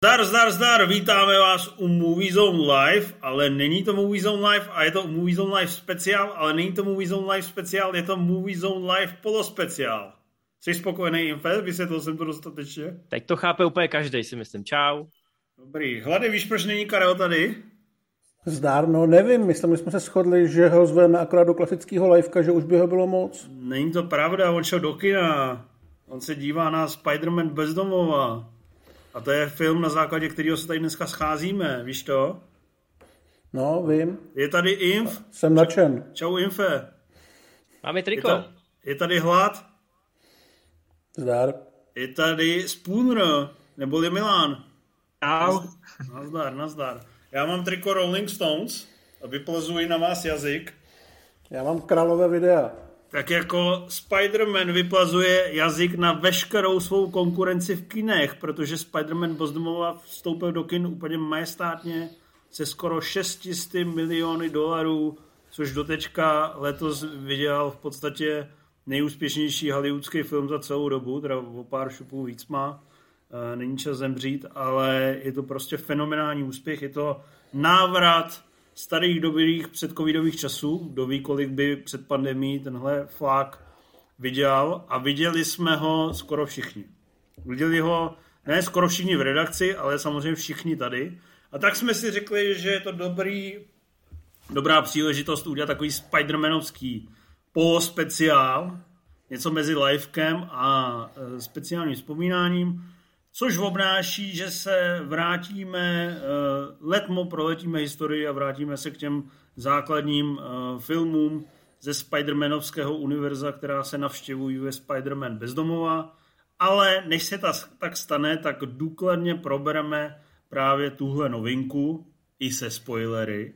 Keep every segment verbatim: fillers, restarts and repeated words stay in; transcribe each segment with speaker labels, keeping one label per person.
Speaker 1: Zdar, zdar, zdar, vítáme vás u Movie Zone Live, ale není to Movie Zone Live a je to Movie Zone Live speciál, ale není to Movie Zone Live speciál, je to Movie Zone Live polospeciál. Jsi spokojený, Infe? Vysvětlil jsem to dostatečně?
Speaker 2: Teď to chápe úplně každý, si myslím. Čau.
Speaker 1: Dobrý. Hlady, víš, proč není Karel tady?
Speaker 3: Zdár, no nevím, myslím, že jsme se shodli, že ho zveme akorát do klasického liveka, že už by ho bylo moc.
Speaker 1: Není to pravda, on šel do kina. On se dívá na Spider-Man bezdomova. A to je film, na základě kterého se tady dneska scházíme, víš to?
Speaker 3: No, vím.
Speaker 1: Je tady Inf.
Speaker 3: Jsem nadšen.
Speaker 1: Čau, Infe.
Speaker 2: Máme triko.
Speaker 1: Je, ta, je tady Hlad.
Speaker 3: Zdár.
Speaker 1: Je tady Spooner, neboli Milan.
Speaker 2: Čau.
Speaker 1: Nazdar, nazdar. Já mám triko Rolling Stones a vyplazuji na vás jazyk.
Speaker 3: Já mám králové videa.
Speaker 1: Tak jako Spider-Man vyplazuje jazyk na veškerou svou konkurenci v kinech, protože Spider-Man bezdomova vstoupil do kin úplně majestátně se skoro šest set miliony dolarů, což dotečka letos vydělal v podstatě nejúspěšnější hollywoodský film za celou dobu, teda o pár šupů víc má, není čas zemřít, ale je to prostě fenomenální úspěch, je to návrat starých dobrých předcovidových časů, kdo ví, kolik by před pandemií tenhle flák viděl, a viděli jsme ho skoro všichni. Viděli ho ne skoro všichni v redakci, ale samozřejmě všichni tady. A tak jsme si řekli, že je to dobrý, dobrá příležitost udělat takový Spider-Manovský polospeciál, něco mezi livekem a speciálním vzpomínáním, což obnáší, že se vrátíme, letmo proletíme historii a vrátíme se k těm základním filmům ze Spider-Manovského univerza, která se navštěvují ve Spider-Man bezdomova. Ale než se ta, tak stane, tak důkladně probereme právě tuhle novinku i se spoilery.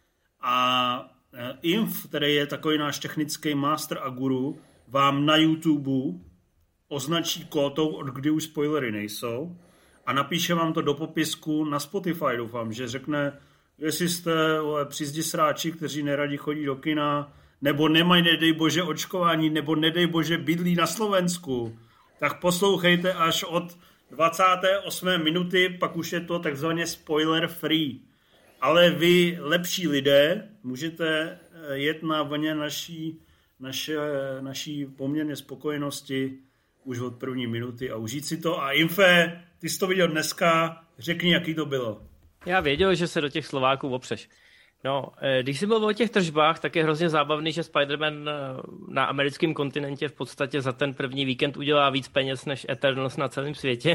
Speaker 1: A Inf, který je takový náš technický master a guru, vám na YouTube označí kódou, od kdy už spoilery nejsou, a napíše vám to do popisku na Spotify, doufám, že řekne, jestli jste vole, přizdi sráči, kteří neradi chodí do kina, nebo nemají, nedej bože, očkování, nebo nedej bože, bydlí na Slovensku, tak poslouchejte až od dvacáté osmé minuty, pak už je to takzvaně spoiler free. Ale vy, lepší lidé, můžete jet na vlně naší, naše, naší poměrně spokojenosti už od první minuty a užít si to. A Infe, ty jsi to viděl dneska, řekni, jaký to bylo.
Speaker 2: Já věděl, že se do těch Slováků opřeš. No, když jsi mluvil o těch tržbách, tak je hrozně zábavný, že Spider-Man na americkém kontinentě v podstatě za ten první víkend udělá víc peněz než Eternals na celém světě.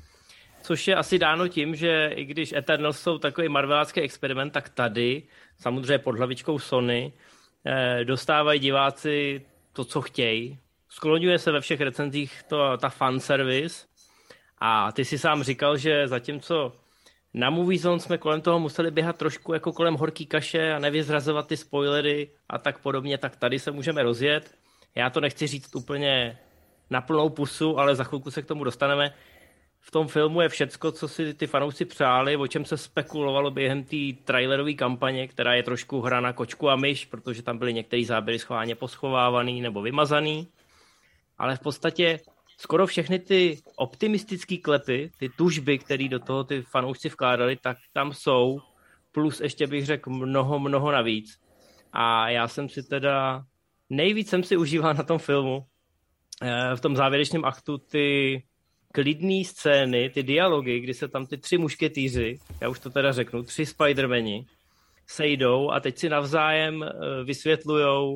Speaker 2: Což je asi dáno tím, že i když Eternals jsou takový marvelácký experiment, tak tady, samozřejmě pod hlavičkou Sony, dostávají diváci to, co chtějí. Skloňuje se ve všech recenzích to, ta fanservice, a ty si sám říkal, že zatímco na Movie Zone jsme kolem toho museli běhat trošku jako kolem horký kaše a nevyzrazovat ty spoilery a tak podobně, tak tady se můžeme rozjet. Já to nechci říct úplně na plnou pusu, ale za chvilku se k tomu dostaneme. V tom filmu je všecko, co si ty fanoušci přáli, o čem se spekulovalo během té trailerové kampaně, která je trošku hra na kočku a myš, protože tam byly některé záběry schválně poschovávaný nebo vymazaný. Ale v podstatě skoro všechny ty optimistické klepy, ty tužby, které do toho ty fanoušci vkládali, tak tam jsou, plus ještě bych řekl mnoho, mnoho navíc. A já jsem si teda, nejvíc jsem si užíval na tom filmu, v tom závěrečném aktu ty klidné scény, ty dialogy, kdy se tam ty tři mušketýři, já už to teda řeknu, tři Spider-mani sejdou a teď si navzájem vysvětlujou,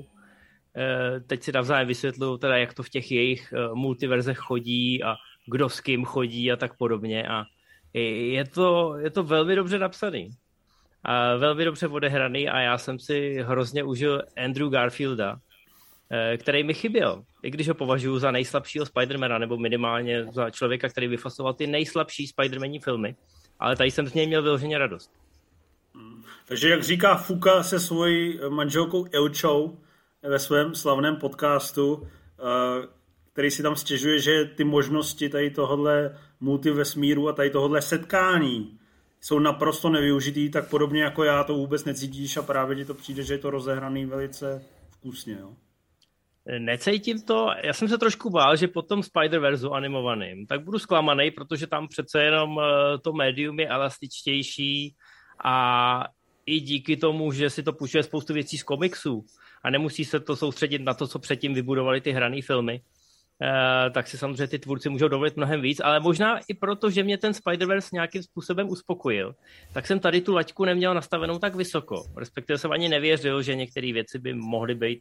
Speaker 2: teď si navzájem vysvětlují teda, jak to v těch jejich multiverzech chodí a kdo s kým chodí a tak podobně. A je to, je to velmi dobře napsaný. A velmi dobře odehraný a já jsem si hrozně užil Andrew Garfielda, který mi chyběl. I když ho považuji za nejslabšího Spidermana, nebo minimálně za člověka, který vyfasoval ty nejslabší Spidermaní filmy. Ale tady jsem z něj měl vyloženě radost.
Speaker 1: Takže jak říká Fuka se svojí manželkou Ilčou ve svém slavném podcastu, který si tam stěžuje, že ty možnosti tady tohohle multivesmíru a tady tohohle setkání jsou naprosto nevyužitý, tak podobně jako já to vůbec necítíš a právě ti to přijde, že je to rozehraný velice vkusně. Jo?
Speaker 2: Necítím to, já jsem se trošku bál, že po tom Spider-Versu animovaným, tak budu zklamaný, protože tam přece jenom to médium je elastičtější a i díky tomu, že si to půjčuje spoustu věcí z komiksů a nemusí se to soustředit na to, co předtím vybudovali ty hraný filmy, tak si samozřejmě ty tvůrci můžou dovolit mnohem víc, ale možná i proto, že mě ten Spider-Verse nějakým způsobem uspokojil, tak jsem tady tu laťku neměl nastavenou tak vysoko, respektive jsem ani nevěřil, že některé věci by mohly být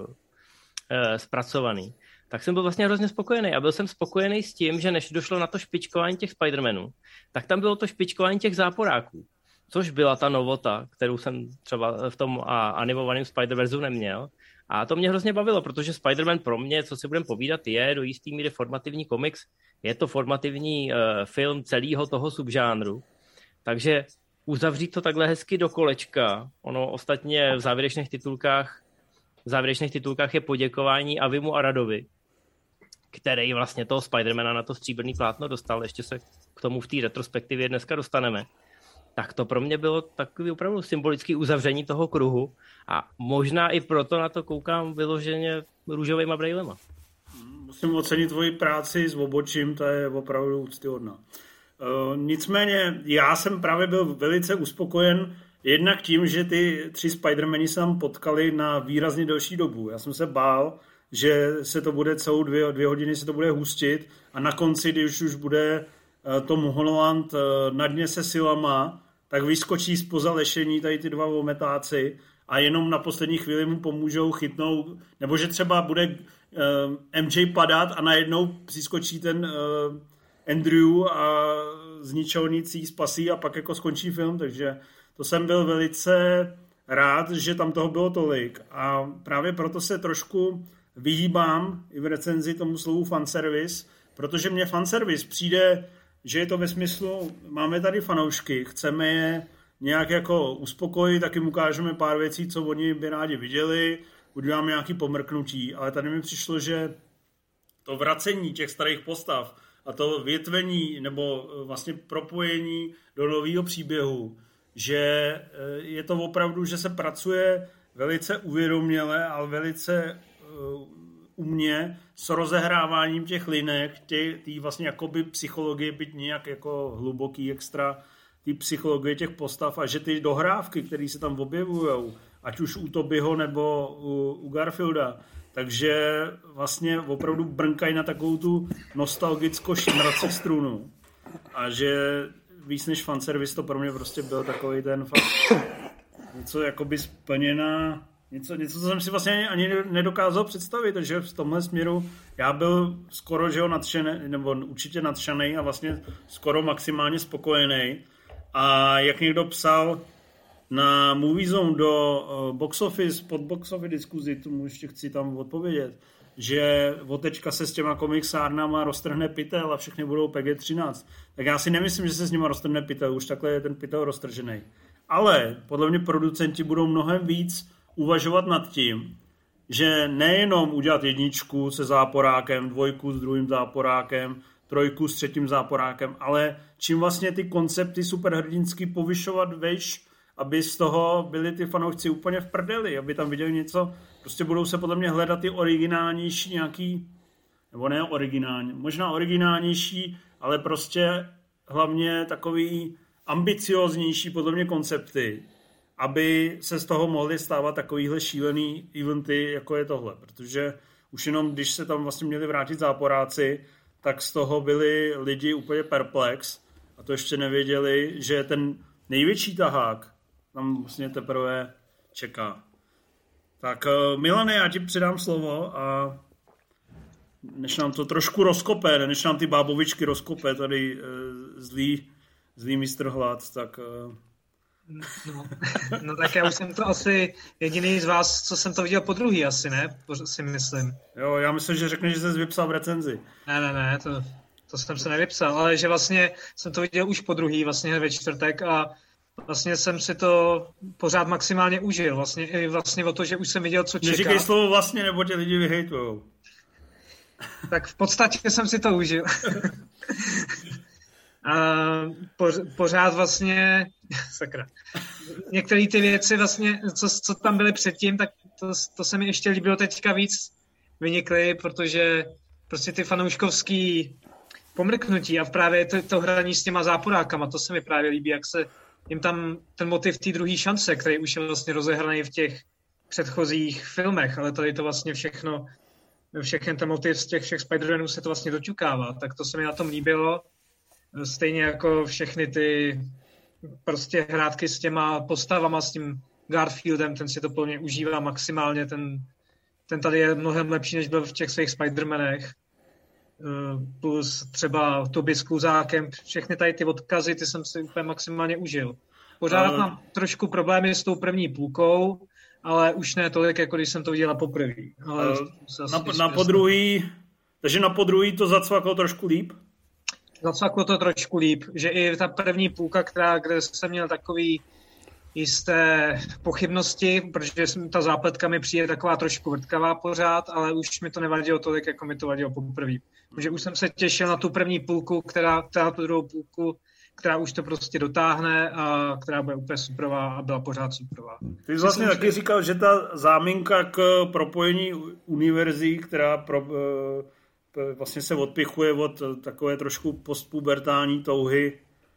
Speaker 2: zpracovaný. Tak jsem byl vlastně hrozně spokojený a byl jsem spokojený s tím, že než došlo na to špičkování těch Spider-Manů, tak tam bylo to špičkování těch záporáků, což byla ta novota, kterou jsem třeba v tom animovaném Spider-Versu neměl. A to mě hrozně bavilo, protože Spider-Man pro mě, co si budeme povídat, je do jistý míry formativní komiks, je to formativní uh, film celého toho subžánru. Takže uzavřít to takhle hezky do kolečka, ono ostatně v závěrečných titulkách V závěrečných titulkách je poděkování Avimu Aradovi, který vlastně toho Spidermana na to stříbrný plátno dostal. Ještě se k tomu v té retrospektivě dneska dostaneme. Tak to pro mě bylo takový opravdu symbolický uzavření toho kruhu a možná i proto na to koukám vyloženě růžovejma brejlema.
Speaker 1: Musím ocenit tvoji práci s obočím, to je opravdu úctyhodná. Uh, nicméně já jsem právě byl velice uspokojen jednak tím, že ty tři Spider-Mani se tam potkali na výrazně delší dobu. Já jsem se bál, že se to bude celou dvě, dvě hodiny se to bude hustit a na konci, když už bude Tom Holland na dně se silama, tak vyskočí zpoza lešení tady ty dva ometáci a jenom na poslední chvíli mu pomůžou chytnout, nebo že třeba bude M J padat a najednou přiskočí ten Andrew a z ničeho nic jí spasí a pak jako skončí film, takže to jsem byl velice rád, že tam toho bylo tolik a právě proto se trošku vyhýbám i v recenzi tomu slovu fanservice, protože mně fanservice přijde, že je to ve smyslu, máme tady fanoušky, chceme je nějak jako uspokojit, taky mu ukážeme pár věcí, co oni by rádi viděli, uděláme nějaký pomrknutí, ale tady mi přišlo, že to vracení těch starých postav a to větvení nebo vlastně propojení do nového příběhu, že je to opravdu, že se pracuje velice uvědoměle, ale velice umě s rozehráváním těch linek, té vlastně jakoby psychologie, byť nějak jako hluboký extra, ty psychologie těch postav a že ty dohrávky, které se tam objevujou, ať už u Tobyho nebo u, u Garfielda, takže vlastně opravdu brnkají na takovou tu nostalgicko-šimrací strunu a že víc než fanservice to pro mě prostě byl takový ten fakt něco jakoby splněná Něco, něco, co jsem si vlastně ani nedokázal představit, takže v tomhle směru já byl skoro, že ho nadšený, nebo určitě nadšený a vlastně skoro maximálně spokojený. A jak někdo psal na Movie Zone do box office, pod box office diskuzi, tomu ještě chci tam odpovědět, že otečka se s těma komiksárnama roztrhne pytel a všechny budou P G třináct. Tak já si nemyslím, že se s nima roztrhne pytel, už takhle je ten pytel roztržený. Ale podle mě producenti budou mnohem víc uvažovat nad tím, že nejenom udělat jedničku se záporákem, dvojku s druhým záporákem, trojku s třetím záporákem, ale čím vlastně ty koncepty superhrdinský povyšovat vejš, aby z toho byli ty fanoušci úplně v prdeli, aby tam viděli něco, prostě budou se podle mě hledat ty originálnější nějaký, nebo ne originální, možná originálnější, ale prostě hlavně takový ambicioznější podle mě koncepty, aby se z toho mohly stávat takovýhle šílený eventy, jako je tohle. Protože už jenom, když se tam vlastně měli vrátit záporáci, tak z toho byli lidi úplně perplex a to ještě nevěděli, že ten největší tahák tam vlastně teprve čeká. Tak Milane, já ti předám slovo a než nám to trošku rozkope, než nám ty bábovičky rozkope tady zlý, zlý mistr Hlad, tak...
Speaker 4: No, no tak já už jsem to asi jediný z vás, co jsem to viděl po druhý asi, ne? Si myslím.
Speaker 1: Jo, já myslím, že řekneš, že jsi vypsal v recenzi.
Speaker 4: Ne, ne, ne, to, to jsem se nevypsal, ale že vlastně jsem to viděl už po druhý, vlastně ve čtvrtek a vlastně jsem si to pořád maximálně užil. Vlastně i vlastně o to, že už jsem viděl, co čeká.
Speaker 1: Neříkej slovo vlastně, nebo tě lidi vyhejtujou.
Speaker 4: Tak v podstatě jsem si to užil. A pořád vlastně, sakra, některé ty věci vlastně, co, co tam byly předtím, tak to, to se mi ještě líbilo teďka víc, vynikly, protože prostě ty fanouškovský pomrknutí a právě to, to hraní s těma záporákama, to se mi právě líbí, jak se jim tam ten motiv té druhé šance, který už je vlastně rozehraný v těch předchozích filmech, ale tady to vlastně všechno, všechny ten motiv z těch všech Spider-Manů se to vlastně doťukává, tak to se mi na tom líbilo. Stejně jako všechny ty prostě hrátky s těma postavama, s tím Garfieldem, ten si to plně užívá maximálně, ten, ten tady je mnohem lepší, než byl v těch svých Spider-Manech. Plus třeba Toby s Kluzákem, všechny tady ty odkazy, ty jsem si úplně maximálně užil. Pořád uh, mám trošku problémy s tou první půlkou, ale už ne tolik, jako když jsem to viděla poprvé. Ale uh,
Speaker 1: na, na podruhý, takže na podruhý to zacvaklo trošku líp?
Speaker 4: Zacvaklo to trošku líp, že i ta první půlka, která, kde jsem měl takový jisté pochybnosti, protože ta zápletka mi přijde taková trošku vrtkavá pořád, ale už mi to nevadilo tolik, jako mi to vadilo poprvé. Protože už jsem se těšil na tu první půlku, která, která tu druhou půlku, která už to prostě dotáhne a která bude úplně superová a byla pořád superová.
Speaker 1: Ty jsi vlastně taky říkal, že ta záminka k propojení univerzí, která pro, vlastně se odpichuje od takové trošku postpubertální touhy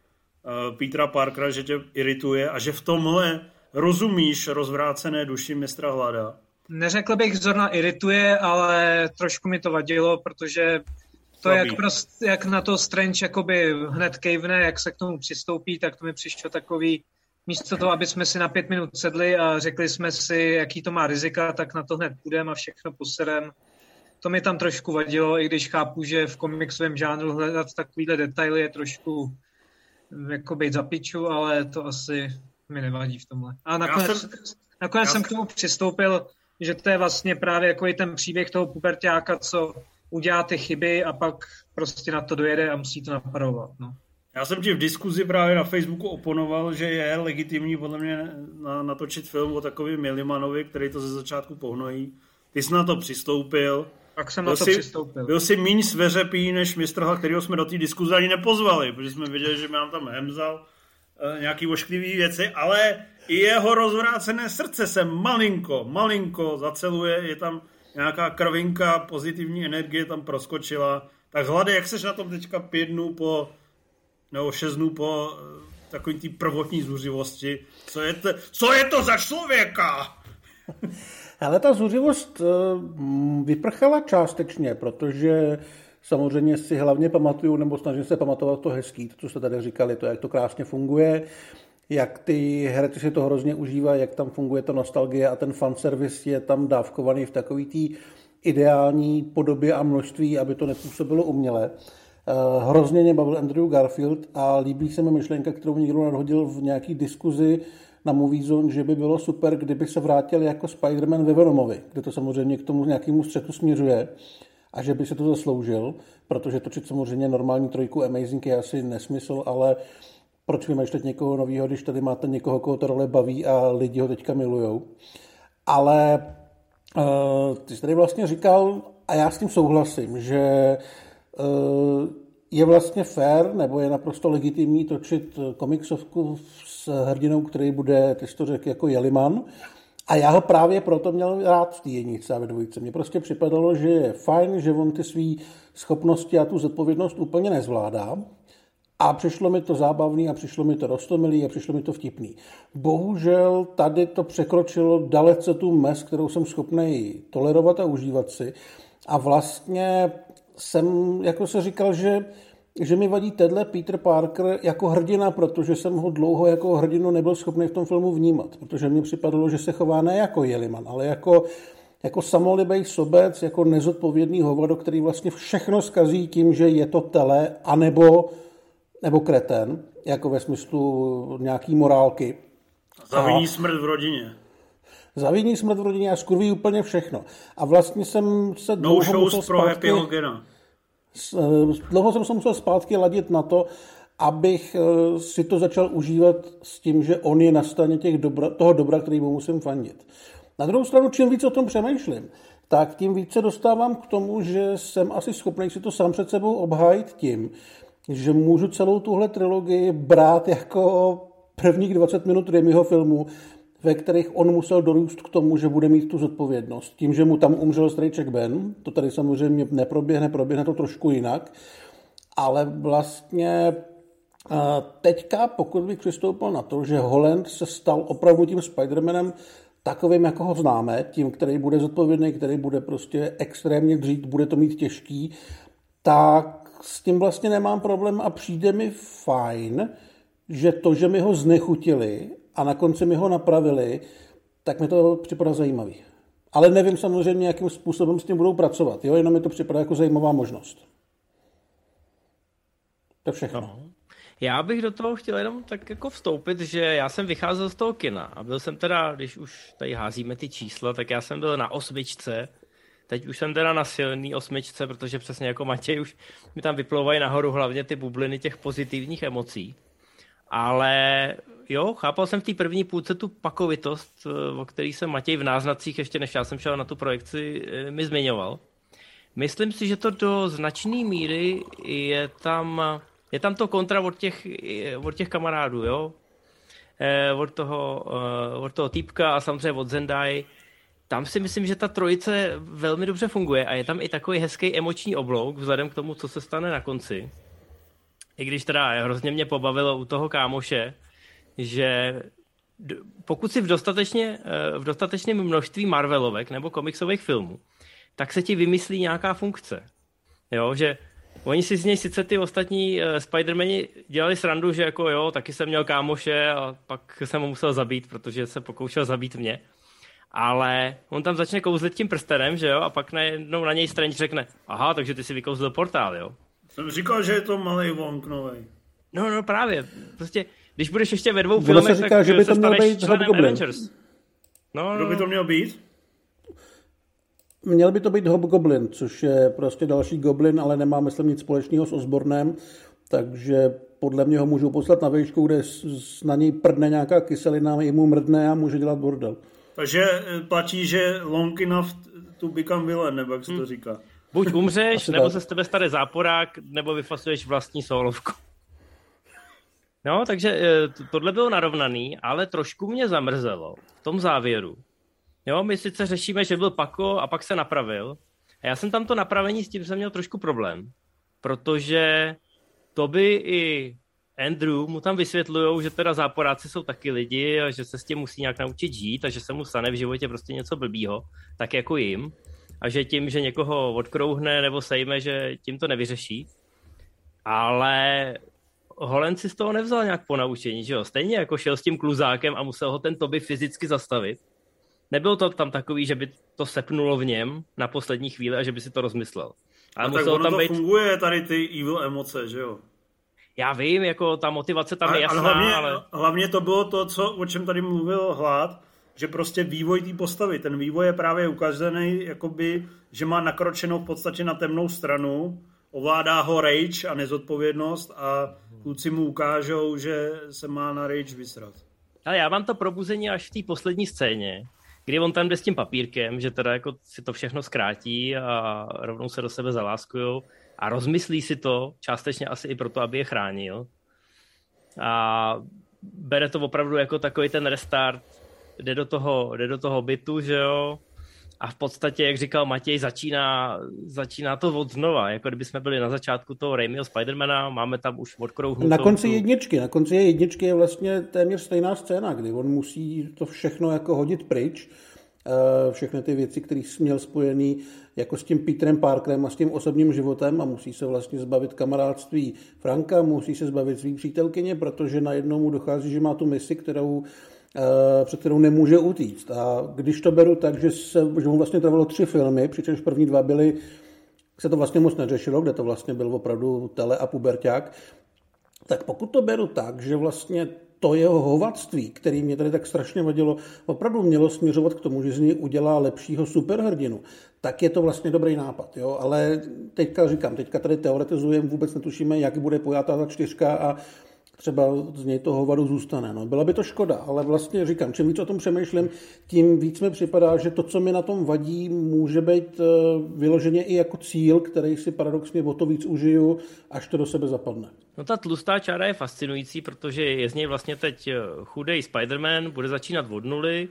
Speaker 1: Petera Parkera, že tě irituje a že v tomhle rozumíš rozvrácené duši mistra Hlada.
Speaker 4: Neřekl bych zrovna irituje, ale trošku mi to vadilo, protože to, jak, prost, jak na to Strange jakoby hned kejvne, jak se k tomu přistoupí, tak to mi přišlo takový, místo toho, aby jsme si na pět minut sedli a řekli jsme si, jaký to má rizika, tak na to hned půjdeme a všechno poserem. To mi tam trošku vadilo, i když chápu, že v komiksovém žánru hledat takovýhle detaily je trošku jako být za piču, ale to asi mi nevadí v tomhle. A nakonec, jsem, nakonec jsem k tomu přistoupil, že to je vlastně právě jako i ten příběh toho puberťáka, co udělá ty chyby a pak prostě na to dojede a musí to naparovat. No.
Speaker 1: Já jsem ti v diskuzi právě na Facebooku oponoval, že je legitimní podle mě natočit film o takovém Millimanovi, který to ze začátku pohnojí. Ty jsi na to přistoupil.
Speaker 4: Tak jsem byl na to
Speaker 1: jsi,
Speaker 4: přistoupil.
Speaker 1: Byl jsi míň sveřepý než mistr Hla, kterého jsme do té diskuze ani nepozvali, protože jsme viděli, že nám tam hemzal e, nějaký ošklivý věci, ale i jeho rozvrácené srdce se malinko, malinko zaceluje, je tam nějaká krvinka, pozitivní energie tam proskočila. Tak Hlade, jak seš na tom teďka pět dnů po, nebo šest dnů po e, takový té prvotní zuřivosti? Co je to, co je to za člověka?
Speaker 3: Ale ta zuřivost vyprchala částečně, protože samozřejmě si hlavně pamatuju, nebo snažím se pamatovat to hezký, to, co jste tady říkali, to, jak to krásně funguje, jak ty herci si to hrozně užívají, jak tam funguje ta nostalgie a ten fanservice je tam dávkovaný v takový té ideální podobě a množství, aby to nepůsobilo uměle. Hrozně mě bavil Andrew Garfield a líbí se mi myšlenka, kterou někdo nadhodil v nějaký diskuzi na Movie Zone, že by bylo super, kdyby se vrátil jako Spider-Man ve Venomovi, kde to samozřejmě k tomu nějakému střetu směřuje a že by se to zasloužil, protože točit samozřejmě normální trojku Amazing je asi nesmysl, ale proč vymýšlet někoho novýho, když tady máte někoho, koho to role baví a lidi ho teďka milujou. Ale uh, ty jsi tady vlastně říkal, a já s tím souhlasím, že uh, je vlastně fair, nebo je naprosto legitimní točit komiksovku s hrdinou, který bude, ty jsi to řekl, jako Jeliman. A já ho právě proto měl rád v té jedničce a ve dvojce. Mně prostě připadalo, že je fajn, že on ty svý schopnosti a tu zodpovědnost úplně nezvládá. A přišlo mi to zábavný a přišlo mi to roztomilý a přišlo mi to vtipný. Bohužel tady to překročilo dalece tu mez, kterou jsem schopný tolerovat a užívat si. A vlastně jsem jako se říkal, že, že mi vadí tenhle Peter Parker jako hrdina, protože jsem ho dlouho jako hrdinu nebyl schopný v tom filmu vnímat. Protože mně připadalo, že se chová ne jako Jeliman, ale jako, jako samolibej sobec, jako nezodpovědný hovado, který vlastně všechno zkazí tím, že je to tele, anebo nebo kreten, jako ve smyslu nějaký morálky.
Speaker 1: Zaviní smrt v rodině.
Speaker 3: Zaviní smrt v rodině a skurví úplně všechno. A vlastně jsem se
Speaker 1: no
Speaker 3: dlouho
Speaker 1: shows
Speaker 3: musel
Speaker 1: pro
Speaker 3: zpátky,
Speaker 1: Happy Hogana.
Speaker 3: Dlouho jsem se musel zpátky ladit na to, abych si to začal užívat s tím, že on je na straně těch dobra, toho dobra, který mu musím fandit. Na druhou stranu, čím víc o tom přemýšlím, tak tím více dostávám k tomu, že jsem asi schopný si to sám před sebou obhájit tím, že můžu celou tuhle trilogii brát jako prvních dvacet minut Raimiho filmu ve kterých on musel dorůst k tomu, že bude mít tu zodpovědnost. Tím, že mu tam umřel strejček Ben, to tady samozřejmě neproběhne, proběhne to trošku jinak, ale vlastně teďka, pokud bych přistoupil na to, že Holland se stal opravdu tím Spider-Manem takovým, jako ho známe, tím, který bude zodpovědný, který bude prostě extrémně dřít, bude to mít těžký, tak s tím vlastně nemám problém a přijde mi fajn, že to, že mi ho znechutili a na konci mi ho napravili, tak mi to připadá zajímavý. Ale nevím samozřejmě, jakým způsobem s tím budou pracovat. Jo? Jenom mi to připadá jako zajímavá možnost. To všechno.
Speaker 2: No. Já bych do toho chtěl jenom tak jako vstoupit, že já jsem vycházel z toho kina a byl jsem teda, když už tady házíme ty čísla, tak já jsem byl na osmičce, teď už jsem teda na silný osmičce, protože přesně jako Matěj už mi tam vyplouvají nahoru hlavně ty bubliny těch pozitivních emocí. Ale jo, chápal jsem v té první půlce tu pakovitost, o který jsem Matěj v náznacích, ještě než já jsem šel na tu projekci, mi zmiňoval. Myslím si, že to do značné míry je tam, je tam to kontra od těch, od těch kamarádů, jo? Od toho, od toho týpka a samozřejmě od Zendai. Tam si myslím, že ta trojice velmi dobře funguje a je tam i takový hezký emoční oblouk vzhledem k tomu, co se stane na konci. I když teda hrozně mě pobavilo u toho kámoše, že pokud si v, dostatečně, v dostatečném množství Marvelovek nebo komiksových filmů, tak se ti vymyslí nějaká funkce. Jo, že oni si z něj sice ty ostatní Spider-Mani dělali srandu, že jako jo, taky jsem měl kámoše a pak jsem ho musel zabít, protože se pokoušel zabít mě. Ale on tam začne kouzlit tím prstenem, že jo, a pak najednou na něj Strange řekne, aha, takže ty si vykouzlil portál, jo.
Speaker 1: Jsem říkal, že je to malej Wong novej.
Speaker 2: No, no právě. Prostě, když budeš ještě ve dvou
Speaker 3: Ono
Speaker 2: filmech,
Speaker 3: se říká,
Speaker 2: tak
Speaker 3: že by
Speaker 2: se
Speaker 3: to měl
Speaker 2: staneš
Speaker 3: být
Speaker 2: členem
Speaker 3: Hobgoblin.
Speaker 2: Avengers. No,
Speaker 1: Kdo by to měl být?
Speaker 3: Měl by to být Hobgoblin, což je prostě další goblin, ale nemá, myslím, nic společného s Osbornem, takže podle mě ho můžou poslat na výšku, kde na něj prdne nějaká kyselina, jemu mrdne a může dělat bordel.
Speaker 1: Takže platí, že long enough to become villain, nebo jak se to říká.
Speaker 2: Buď umřeš,
Speaker 3: Asi
Speaker 2: nebo
Speaker 3: tak.
Speaker 2: se z tebe stane záporák, nebo vyfasuješ vlastní solovku. No, takže tohle bylo narovnaný, ale trošku mě zamrzelo v tom závěru. Jo, my sice řešíme, že byl Paco a pak se napravil. A já jsem tam to napravení, s tím jsem měl trošku problém. Protože Toby i Andrew mu tam vysvětlujou, že teda záporáci jsou taky lidi a že se s tím musí nějak naučit žít a že se mu stane v životě prostě něco blbýho, tak jako jim. A že tím, že někoho odkrouhne nebo sejme, že tím to nevyřeší. Ale Holland si z toho nevzal nějak ponaučení, že jo? Stejně jako šel s tím kluzákem a musel ho ten Toby fyzicky zastavit. Nebylo to tam takový, že by to sepnulo v něm na poslední chvíli a že by si to rozmyslel. Ale
Speaker 1: a tak ono
Speaker 2: tam
Speaker 1: to
Speaker 2: být...
Speaker 1: funguje, tady ty evil emoce, že jo?
Speaker 2: Já vím, jako ta motivace tam je jasná,
Speaker 1: ale hlavně,
Speaker 2: ale...
Speaker 1: hlavně to bylo to, co, o čem tady mluvil Hlad, že prostě vývoj té postavy, ten vývoj je právě ukázaný, jakoby, že má nakročenou v podstatě na temnou stranu, ovládá ho rage a nezodpovědnost a kluci mu ukážou, že se má na rage vysrat.
Speaker 2: Ale já mám to probuzení až v té poslední scéně, kdy on tam jde s tím papírkem, že teda jako si to všechno zkrátí a rovnou se do sebe zaláskujou a rozmyslí si to, částečně asi i proto, aby je chránil. A bere to opravdu jako takový ten restart, jde do toho, jde do toho bytu, že jo, a v podstatě, jak říkal Matěj, začíná, začíná to od znova, jako kdyby jsme byli na začátku toho Raimiho Spidermana, máme tam už odkrouhnutou...
Speaker 3: Na konci
Speaker 2: tu...
Speaker 3: jedničky, na konci jedničky je vlastně téměř stejná scéna, kdy on musí to všechno jako hodit pryč, všechny ty věci, které jsi měl spojený jako s tím Peterem Parkerem a s tím osobním životem a musí se vlastně zbavit kamarádství Franka, musí se zbavit svý přítelkyně, protože najednou mu dochází, že má tu misi, kterou před kterou nemůže utíct. A když to beru tak, že, se, že mu vlastně trvalo tři filmy, přičemž první dva byly, se to vlastně moc neřešilo, kde to vlastně byl opravdu tele a puberťák, tak pokud to beru tak, že vlastně to jeho hovadství, který mě tady tak strašně vadilo, opravdu mělo směřovat k tomu, že z něj udělá lepšího superhrdinu, tak je to vlastně dobrý nápad. Jo? Ale teďka říkám, teďka tady teoretizujeme, vůbec netušíme, jak bude pojatá ta čtyřka a třeba z něj to hovado zůstane. No. Byla by to škoda, ale vlastně říkám, čím víc o tom přemýšlím, tím víc mi připadá, že to, co mi na tom vadí, může být vyloženě i jako cíl, který si paradoxně o to víc užiju, až to do sebe zapadne.
Speaker 2: No ta tlustá čára je fascinující, protože je z něj vlastně teď chudej Spider-Man, bude začínat od nuly,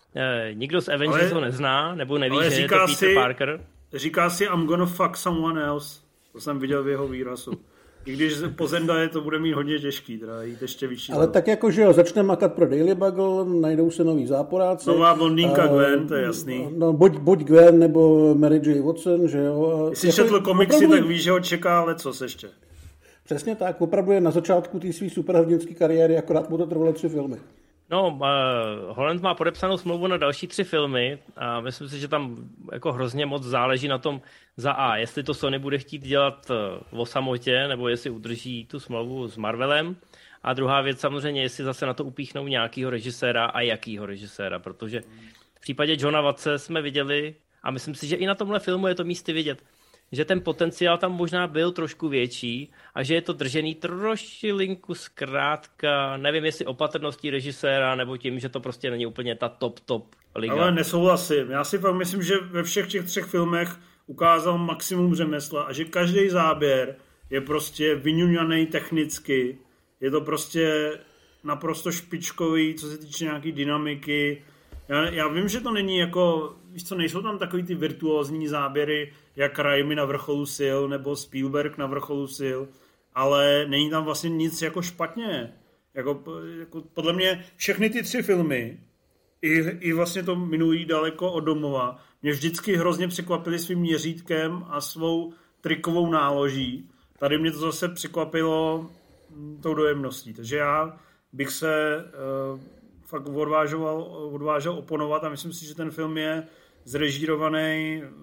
Speaker 2: nikdo z Avengers ho nezná, nebo neví, že je to Peter
Speaker 1: si,
Speaker 2: Parker.
Speaker 1: Říká si I'm gonna fuck someone else. To jsem viděl v jeho výrazu. I když po Zendaje to bude mít hodně těžký, teda jít ještě vyšší.
Speaker 3: Ale tak jako, že jo, začne makat pro Daily Bugle, najdou se nový záporáci.
Speaker 1: Nová blondýnka uh, Gwen, to je jasný.
Speaker 3: No, buď, buď Gwen, nebo Mary J. Watson, že jo.
Speaker 1: Jestli jako, četl komiksy, opravdu, tak víš, že ho čeká lecos ještě.
Speaker 3: Přesně tak, opravdu je na začátku té své superhrdinské kariéry, akorát mu to trvalo tři filmy.
Speaker 2: No, uh, Holland má podepsanou smlouvu na další tři filmy a myslím si, že tam jako hrozně moc záleží na tom za A, jestli to Sony bude chtít dělat uh, o samotě, nebo jestli udrží tu smlouvu s Marvelem. A druhá věc samozřejmě, jestli zase na to upíchnou nějakýho režiséra a jakýho režiséra, protože v případě Johna Watse jsme viděli, a myslím si, že i na tomhle filmu je to místy vidět, že ten potenciál tam možná byl trošku větší a že je to držený trošilinku zkrátka, nevím jestli opatrností režiséra nebo tím, že to prostě není úplně ta top top liga.
Speaker 1: Ale nesouhlasím. Já si fakt myslím, že ve všech těch třech filmech ukázal maximum řemesla a že každý záběr je prostě vyňuňaný technicky. Je to prostě naprosto špičkový, co se týče nějaký dynamiky. Já, já vím, že to není jako, víš co, nejsou tam takový ty virtuózní záběry, jak Raimi na vrcholu sil, nebo Spielberg na vrcholu sil, ale není tam vlastně nic jako špatně. Jako, jako podle mě všechny ty tři filmy, i, i vlastně to minulý Daleko od domova, mě vždycky hrozně překvapili svým měřítkem a svou trikovou náloží. Tady mě to zase překvapilo tou dojemností. Takže já bych se uh, fakt odvážoval, odvážel oponovat a myslím si, že ten film je zrežírovaný uh,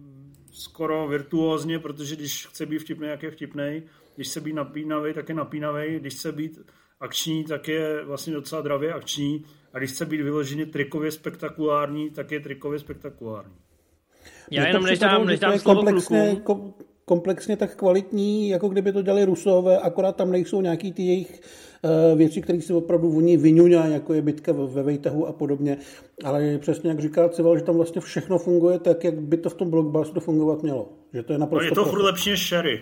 Speaker 1: skoro virtuózně, protože když chce být vtipný, jak je vtipný, když chce být napínavý, tak je napínavý, když chce být akční, tak je vlastně docela dravě akční a když chce být vyloženě trikově spektakulární, tak je trikově spektakulární.
Speaker 2: Já jenom než dám, než dám slovo
Speaker 3: komplexně, kom, komplexně tak kvalitní, jako kdyby to dělali Rusové, akorát tam nejsou nějaký ty jejich uh, věci, které si opravdu voní vyňuňá, jako je bitka ve Vejtahu a podobně. Ale přesně jak říká Cival, že tam vlastně všechno funguje tak, jak by to v tom blockbusteru fungovat mělo. Že to je naprosto
Speaker 1: no je to furt lepší než Sherry.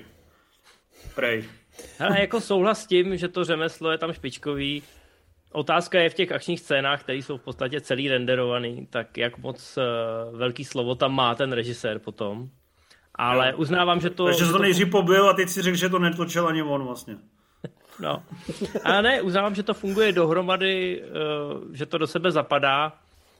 Speaker 1: Prej.
Speaker 2: Hele, jako souhlas s tím, že to řemeslo je tam špičkový. Otázka je v těch akčních scénách, které jsou v podstatě celý renderovaný, tak jak moc uh, velký slovo tam má ten režisér potom. Ale no, uznávám, že to...
Speaker 1: Takže
Speaker 2: že
Speaker 1: to
Speaker 2: to
Speaker 1: nejdřív pobyl a teď si řekl, že to netočil ani on vlastně.
Speaker 2: No. Ale ne, uznávám, že to funguje dohromady, uh, že to do sebe zapadá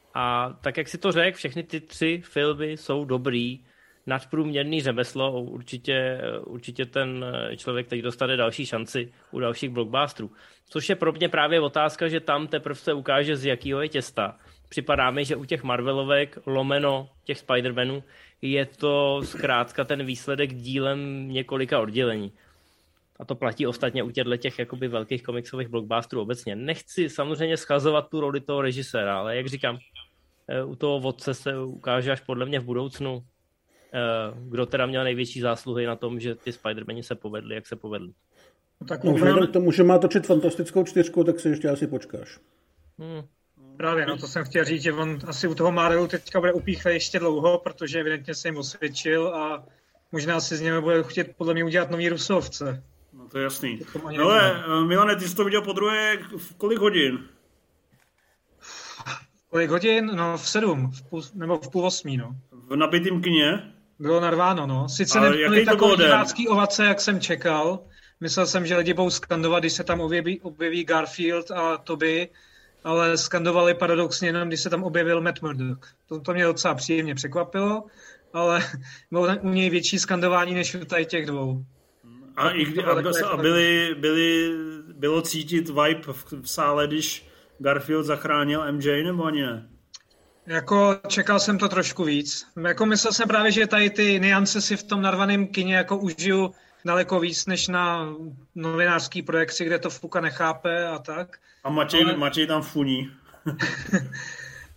Speaker 2: a tak, jak si to řekl, všechny ty tři filmy jsou dobrý, nadprůměrný řemeslo, určitě, určitě ten člověk, který dostane další šanci u dalších blockbusterů. Což je pro mě právě otázka, že tam teprve se ukáže, z jakého je těsta. Připadá mi, že u těch Marvelovek, lomeno těch Spider-Manů, je to zkrátka ten výsledek dílem několika oddělení. A to platí ostatně u těchto těch jakoby velkých komiksových blockbusterů obecně. Nechci samozřejmě schazovat tu roli toho režiséra, ale jak říkám, u toho vodce se ukáže až podle mě v budoucnu, kdo teda měl největší zásluhy na tom, že ty Spider-Mani se povedly, jak se povedly.
Speaker 3: Tak no, vzhledem k tomu, že má točit fantastickou čtyřku, tak si ještě asi počkáš.
Speaker 2: Hmm.
Speaker 4: Právě, no to jsem chtěl říct, že on asi u toho Marvelu teďka bude upíchlej ještě dlouho, protože evidentně se jim osvědčil a možná si z něm bude chtět podle mě udělat nový Rusovce.
Speaker 1: No to je jasný. Ale Milane, ty jsi to viděl po druhé v kolik hodin?
Speaker 4: Kolik hodin? No v sedm, v půl, nebo v půl osmí, no.
Speaker 1: V nabitým kině?
Speaker 4: Bylo narváno, no. Sice nebyly takové divácký ovace, jak jsem čekal. Myslel jsem, že lidi budou skandovat, když se tam objeví, objeví Garfield a Tobey, ale skandovali paradoxně jenom, když se tam objevil Matt Murdock. To, to mě docela příjemně překvapilo, ale bylo u něj větší skandování než u tady těch dvou.
Speaker 1: A, i kdy, a, a byli, byli, bylo cítit vibe v, v sále, když Garfield zachránil M J, nebo ani ne?
Speaker 4: Jako čekal jsem to trošku víc. Jako myslel jsem právě, že tady ty niance si v tom narvaném kině jako užiju daleko víc, než na novinářský projekci, kde to Fuka nechápe a tak.
Speaker 1: A Matěj,
Speaker 4: ale...
Speaker 1: Matěj tam funí.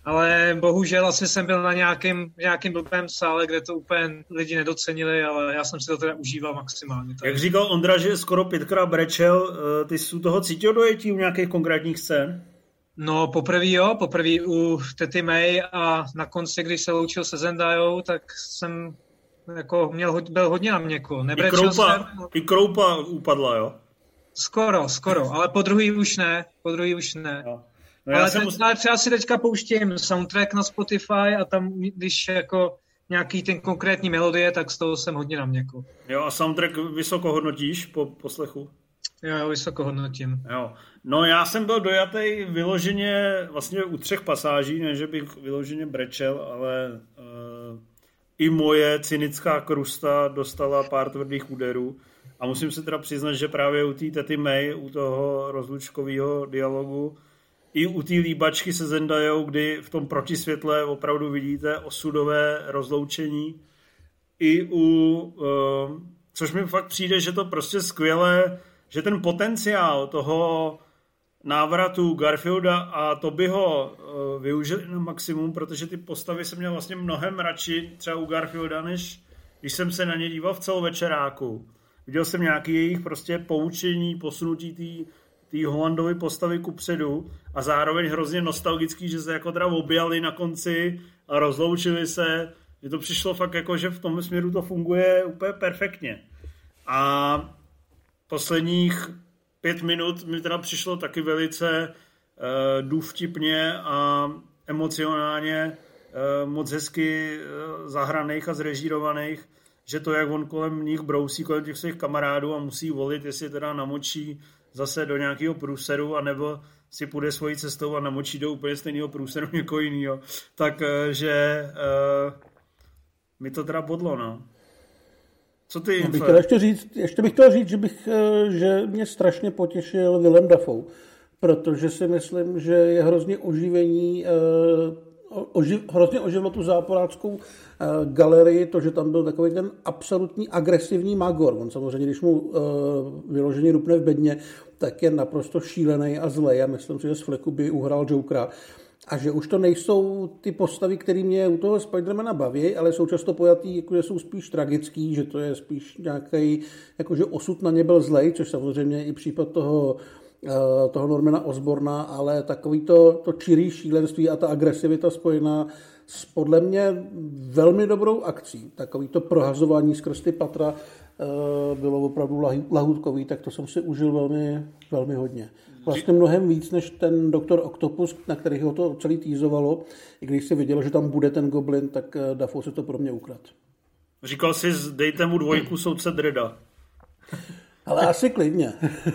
Speaker 4: Ale bohužel asi jsem byl na nějakém, nějakém blbém sále, kde to úplně lidi nedocenili, ale já jsem si to teda užíval maximálně.
Speaker 1: Tak. Jak říkal Ondra, že skoro pětkrát brečel, ty jsi u toho cítil dojetí u nějakých konkrétních scén?
Speaker 4: No poprvé jo, poprvé u Tety May a na konci, když se loučil se Zendajou, tak jsem jako měl, byl hodně na měku.
Speaker 1: I Kroupa, I Kroupa upadla, jo?
Speaker 4: Skoro, skoro, ale po druhý už ne, po druhý už ne.
Speaker 1: Jo.
Speaker 4: No ale jsem... teď, třeba si teďka pouštím soundtrack na Spotify a tam, když jako nějaký ten konkrétní melodie, tak z toho jsem hodně na měku.
Speaker 1: Jo, a soundtrack vysoko hodnotíš po poslechu?
Speaker 4: Jo, jo, vysoko hodnotím.
Speaker 1: Jo. No já jsem byl dojatý vyloženě vlastně u třech pasáží, ne že bych vyloženě brečel, ale uh, i moje cynická krusta dostala pár tvrdých úderů. A musím se teda přiznat, že právě u té Tety May, u toho rozlučkového dialogu, i u té líbačky se Zendajou, kdy v tom protisvětle opravdu vidíte osudové rozloučení, i u, uh, což mi fakt přijde, že to prostě skvěle, že ten potenciál toho návratu Garfielda a Tobyho uh, využili na maximum, protože ty postavy jsem měl vlastně mnohem radši třeba u Garfielda, než když jsem se na ně díval v celovečeráku. Viděl jsem nějaké jejich prostě poučení, posunutí té té Hollandovy postavy kupředu a zároveň hrozně nostalgický, že se jako teda objali na konci a rozloučili se, že to přišlo fakt jako, že v tom směru to funguje úplně perfektně. A posledních pět minut mi teda přišlo taky velice uh, důvtipně a emocionálně uh, moc hezky uh, zahraných a zrežírovaných, že to, jak on kolem nich brousí, kolem těch svých kamarádů a musí volit, jestli teda namočí zase do nějakého průseru, anebo si půjde svojí cestou a namočí do úplně stejného průseru někoho jiného. Takže uh, mi to teda bodlo, no. Co ty,
Speaker 3: bych chtěl ještě, říct, ještě bych chtěl říct, že, bych, že mě strašně potěšil Willem Dafoe, protože si myslím, že je hrozně oživení, oživ, hrozně oživilo tu záporáckou galerii, to, že tam byl takový ten absolutní agresivní magor. On samozřejmě, když mu vyloženě rupne v bedně, tak je naprosto šílený a zlej. A myslím si, že z fleku by uhrál Jokera. A že už to nejsou ty postavy, které mě u toho Spidermana baví, ale jsou často pojatý, jako že jsou spíš tragický, že to je spíš nějaký, jakože osud na ně byl zlej, což samozřejmě je i případ toho, toho Normana Osborna, ale takový to, to čirý šílenství a ta agresivita spojená s podle mě velmi dobrou akcí. Takový to prohazování skrz ty patra bylo opravdu lahůdkový, tak to jsem si užil velmi, velmi hodně. Vlastně mnohem víc, než ten doktor Octopus, na kterých ho to celý týzovalo. I když si vidělo, že tam bude ten goblin, tak Dafoe se to pro mě ukrad.
Speaker 1: Říkal jsi, dejte mu dvojku soudce Dreda.
Speaker 3: Ale asi klidně.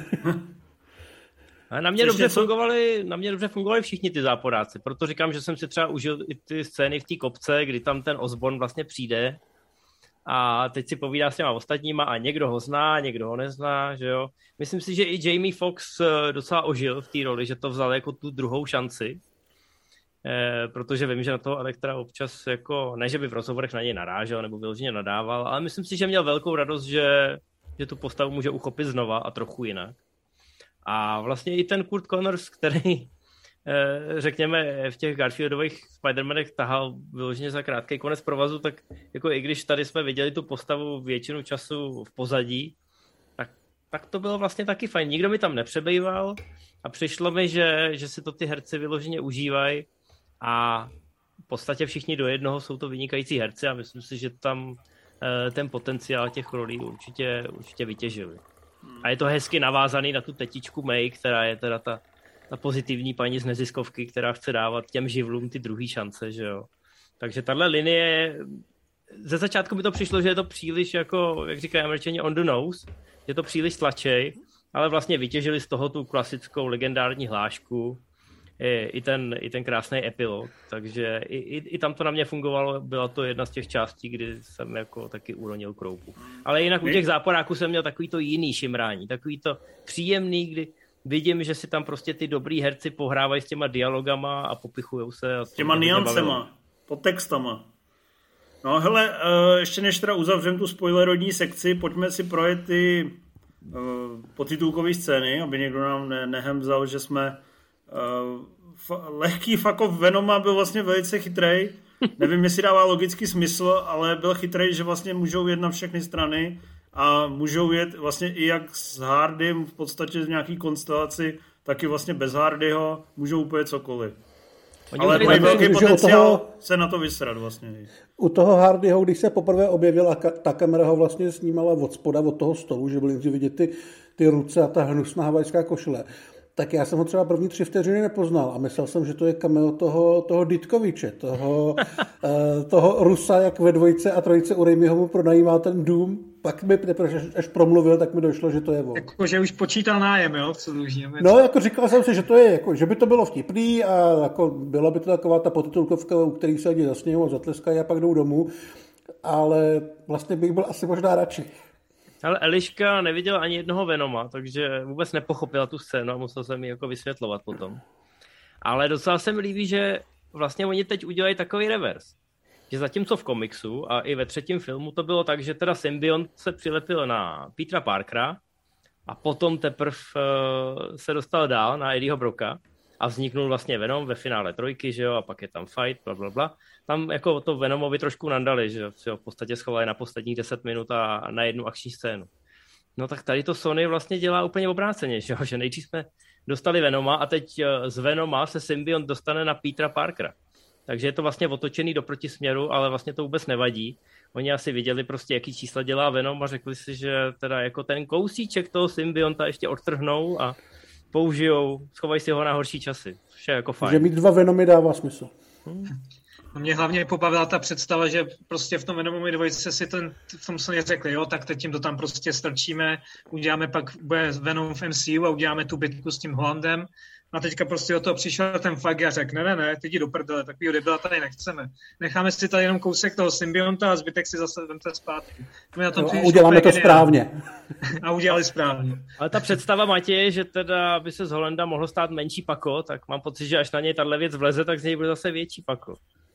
Speaker 2: A na mě, dobře fungovali, na mě dobře fungovali všichni ty záporáci, proto říkám, že jsem si třeba užil i ty scény v té kopce, kdy tam ten Osborn vlastně přijde a teď si povídá s těma ostatníma a někdo ho zná, někdo ho nezná, že jo. Myslím si, že i Jamie Foxx docela ožil v té roli, že to vzal jako tu druhou šanci, eh, protože vím, že na toho Elektra občas jako, ne, že by v rozhovorech na něj narážel nebo vyloženě nadával, ale myslím si, že měl velkou radost, že, že tu postavu může uchopit znova a trochu jinak. A vlastně i ten Kurt Connors, který, řekněme, v těch Garfieldových Spider-Manech tahal vyloženě za krátký konec provazu, tak jako i když tady jsme viděli tu postavu většinu času v pozadí, tak, tak to bylo vlastně taky fajn. Nikdo mi tam nepřebýval a přišlo mi, že, že si to ty herci vyloženě užívají a v podstatě všichni do jednoho jsou to vynikající herci a myslím si, že tam ten potenciál těch rolí určitě, určitě vytěžili. A je to hezky navázaný na tu tetičku May, která je teda ta, ta pozitivní paní z neziskovky, která chce dávat těm živlům ty druhý šance, že jo. Takže tahle linie, ze začátku mi to přišlo, že je to příliš jako, jak říkají Američani, on the nose, že to příliš tlačej, ale vlastně vytěžili z toho tu klasickou legendární hlášku, i, i, ten, i ten krásný epilog, takže i, i, i tam to na mě fungovalo, byla to jedna z těch částí, kdy jsem jako taky uronil kroupu. Ale jinak u těch záporáků jsem měl takový to jiný šimrání, takový to příjemný, kdy vidím, že si tam prostě ty dobrý herci pohrávají s těma dialogama a popichujou se. A
Speaker 1: s těma niancema, podtextama. No hele, ještě než teda uzavřem tu spoilerodní sekci, pojďme si projet ty podtitulkové scény, aby někdo nám ne- nehemzal, že jsme f- lehký fuck off Venoma byl vlastně velice chytrej. Nevím, jestli dává logický smysl, ale byl chytrej, že vlastně můžou jet na všechny strany a můžou jet vlastně i jak s Hardym v podstatě v nějaký konstelaci, taky vlastně bez Hardyho, můžou úplně cokoliv. Oni ale mají velký potenciál toho, se na to vysrat vlastně.
Speaker 3: U toho Hardyho, když se poprvé objevila, ta kamera ho vlastně snímala od spoda, od toho stolu, že byly vidět ty, ty ruce a ta hnusná havajská košile. Tak já jsem ho třeba první tři vteřiny nepoznal a myslel jsem, že to je cameo toho, toho Ditkoviče, toho, toho Rusa, jak ve dvojce a trojice u Raimiho mu pronajímá ten dům. Pak mi, až, až promluvil, tak mi došlo, že to je on.
Speaker 4: Jako, že už počítal nájem, jo? Co dluží,
Speaker 3: no, jako říkal jsem si, že to je, jako, že by to bylo vtipný a jako byla by to taková ta potitulkovka, u který se lidi zasnějou a zatleskají a pak jdou domů, ale vlastně bych byl asi možná radši.
Speaker 2: Ale Eliška neviděla ani jednoho Venoma, takže vůbec nepochopila tu scénu a musel jsem ji jako vysvětlovat potom. Ale docela se mi líbí, že vlastně oni teď udělají takový revers. Že zatímco v komiksu a i ve třetím filmu to bylo tak, že teda symbiont se přilepil na Petera Parkera a potom teprve se dostal dál na Eddieho Brocka a vzniknul vlastně Venom ve finále trojky, že jo, a pak je tam fight, blablabla. Tam jako to Venomovi trošku nandali, že jo, v podstatě schovali na posledních deset minut a na jednu akční scénu. No tak tady to Sony vlastně dělá úplně obráceně, že jo, že nejdřív jsme dostali Venoma a teď z Venoma se symbiont dostane na Petera Parkera. Takže je to vlastně otočený do protisměru, ale vlastně to vůbec nevadí. Oni asi viděli prostě, jaký čísla dělá Venom a řekli si, že teda jako ten kousíček toho symbionta ještě odtrhnou a použijou, schovají si ho na horší časy. Vše jako fajn.
Speaker 3: Že mít dva Venomy dává smysl. Hmm.
Speaker 4: Mě hlavně pobavila ta představa, že prostě v tom Venomovi dvojice si ten, v tom Sony řekli, jo, tak teď tím to tam prostě strčíme, uděláme pak bude Venom v M C U a uděláme tu bitku s tím Hollandem. A teďka prostě o toho přišel ten Fag a řekl, ne, ne, ne, teď jdi do prdele, takovýho debila tady nechceme. Necháme si tady jenom kousek toho symbionta a zbytek si zase vemte zpátky.
Speaker 3: Na tom no, a uděláme to správně.
Speaker 4: A udělali správně.
Speaker 2: Ale ta představa Matěje, že teda by se z Holanda mohlo stát menší pako, tak mám pocit, že až na něj tahle věc vleze, tak z něj bude zase větší pako.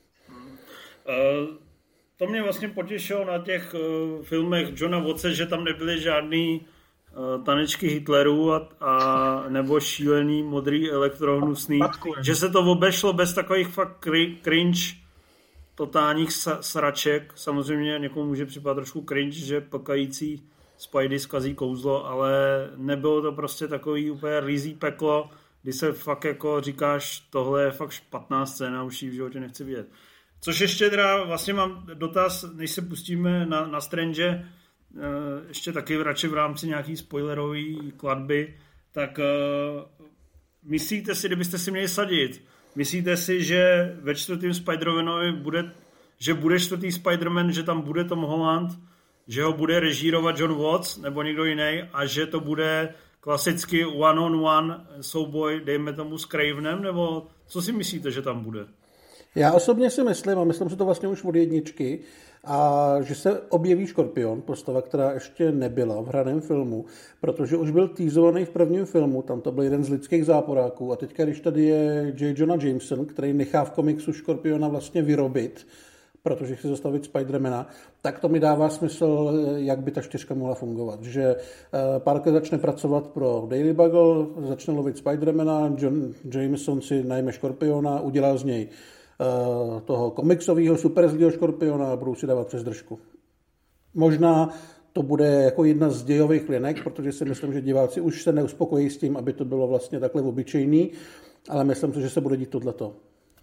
Speaker 1: Uh, to mě vlastně potěšilo na těch uh, filmech Johna Watse, že tam nebyly žádný tanečky Hitlerů a, a nebo šílený modrý elektrohnusný, že se to obešlo bez takových fakt cringe totálních sraček. Samozřejmě někomu může připadat trošku cringe, že pakající Spidey zkazí kouzlo, ale nebylo to prostě takový úplně rizí peklo, kdy se fakt jako říkáš, tohle je fakt špatná scéna, už ji v životě nechci vidět. Což ještě teda vlastně mám dotaz, než se pustíme na, na Strange, ještě taky radši v rámci nějaký spoilerové kladby, tak uh, myslíte si, kdybyste si měli sadit, myslíte si, že ve čtvrtým Spider-Manovi bude, že bude čtvrtý Spider-Man, že tam bude Tom Holland, že ho bude režírovat John Watts nebo někdo jiný a že to bude klasicky one-on-one souboj, dejme tomu s Cravenem, nebo co si myslíte, že tam bude?
Speaker 3: Já osobně si myslím, a myslím si to vlastně už od jedničky, a že se objeví Škorpion, postava, která ještě nebyla v hraném filmu, protože už byl teasovaný v prvním filmu, tam to byl jeden z lidských záporáků a teďka, když tady je J. Jonah Jameson, který nechá v komiksu Škorpiona vlastně vyrobit, protože chce zastavit Spidermana, tak to mi dává smysl, jak by ta čtyřka mohla fungovat. Že Parker začne pracovat pro Daily Bugle, začne lovit Spidermana, John Jameson si najme Škorpiona, udělá z něj toho komiksového superzlýho Škorpiona a budou si dávat přes držku. Možná to bude jako jedna z dějových linek, protože si myslím, že diváci už se neuspokojí s tím, aby to bylo vlastně takhle obyčejný, ale myslím si, že se bude dít tohleto.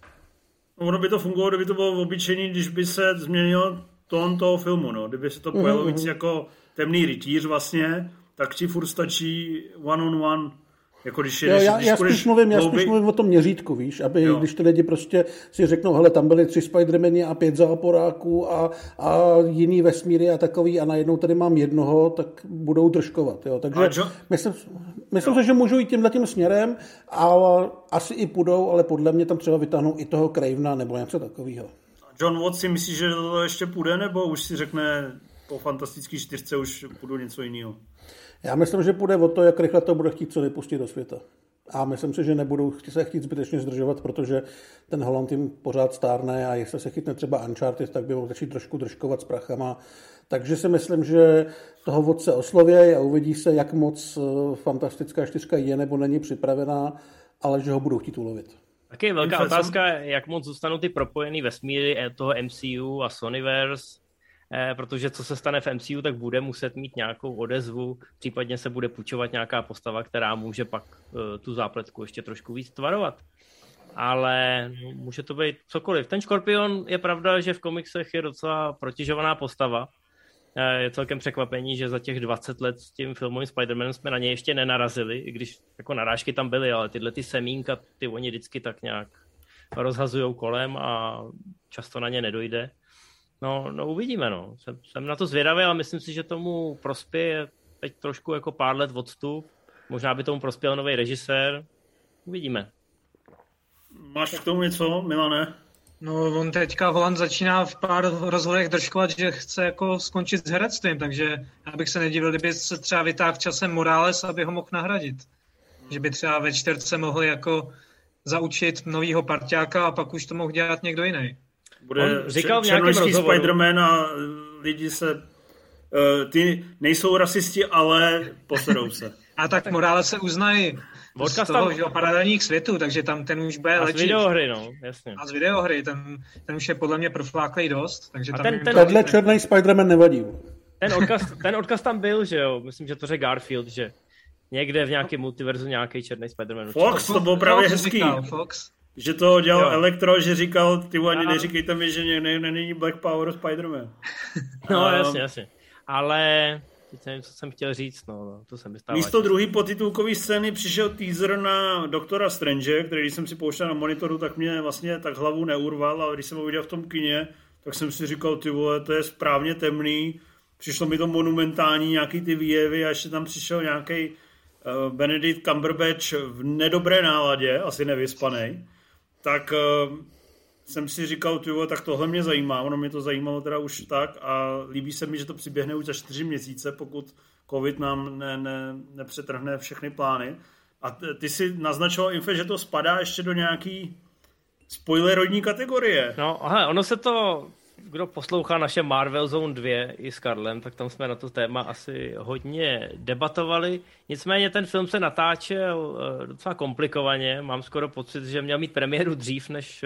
Speaker 1: Ono by to fungovalo, kdyby to bylo obyčejný, když by se změnil tón toho filmu, no. Kdyby se to pojelo mm-hmm. víc jako temný rytíř vlastně, tak ti furt stačí one on one. Jako když jedeš,
Speaker 3: jo, já,
Speaker 1: když
Speaker 3: já, spíš mluvím, já spíš mluvím o tom měřítku, víš, aby jo. Když ty lidi prostě si řeknou, hele, tam byly tři Spidermani a pět záporáků a, a jiný vesmíry a takový a najednou tady mám jednoho, tak budou držkovat, jo. Takže jo. myslím, myslím si, že můžu jít tímhletím směrem a asi i půjdou, ale podle mě tam třeba vytáhnou i toho Cravena nebo něco takového.
Speaker 1: John Watts si myslí, že to ještě půjde, nebo už si řekne po fantastický čtyřce už půjdu něco jiného?
Speaker 3: Já myslím, že půjde o to, jak rychle to bude chtít co vypustit do světa. A myslím si, že nebudou se chtít zbytečně zdržovat, protože ten Holland jim pořád stárne a jestli se chytne třeba Uncharted, tak by mohl začít trošku držkovat s prachama. Takže si myslím, že toho vodce oslovějí a uvidí se, jak moc fantastická čtyřka je nebo není připravená, ale že ho budou chtít ulovit.
Speaker 2: Taky je velká otázka, jak moc zůstanou ty propojený vesmíry toho M C U a Sonyverse, eh, protože co se stane v M C U, tak bude muset mít nějakou odezvu, případně se bude půjčovat nějaká postava, která může pak eh, tu zápletku ještě trošku víc tvarovat. Ale no, může to být cokoliv. Ten Škorpion je pravda, že v komiksech je docela protěžovaná postava. Je celkem překvapení, že za těch dvacet let s tím filmovým Spider-Manem jsme na něj ještě nenarazili, i když jako narážky tam byly, ale tyhle ty semínka, ty oni vždycky tak nějak rozhazujou kolem a často na ně nedojde. No, no uvidíme, no. Jsem, jsem na to zvědavý, ale myslím si, že tomu prospěje teď trošku jako pár let odstup. Možná by tomu prospěl nový režisér. Uvidíme.
Speaker 1: Máš k tomu něco, Milane?
Speaker 4: No, on teďka Holland začíná v pár rozhovorech držkovat, že chce jako skončit s herectvím, takže já bych se nedivil, kdyby se třeba vytáhl časem Morales, aby ho mohl nahradit. Že by třeba ve čtyřce mohl jako zaučit novýho parťáka a pak už to mohl dělat někdo jiný.
Speaker 1: Bude říkal černošský Spider-Man a lidi se... Uh, ty nejsou rasisti, ale posedou se.
Speaker 4: A tak Morales se uznají z toho, že paralelních světů, takže tam ten už bude
Speaker 2: léčit. A z videohry, no, jasně.
Speaker 4: A z videohry, ten, ten už je podle mě profláklej dost. Takže tam
Speaker 3: ten, ten, Tadle černý Spider-Man nevadí.
Speaker 2: Ten odkaz, ten odkaz tam byl, že jo, myslím, že to řekl Garfield, že někde v nějakém multiverzu nějaký černý Spider-Man.
Speaker 1: Fox, to bylo právě Fox hezký. Říkal, Fox. Že to dělal jo. Elektro, že říkal, ty ani neříkejte mi, že není Black Power Spider-Man.
Speaker 2: No, a... jasně, jasně. Ale teď nevím, co jsem chtěl říct, no, no to jsem vystával.
Speaker 1: Místo druhý potitulkový scény přišel teaser na Doktora Strange, který když jsem si pouštěl na monitoru, tak mě vlastně tak hlavu neurval, ale když jsem ho viděl v tom kině, tak jsem si říkal, ty vole, to je správně temný, přišlo mi to monumentální, nějaký ty výjevy a ještě tam přišel nějaký uh, Benedict Cumberbatch v nedobré náladě, asi nevyspanej, tak uh, jsem si říkal, tyvo, tak tohle mě zajímá, ono mě to zajímalo teda už tak a líbí se mi, že to přiběhne už za čtyři měsíce, pokud covid nám ne, ne, nepřetrhne všechny plány. A ty, ty si naznačoval, Infe, že to spadá ještě do nějaký spoilerodní kategorie.
Speaker 2: No, aha, ono se to, kdo poslouchá naše Marvel Zone dva i s Karlem, tak tam jsme na to téma asi hodně debatovali. Nicméně ten film se natáčel docela komplikovaně. Mám skoro pocit, že měl mít premiéru dřív než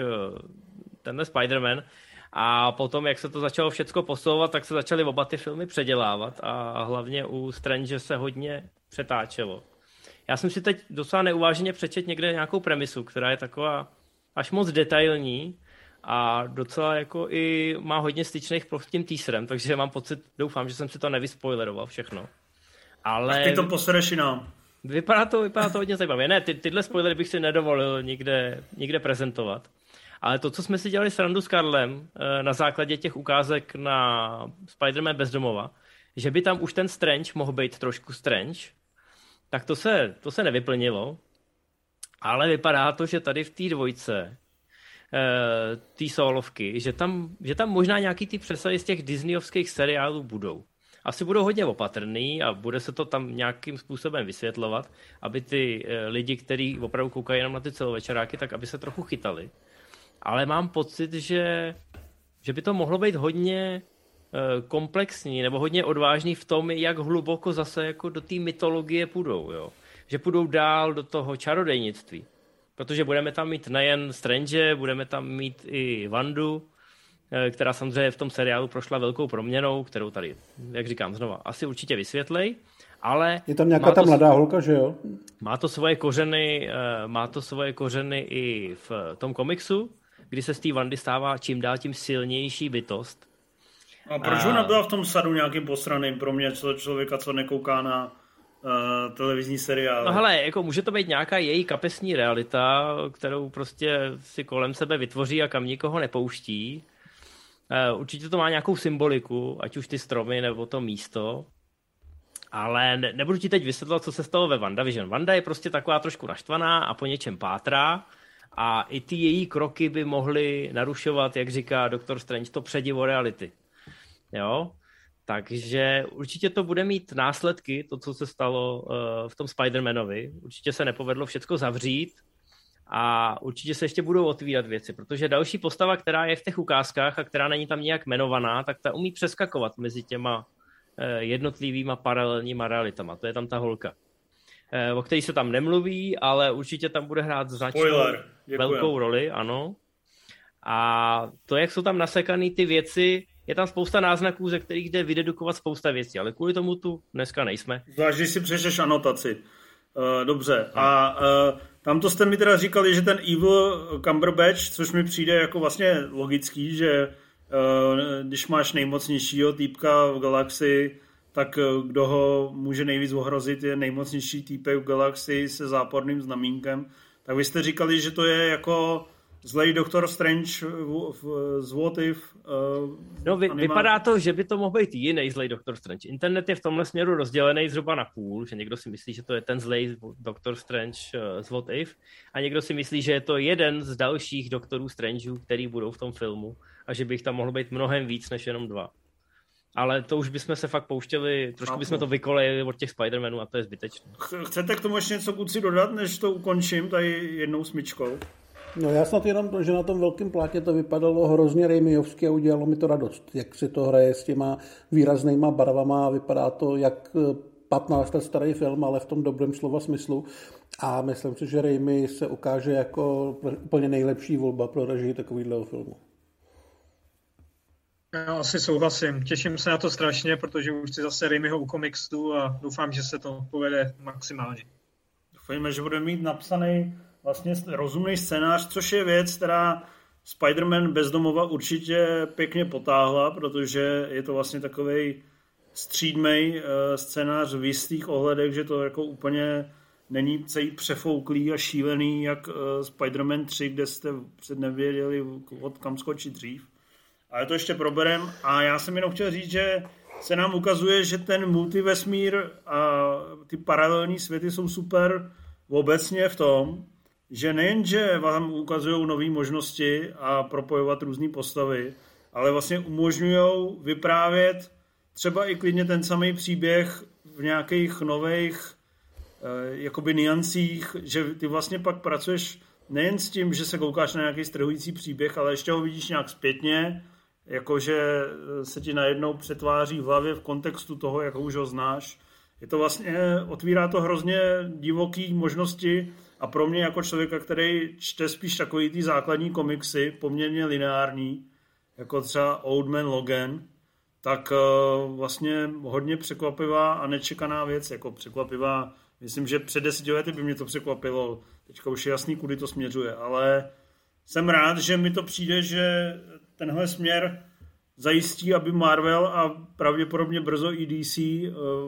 Speaker 2: tenhle Spider-Man. A potom, jak se to začalo všecko posouvat, tak se začaly oba ty filmy předělávat a hlavně u Strange se hodně přetáčelo. Já jsem si teď docela neuváženě přečet někde nějakou premisu, která je taková až moc detailní a docela jako i má hodně styčných s tím teaserem, takže mám pocit, doufám, že jsem si to nevyspoileroval všechno. Ale...
Speaker 1: Tak ty to posereš i nám.
Speaker 2: Vypadá to, vypadá to hodně zajímavě. Ne, ty, tyhle spoilery bych si nedovolil nikde, nikde prezentovat. Ale to, co jsme si dělali s Randu s Karlem na základě těch ukázek na Spider-Man bezdomova, že by tam už ten Strange mohl být trošku Strange, tak to se, to se nevyplnilo. Ale vypadá to, že tady v té dvojce té solovky, že tam, že tam možná nějaký ty přesahy z těch disneyovských seriálů budou. Asi budou hodně opatrný a bude se to tam nějakým způsobem vysvětlovat, aby ty lidi, kteří opravdu koukají jenom na ty celovečeráky, tak aby se trochu chytali. Ale mám pocit, že, že by to mohlo být hodně komplexní nebo hodně odvážný v tom, jak hluboko zase jako do té mytologie půjdou. Jo? Že půjdou dál do toho čarodejnictví. Protože budeme tam mít nejen Strange, budeme tam mít i Wandu, která samozřejmě v tom seriálu prošla velkou proměnou, kterou tady, jak říkám znova, asi určitě vysvětlej, ale...
Speaker 3: Je tam nějaká ta mladá holka, že jo?
Speaker 2: Má to svoje kořeny, má to svoje kořeny i v tom komiksu, kdy se z té Wandy stává čím dál tím silnější bytost.
Speaker 1: A proč ona byla v tom sadu nějakým posraným pro mě, co člověka, co nekouká na uh, televizní seriály?
Speaker 2: No hele, jako může to být nějaká její kapesní realita, kterou prostě si kolem sebe vytvoří a kam nikoho nepouští. Uh, určitě to má nějakou symboliku, ať už ty stromy nebo to místo. Ale ne, nebudu ti teď vysvětlovat, co se stalo ve WandaVision. Wanda je prostě taková trošku naštvaná a po něčem pátrá. A i ty její kroky by mohly narušovat, jak říká doktor Strange, to předivo reality. Jo? Takže určitě to bude mít následky, to, co se stalo uh, v tom Spider-Manovi. Určitě se nepovedlo všecko zavřít a určitě se ještě budou otvírat věci, protože další postava, která je v těch ukázkách a která není tam nějak jmenovaná, tak ta umí přeskakovat mezi těma uh, jednotlivýma paralelníma realitama. To je tam ta holka. o který se tam nemluví, ale určitě tam bude hrát značnou velkou roli, ano. A to, jak jsou tam nasekaný ty věci, je tam spousta náznaků, ze kterých jde vydedukovat spousta věcí, ale kvůli tomu tu dneska nejsme.
Speaker 1: Zvlášť, když si přečteš anotaci. Uh, dobře. A uh, tam to jste mi teda říkali, že ten Evil Cumberbatch, což mi přijde jako vlastně logický, že uh, když máš nejmocnějšího týpka v galaxii, tak uh, kdo ho může nejvíc ohrozit, je nejmocnější týpek v galaxii se záporným znamínkem. Tak vy jste říkali, že to je jako zlej Doktor Strange v, v, z What If. Uh,
Speaker 2: no vy, vypadá to, že by to mohl být jiný zlej Doktor Strange. Internet je v tomhle směru rozdělený zhruba na půl, že někdo si myslí, že to je ten zlej Doktor Strange uh, z What If a někdo si myslí, že je to jeden z dalších Doktorů Strangeů, který budou v tom filmu a že by jich tam mohlo být mnohem víc než jenom dva. Ale to už bychom se fakt pouštěli, trošku bychom to vykolejili od těch Spider-Manů a to je zbytečné.
Speaker 1: Chcete k tomu ještě něco kluci dodat, než to ukončím tady jednou smyčkou?
Speaker 3: No já snad jenom to, že na tom velkém plátě to vypadalo hrozně Raimiovsky a udělalo mi to radost, jak si to hraje s těma výraznýma barvama a vypadá to jak patnáct let starý film, ale v tom dobrém slova smyslu a myslím si, že Raimi se ukáže jako úplně nejlepší volba pro režii takovýhleho filmu.
Speaker 4: Já asi souhlasím. Těším se na to strašně, protože už chci zase Raimiho u komiksu a doufám, že se to povede maximálně.
Speaker 1: Doufejme, že budeme mít napsaný vlastně rozumný scénář, což je věc, která Spider-Man bez domova určitě pěkně potáhla, protože je to vlastně takovej střídmej scénář v jistých ohledech, že to jako úplně není celý přefouklý a šílený, jak Spider-Man tři, kde jste před nevěděli, od kam skočit dřív. Ale to ještě proberem a já jsem jenom chtěl říct, že se nám ukazuje, že ten multivesmír a ty paralelní světy jsou super obecně v tom, že nejenže vám ukazují nové možnosti a propojovat různé postavy, ale vlastně umožňují vyprávět třeba i klidně ten samý příběh v nějakých nových eh, jakoby niancích, že ty vlastně pak pracuješ nejen s tím, že se koukáš na nějaký strhující příběh, ale ještě ho vidíš nějak zpětně, jakože se ti najednou přetváří v hlavě v kontextu toho, jak už ho znáš. Je to vlastně, otvírá to hrozně divoký možnosti a pro mě jako člověka, který čte spíš takový ty základní komiksy, poměrně lineární, jako třeba Old Man Logan, tak vlastně hodně překvapivá a nečekaná věc, jako překvapivá. Myslím, že před deseti lety by mě to překvapilo. Teďka už je jasný, kudy to směřuje, ale jsem rád, že mi to přijde, že tenhle směr zajistí, aby Marvel a pravděpodobně brzo i D C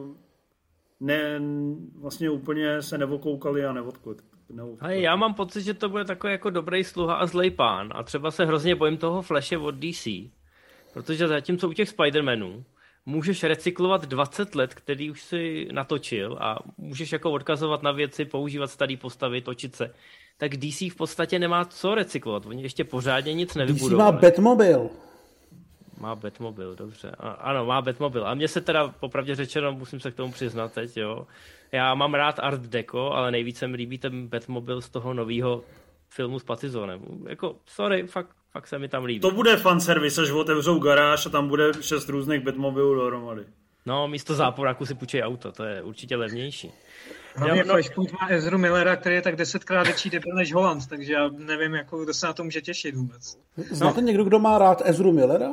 Speaker 1: ne, vlastně úplně se nevokoukali a neodkud.
Speaker 2: Hej, já mám pocit, že to bude takový jako dobrý sluha a zlej pán a třeba se hrozně bojím toho Flashe od D C, protože zatímco u těch Spider-Manů můžeš recyklovat dvacet let, který už si natočil a můžeš jako odkazovat na věci, používat starý postavy, točit se, tak D C v podstatě nemá co recyklovat. Oni ještě pořádně nic nevybudovali.
Speaker 3: D C má Batmobil.
Speaker 2: Má Batmobil, dobře. A, ano, má Batmobil. A mně se teda popravdě řečeno, musím se k tomu přiznat teď, jo. Já mám rád Art Deco, ale nejvíce mi líbí ten Batmobil z toho nového filmu s Patizonem. Jako, sorry, fakt, fakt se mi tam líbí.
Speaker 1: To bude fanservice, až otevřou garáž a tam bude šest různých Batmobilů dohromady.
Speaker 2: No, místo záporáku si půjčej auto, to je určitě levnější.
Speaker 4: Hlavně no, Flashpoint má Ezru Millera, který je tak desetkrát větší debil než Holland, takže já nevím, jako, kdo se na to může těšit vůbec.
Speaker 3: Znáte no. někdo, kdo má rád Ezru Millera?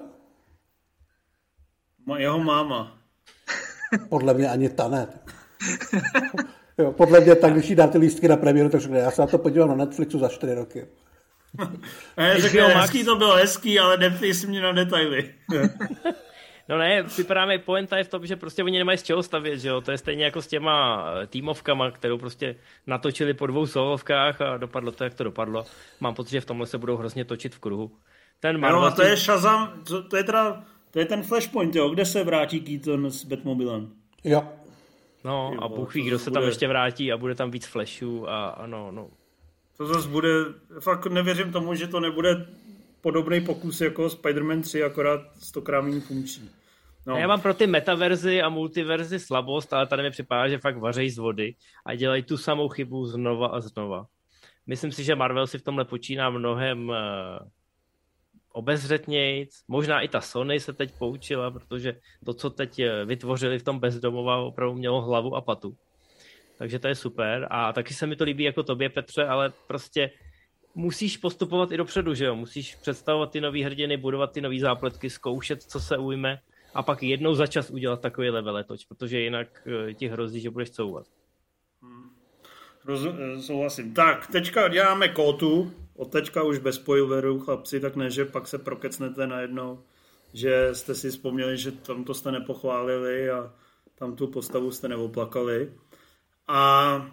Speaker 1: Jeho máma.
Speaker 3: Podle mě ani ta ne. Jo, podle mě tak, když jí dá ty lístky na premiéru, tak řekne, já se na to podívám na Netflixu za čtyři roky.
Speaker 1: Ne, řekne, hezký to bylo hezký, ale neptej si mě na detaily.
Speaker 2: No ne, vypadá mi, pointa je v tom, že prostě oni nemají z čeho stavět, že jo, to je stejně jako s těma týmovkama, kterou prostě natočili po dvou solovkách a dopadlo to, jak to dopadlo. Mám pocit, že v tomhle se budou hrozně točit v kruhu. Ten Marvel...
Speaker 1: No a to je Shazam, to, to je teda, to je ten Flashpoint, jo, kde se vrátí Keaton s Batmobilem.
Speaker 3: Jo.
Speaker 2: No a Bůh ví, kdo se tam ještě vrátí a bude tam víc Flashů a ano, no.
Speaker 1: To zase bude, fakt nevěřím tomu, že to nebude podobný pokus jako Spider-Man tři, akorát stokrát méně funkční. No.
Speaker 2: Já mám pro ty metaverzy a multiverzy slabost, ale tady mi připadá, že fakt vařejí z vody a dělají tu samou chybu znova a znova. Myslím si, že Marvel si v tomhle počíná mnohem uh, obezřetnějc. Možná i ta Sony se teď poučila, protože to, co teď vytvořili v tom Bezdomova, opravdu mělo hlavu a patu. takže to je super. A taky se mi to líbí jako tobě, Petře, ale prostě musíš postupovat i dopředu, že jo? Musíš představovat ty nový hrdiny, budovat ty nový zápletky, zkoušet, co se ujme a pak jednou za čas udělat takovýhle veletoč, protože jinak ti hrozí, že budeš couvat.
Speaker 1: Hmm. Roz, souhlasím. Tak, teďka děláme kótu, od teďka už bez spoilerů, chlapci, tak ne, že pak se prokecnete najednou, že jste si vzpomněli, že tam to jste nepochválili a tam tu postavu jste neoplakali. A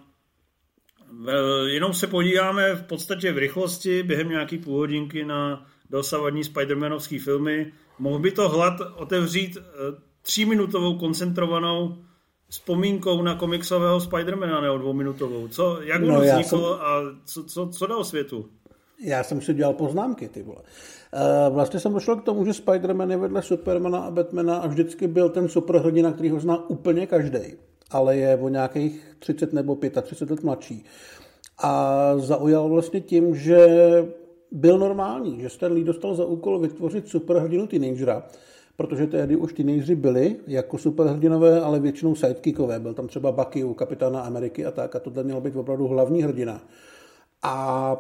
Speaker 1: jenom se podíváme v podstatě v rychlosti během nějaký půl hodinky na dosavadní Spider-Manovský filmy. Mohl by to hlad otevřít tříminutovou koncentrovanou vzpomínkou na komiksového Spider-Mana, nebo dvouminutovou. Co, jak ono no, vzniklo jsem... a co, co, co dal světu?
Speaker 3: Já jsem si dělal poznámky, ty vole. Vlastně jsem došel k tomu, že Spider-Man je vedle Supermana a Batmana a vždycky byl ten superhrdina, který ho zná úplně každý, ale je o nějakých třicet nebo třicet pět let mladší. A zaujal vlastně tím, že byl normální, že Stan Lee dostal za úkol vytvořit superhrdinu teenagera, protože tehdy už teenageři byli jako superhrdinové, ale většinou sidekickové. Byl tam třeba Bucky u Kapitána Ameriky a tak, a tohle měl být opravdu hlavní hrdina. A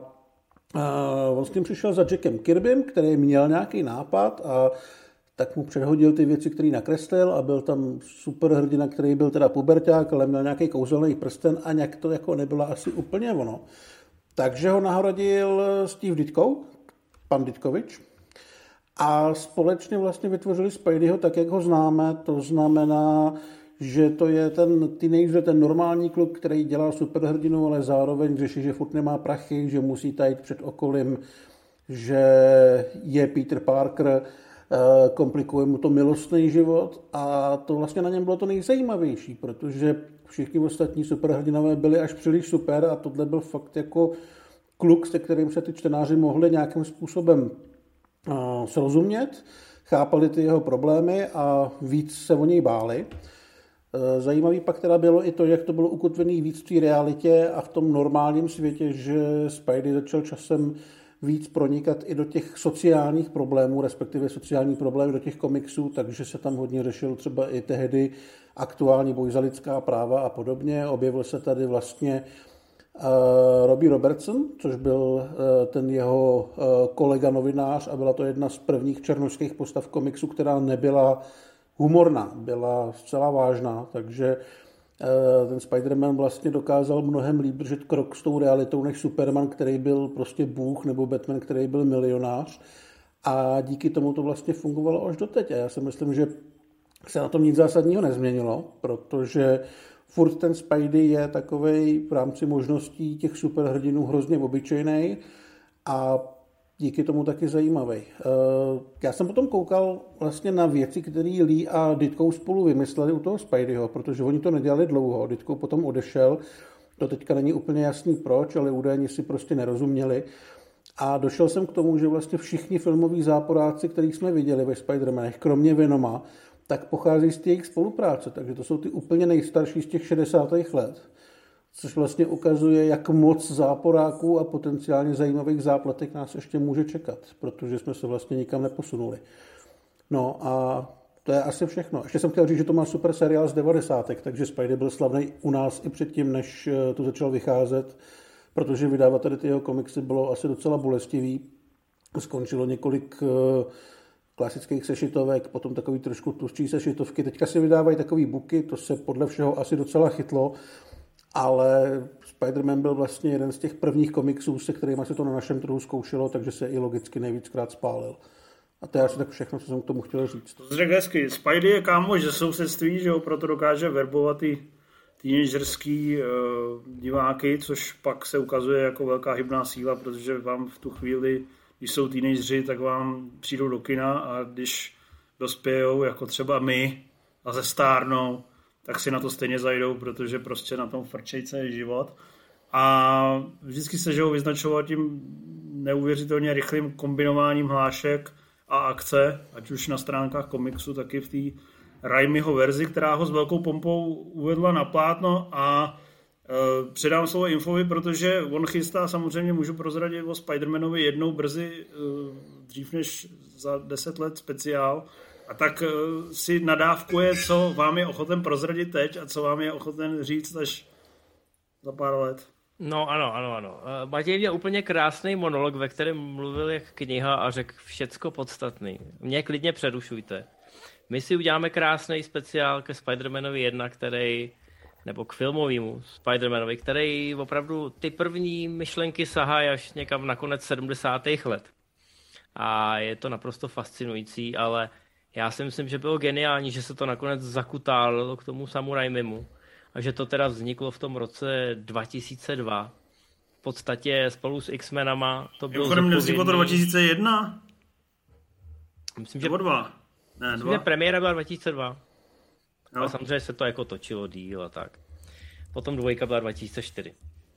Speaker 3: A on s tím přišel za Jackem Kirbym, který měl nějaký nápad a tak mu předhodil ty věci, které nakreslil a byl tam superhrdina, který byl teda puberťák, ale měl nějaký kouzelný prsten a nějak to jako nebylo asi úplně ono. Takže ho nahradil Steve Ditko, pan Ditkovič, a společně vlastně vytvořili Spideyho tak, jak ho známe, to znamená, že to je ten teenager, ten normální kluk, který dělá superhrdinu, ale zároveň řeší, že furt nemá prachy, že musí tajit před okolím, že je Peter Parker, komplikuje mu to milostný život a to vlastně na něm bylo to nejzajímavější, protože všichni ostatní superhrdinové byli až příliš super a tohle byl fakt jako kluk, se kterým se ty čtenáři mohli nějakým způsobem srozumět, chápali ty jeho problémy a víc se o něj báli. Zajímavý pak teda bylo i to, jak to bylo ukotvený víc v té realitě a v tom normálním světě, že Spidey začal časem víc pronikat i do těch sociálních problémů, respektive sociální problémy do těch komiksů, takže se tam hodně řešil třeba i tehdy aktuální boj za lidská práva a podobně. Objevil se tady vlastně uh, Robbie Robertson, což byl uh, ten jeho uh, kolega novinář a byla to jedna z prvních černošských postav komiksu, která nebyla humorná, byla zcela vážná, takže ten Spider-Man vlastně dokázal mnohem líp držet krok s tou realitou než Superman, který byl prostě bůh, nebo Batman, který byl milionář. A díky tomu to vlastně fungovalo až doteď. A já si myslím, že se na tom nic zásadního nezměnilo, protože furt ten Spidey je takovej v rámci možností těch superhrdinů hrozně obyčejnej a díky tomu taky zajímavý. Já jsem potom koukal vlastně na věci, které Lee a Ditko spolu vymysleli u toho Spideyho, protože oni to nedělali dlouho. Ditko potom odešel, to teďka není úplně jasný proč, ale údajně si prostě nerozuměli. A došel jsem k tomu, že vlastně všichni filmoví záporáci, který jsme viděli ve Spider-Manech, kromě Venoma, tak pochází z té jejich spolupráce. Takže to jsou ty úplně nejstarší z těch šedesátých let. Což vlastně ukazuje, jak moc záporáků a potenciálně zajímavých zápletek nás ještě může čekat, protože jsme se vlastně nikam neposunuli. No a to je asi všechno. Ještě jsem chtěl říct, že to má super seriál z devadesátek, takže Spidey byl slavný u nás i předtím, než to začal vycházet, protože vydávat tady ty jeho komiksy bylo asi docela bolestivý. Skončilo několik klasických sešitovek, potom takový trošku tlustší sešitovky. Teďka se vydávají takový booky, to se podle všeho asi docela chytlo, ale Spider-Man byl vlastně jeden z těch prvních komiksů, se kterými se to na našem trhu zkoušelo, takže se i logicky nejvíckrát spálil. A to je asi tak všechno, co jsem k tomu chtěl říct.
Speaker 1: To řekl hezky. Spidey je kámoš ze sousedství, že ho proto dokáže verbovat ty teenagerský uh, diváky, což pak se ukazuje jako velká hybná síla, protože vám v tu chvíli, když jsou teenageři, tak vám přijdou do kina a když dospějou, jako třeba my, a zestárnou, tak si na to stejně zajdou, protože prostě na tom frčej celý život. A vždycky se žijou vyznačovat tím neuvěřitelně rychlým kombinováním hlášek a akce, ať už na stránkách komiksu, taky v té Raimiho verzi, která ho s velkou pompou uvedla na plátno a e, předám slovo Infovi, protože on chystá, samozřejmě můžu prozradit o Spider-Manovi jednou brzy, e, dřív než za deset let speciál, a tak si nadávkuje, co vám je ochoten prozradit teď a co vám je ochoten říct až za pár let.
Speaker 2: No ano, ano, ano. Matěj měl úplně krásný monolog, ve kterém mluvil jak kniha a řekl všecko podstatný. Mě klidně přerušujte. My si uděláme krásný speciál ke Spider-Manovi jedna, který, nebo k filmovému Spider-Manovi, který opravdu ty první myšlenky sahají až někam na konec sedmdesátých let. A je to naprosto fascinující, ale já si myslím, že bylo geniální, že se to nakonec zakutálilo k tomu Samu Raimimu. A že to teda vzniklo v tom roce dva tisíce dva. V podstatě spolu s X-Menama to bylo
Speaker 1: zodpovědný... nevzniklo to dva tisíce jedna?
Speaker 2: Myslím, že...
Speaker 1: Nebo dva? Ne,
Speaker 2: Myslím,
Speaker 1: dva.
Speaker 2: že premiéra byla dva tisíce dva.
Speaker 1: No.
Speaker 2: Ale samozřejmě se to jako točilo díl a tak. Potom dvojka byla dva tisíce čtyři.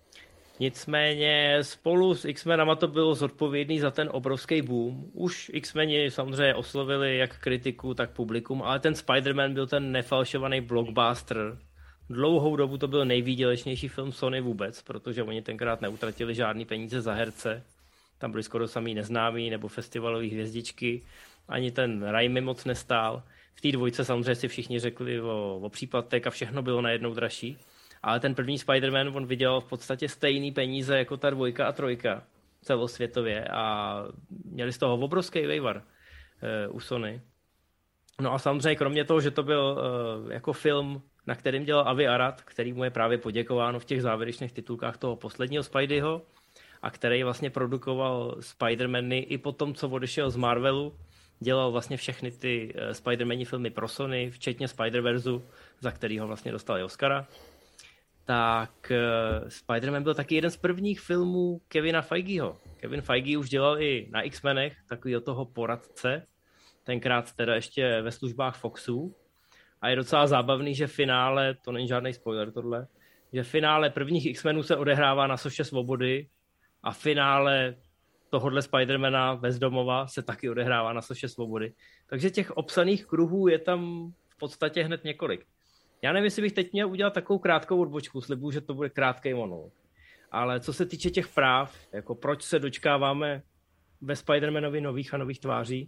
Speaker 2: Nicméně spolu s X-Menama to bylo zodpovědný za ten obrovský boom. Už X-Meni samozřejmě oslovili jak kritiku, tak publikum, ale ten Spider-Man byl ten nefalšovaný blockbuster. Dlouhou dobu to byl nejvýdělečnější film Sony vůbec, protože oni tenkrát neutratili žádný peníze za herce. Tam byli skoro samý neznámí nebo festivalový hvězdičky. Ani ten Raimi moc nestál. V té dvojce samozřejmě si všichni řekli o, o příplatek a všechno bylo najednou dražší. Ale ten první Spider-Man, on vydělal v podstatě stejný peníze jako ta dvojka a trojka celosvětově a měli z toho obrovský vejvar e, u Sony. No a samozřejmě kromě toho, že to byl e, jako film, na kterým dělal Avi Arad, který mu je právě poděkováno v těch závěrečných titulkách toho posledního Spideyho a který vlastně produkoval Spider-Many i po tom, co odešel z Marvelu, dělal vlastně všechny ty e, Spider-Mani filmy pro Sony, včetně Spider-Verzu, za kterýho vlastně dostal Oscara. Tak uh, Spider-Man byl taky jeden z prvních filmů Kevina Feigeho. Kevin Feige už dělal i na X-Menech takový od toho poradce, tenkrát teda ještě ve službách Foxu. A je docela zábavný, že finále, to není žádný spoiler tohle, že finále prvních X-Menů se odehrává na Soše Svobody a finále tohodle Spider-Mana bezdomova se taky odehrává na Soše Svobody. Takže těch obsaných kruhů je tam v podstatě hned několik. Já nevím, jestli bych teď měl udělat takovou krátkou odbočku, slibuju, že to bude krátký monolog. Ale co se týče těch práv, jako proč se dočkáváme ve Spider-Manovi nových a nových tváří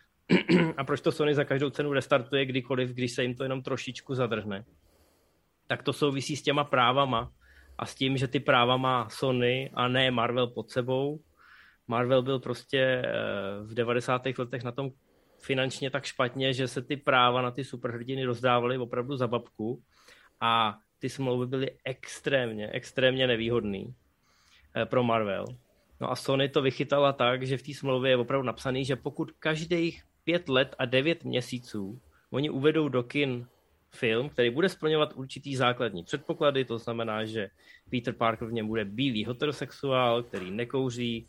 Speaker 2: a proč to Sony za každou cenu restartuje kdykoliv, když se jim to jenom trošičku zadrhne, tak to souvisí s těma právama a s tím, že ty práva má Sony a ne Marvel pod sebou. Marvel byl prostě v devadesátých letech na tom finančně tak špatně, že se ty práva na ty superhrdiny rozdávaly opravdu za babku a ty smlouvy byly extrémně, extrémně nevýhodný pro Marvel. No a Sony to vychytala tak, že v té smlouvě je opravdu napsaný, že pokud každých pět let a devět měsíců oni uvedou do kin film, který bude splňovat určitý základní předpoklady, to znamená, že Peter Parker v něm bude bílý heterosexuál, který nekouří,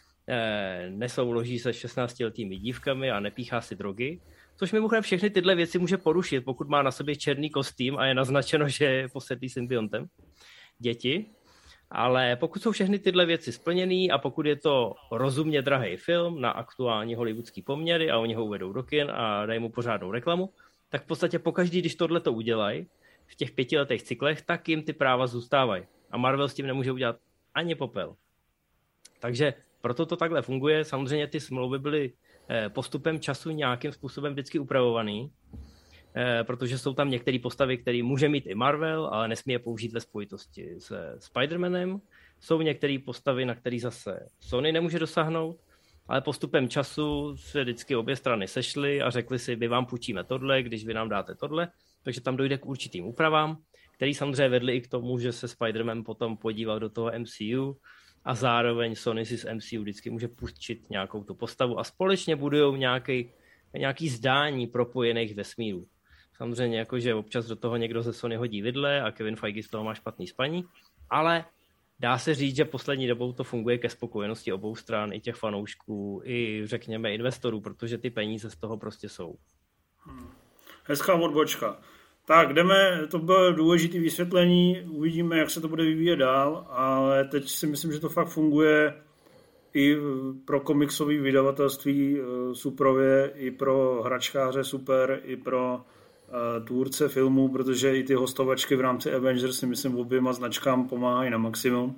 Speaker 2: nesouloží se šestnáctiletými dívkami a nepíchá si drogy, což mimochodem všechny tyhle věci může porušit, pokud má na sobě černý kostým a je naznačeno, že je posedlý symbiontem děti. Ale pokud jsou všechny tyhle věci splněný a pokud je to rozumně drahý film na aktuální hollywoodský poměry a oni ho uvedou do kin a dají mu pořádnou reklamu, tak v podstatě pokaždý, když tohle to udělají v těch pětiletých cyklech, tak jim ty práva zůstávají. A Marvel s tím nemůže udělat ani popel. Takže proto to takhle funguje. Samozřejmě ty smlouvy byly postupem času nějakým způsobem vždycky upravovaný, protože jsou tam některé postavy, které může mít i Marvel, ale nesmí je použít ve spojitosti s Spider-Manem. Jsou některé postavy, na které zase Sony nemůže dosáhnout, ale postupem času se vždycky obě strany sešly a řekli si, my vám půjčíme tohle, když vy nám dáte tohle, takže tam dojde k určitým úpravám, které samozřejmě vedly i k tomu, že se Spider-Man potom podíval do toho M C U a zároveň Sony si z M C U vždycky může půjčit nějakou tu postavu a společně budujou nějaký, nějaký zdání propojených vesmírů. Samozřejmě jako, že občas do toho někdo ze Sony hodí vidle a Kevin Feige z toho má špatný spaní, ale dá se říct, že poslední dobou to funguje ke spokojenosti obou stran, i těch fanoušků, i řekněme investorů, protože ty peníze z toho prostě jsou.
Speaker 1: Hmm. Hezká odbočka. Tak, jdeme, to bylo důležité vysvětlení, uvidíme, jak se to bude vyvíjet dál, ale teď si myslím, že to fakt funguje i pro komiksové vydavatelství Suprově, i pro hračkáře Super, i pro uh, tvůrce filmů, protože i ty hostovačky v rámci Avengers si myslím oběma značkám pomáhají na maximum.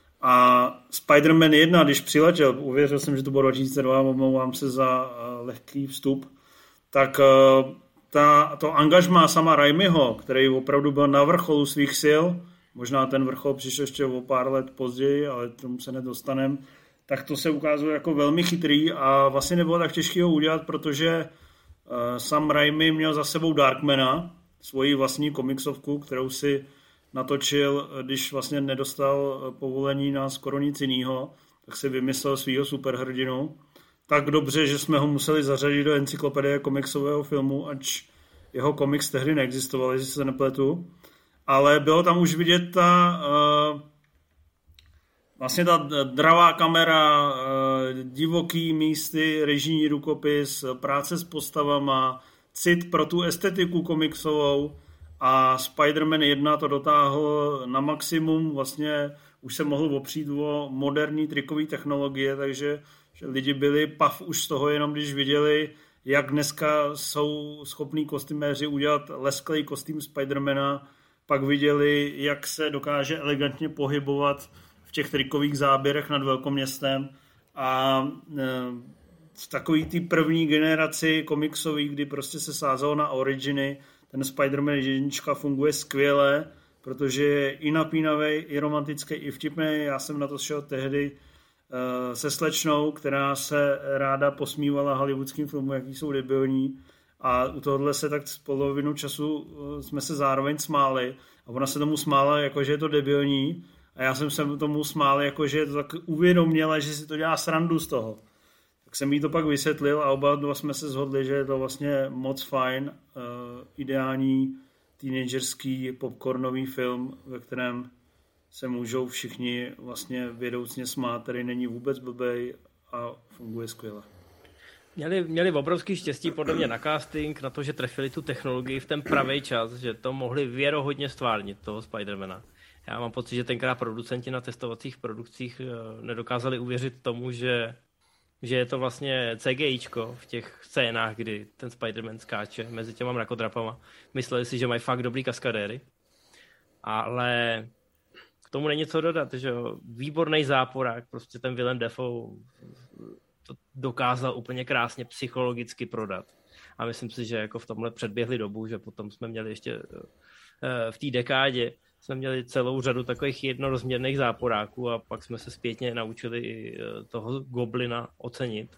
Speaker 1: A Spider-Man jedna, když přiletěl, uvěřil jsem, že to bylo dva tisíce dva, omlouvám se za uh, lehký vstup, tak uh, ta, to angažmá sama Raimiho, který opravdu byl na vrcholu svých sil, možná ten vrchol přišel ještě o pár let později, ale tomu se nedostaneme, tak to se ukázalo jako velmi chytrý a vlastně nebylo tak těžké ho udělat, protože uh, Sam Raimi měl za sebou Darkmana, svoji vlastní komiksovku, kterou si natočil, když vlastně nedostal povolení na skoro nic jiného, tak si vymyslel svýho superhrdinu. Tak dobře, že jsme ho museli zařadit do encyklopedie komiksového filmu, ač jeho komiks tehdy neexistoval, jestli se nepletu. Ale bylo tam už vidět ta uh, vlastně ta dravá kamera, uh, divoký místy, režijní rukopis, práce s postavama, cit pro tu estetiku komiksovou a Spider-Man jedna to dotáhl na maximum, vlastně už se mohl opřít o moderní trikové technologie, takže že lidi byli pav už z toho, jenom když viděli, jak dneska jsou schopní kostyméři udělat lesklý kostým Spidermana, pak viděli, jak se dokáže elegantně pohybovat v těch trikových záběrech nad velkoměstem a v takový té první generaci komiksový, kdy prostě se sázelo na originy, ten Spider-Man jednička funguje skvěle, protože je i napínavý, i romantický, i vtipný. Já jsem na to šel tehdy uh, se slečnou, která se ráda posmívala hollywoodským filmům, jaký jsou debilní. A u tohohle se tak polovinu času uh, jsme se zároveň smáli. A ona se tomu smála, jako že je to debilní. A já jsem se tomu smál, jako že je to tak uvědoměle, že si to dělá srandu z toho. Tak jsem jí to pak vysvětlil a oba dva jsme se shodli, že je to vlastně moc fajn, uh, ideální teenagerský popcornový film, ve kterém se můžou všichni vlastně vědoucně smát, který není vůbec blbej a funguje skvěle.
Speaker 2: Měli, měli obrovský štěstí podle mě na casting, na to, že trefili tu technologii v ten pravý čas, že to mohli věrohodně stvárnit, toho Spidermana. Já mám pocit, že tenkrát producenti na testovacích produkcích nedokázali uvěřit tomu, že že je to vlastně CGIčko v těch scénách, kdy ten Spider-Man skáče mezi těma mrakodrapama. Mysleli si, že mají fakt dobrý kaskadéry. Ale k tomu není co dodat, že výborný záporák, prostě ten Willem Dafoe to dokázal úplně krásně psychologicky prodat. A myslím si, že jako v tomhle předběhli dobu, že potom jsme měli ještě v té dekádě jsme měli celou řadu takových jednorozměrných záporáků a pak jsme se zpětně naučili toho Goblina ocenit.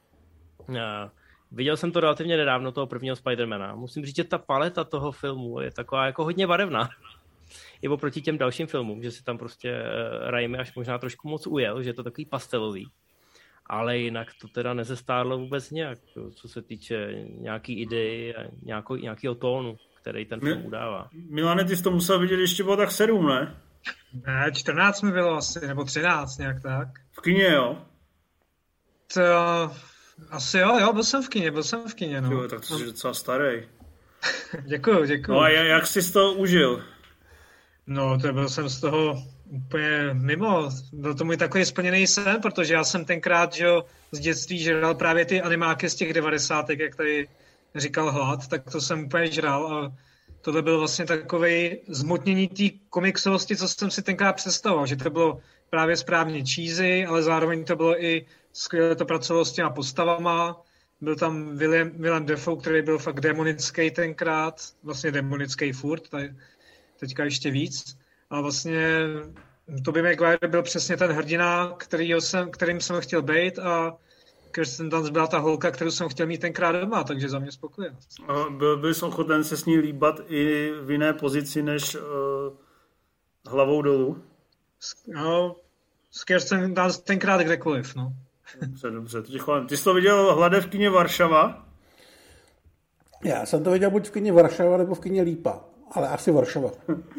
Speaker 2: Viděl jsem to relativně nedávno, toho prvního Spidermana. Musím říct, že ta paleta toho filmu je taková jako hodně barevná. I oproti těm dalším filmům, že si tam prostě Raimi až možná trošku moc ujel, že je to takový pastelový. Ale jinak to teda nezestárlo vůbec nějak, co se týče nějaký idei a nějakou, nějakého tónu, který ten film udává.
Speaker 1: Milane, ty jsi to musel vidět, ještě bylo tak sedm, ne?
Speaker 4: Ne, čtrnáct mi bylo asi, nebo třináct nějak tak.
Speaker 1: V kině, jo?
Speaker 4: To asi jo, jo, byl jsem v kině, byl jsem v kině, no.
Speaker 1: Jo, tak to jsi docela starý.
Speaker 4: Děkuju, děkuju.
Speaker 1: No a jak jsi to užil?
Speaker 4: No, to byl jsem z toho úplně mimo. Byl to můj takový splněný sen, protože já jsem tenkrát, že jo, z dětství žral právě ty animáky z těch devadesátek, jak tady říkal Hlad, tak to jsem úplně žral a tohle byl vlastně takovej zmotnění té komiksovosti, co jsem si tenkrát představoval, že to bylo právě správně cheesy, ale zároveň to bylo i skvěle to pracovalo s těma postavama. Byl tam Willem, Willem Dafoe, který byl fakt demonický tenkrát, vlastně demonický furt, tady, teďka ještě víc. A vlastně Tobey Maguire byl přesně ten hrdina, kterýho jsem, kterým jsem chtěl být a Kirsten Dunst byla ta holka, kterou jsem chtěl mít tenkrát doma, takže za mě spokojenost.
Speaker 1: A byl bys ochoten se s ní líbat i v jiné pozici než uh, hlavou dolů?
Speaker 4: No, s Kirsten Dunst tenkrát kdekoliv, no.
Speaker 1: Dobře, dobře. Ty jsi to viděl Hlade v kině Varšava?
Speaker 3: Já jsem to viděl buď v kině Varšava, nebo v kině Lípa, ale asi Varšava.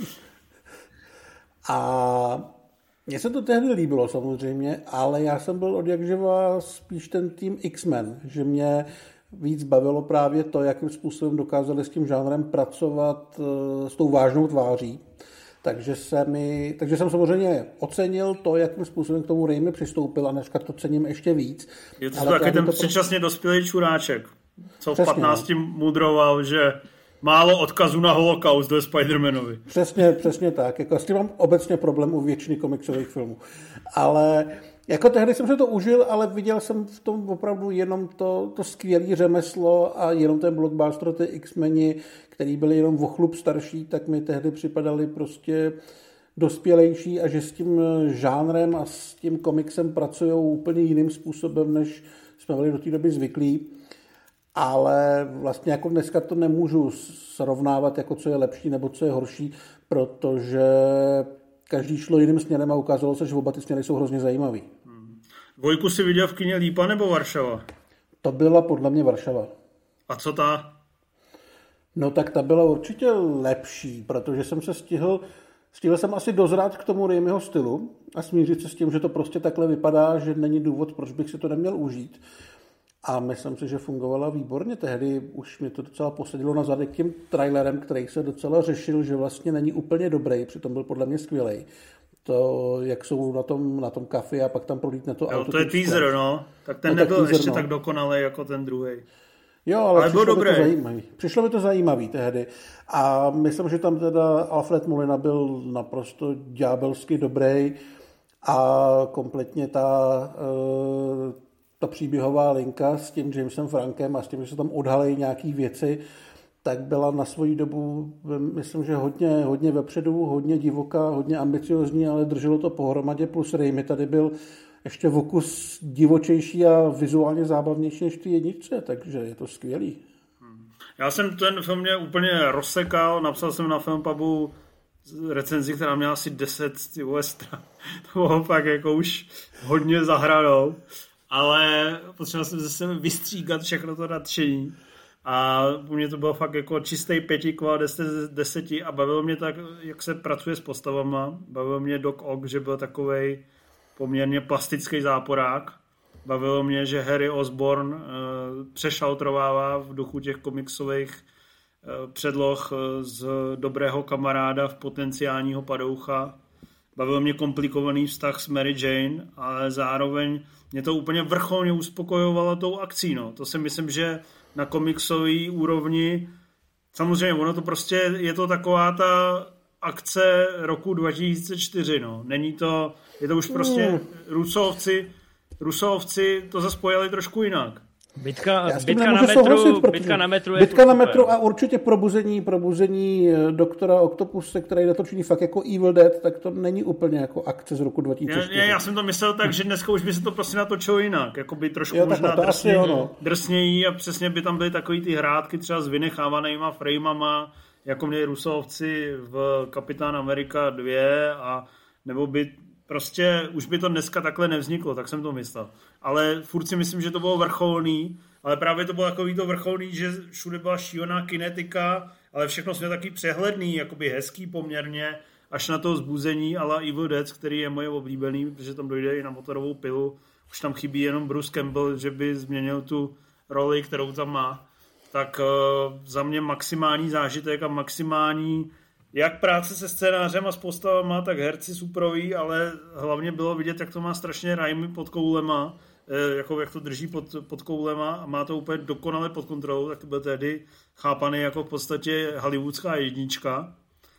Speaker 3: A mně se to tehdy líbilo samozřejmě, ale já jsem byl od jakživa spíš ten tým X-Men, že mě víc bavilo právě to, jakým způsobem dokázali s tím žánrem pracovat s tou vážnou tváří. Takže, se mi, takže jsem samozřejmě ocenil to, jakým způsobem k tomu Raimi přistoupil a dneska to cením ještě víc.
Speaker 1: Je to taky ten to předčasně pro... dospělý čuráček, co v patnácti mudroval, že málo odkazů na holokaust do Spider-Manovi.
Speaker 3: Přesně, přesně tak. Jako s tím mám obecně problém u většiny komiksových filmů. Ale jako tehdy jsem se to užil, ale viděl jsem v tom opravdu jenom to, to skvělé řemeslo a jenom ten blockbuster, ty X-meni, který byli jenom o chlup starší, tak mi tehdy připadali prostě dospělejší a že s tím žánrem a s tím komiksem pracují úplně jiným způsobem, než jsme byli do té doby zvyklí. Ale vlastně jako dneska to nemůžu srovnávat, jako co je lepší nebo co je horší, protože každý šlo jiným směrem a ukázalo se, že oba ty směry jsou hrozně zajímavý.
Speaker 1: Hmm. Dvojku si viděl v kině Lípa nebo Varšava?
Speaker 3: To byla podle mě Varšava.
Speaker 1: A co ta?
Speaker 3: No tak ta byla určitě lepší, protože jsem se stihl, stihl jsem asi dozrát k tomu Raimiho stylu a smířit se s tím, že to prostě takhle vypadá, že není důvod, proč bych si to neměl užít. A myslím si, že fungovala výborně. Tehdy už mě to docela posadilo na zadek tím trailerem, který se docela řešil, že vlastně není úplně dobrý, přitom byl podle mě skvělej. To, jak jsou na tom, na tom kafi a pak tam prolítne to
Speaker 1: jo,
Speaker 3: auto.
Speaker 1: To je teaser, no. Tak ten no, nebyl tak teaser, ještě no. tak dokonalý jako ten druhý.
Speaker 3: Jo, ale, ale přišlo, by to zajímavý. přišlo by to zajímavý tehdy. A myslím, že tam teda Alfred Molina byl naprosto ďábelsky dobrý a kompletně ta... Uh, ta příběhová linka s tím Jamesem Frankem a s tím, že se tam odhalí nějaký věci, tak byla na svoji dobu, myslím, že hodně, hodně vepředu, hodně divoká, hodně ambiciozní, ale drželo to pohromadě, plus Raimi tady byl ještě v okus divočejší a vizuálně zábavnější než ty jedničce, takže je to skvělý.
Speaker 1: Já jsem ten film mě úplně rozsekal, napsal jsem na Filmpabu recenzi, která měla asi deset stran. To bylo pak jako už hodně zahranou. Ale potřeboval jsem ze sebe vystříkat všechno to nadšení. A u mě to bylo fakt jako čistý pětikval deset z deseti a bavilo mě tak, jak se pracuje s postavama. Bavilo mě Doc Ock, že byl takovej poměrně plastický záporák. Bavilo mě, že Harry Osborn uh, přešaltrovává v duchu těch komiksových uh, předloh uh, z dobrého kamaráda v potenciálního padoucha. Bavil mě komplikovaný vztah s Mary Jane, ale zároveň mě to úplně vrcholně uspokojovalo tou akcí. No. To si myslím, že na komiksové úrovni, samozřejmě ono to prostě, je to taková ta akce roku dva tisíce čtyři. No. Není to, je to už prostě, mm. Rusovci, Rusovci to zase pojali trošku jinak.
Speaker 2: Bitka, bitka, na metru, bitka na metru je
Speaker 3: bitka na metru a určitě probuzení, probuzení doktora Octopuse, který je natočený fakt jako Evil Dead, tak to není úplně jako akce z roku dva tisíce čtyři.
Speaker 1: Já, já jsem to myslel tak, že dneska už by se to prostě natočilo jinak, jako by trošku jo, možná drsněji, ono. drsněji a přesně by tam byly takový ty hrátky třeba s vynechávanýma framama, jako měli Rusovci v Kapitán Amerika dva a nebo by prostě už by to dneska takhle nevzniklo, tak jsem to myslel. Ale furt si myslím, že to bylo vrcholný, ale právě to bylo takový to vrcholný, že všude byla šílená kinetika, ale všechno jsme taky přehledný, jakoby hezký poměrně, až na to zbuzení a la Evil Dead, který je moje oblíbený, protože tam dojde i na motorovou pilu. Už tam chybí jenom Bruce Campbell, že by změnil tu roli, kterou tam má. Tak uh, za mě maximální zážitek a maximální jak práce se scénářem a s postavama, tak herci superoví, ale hlavně bylo vidět, jak to má strašně Raimi pod koulema, jako jak to drží pod, pod koulema a má to úplně dokonale pod kontrolou, tak to byl tehdy chápaný jako v podstatě hollywoodská jednička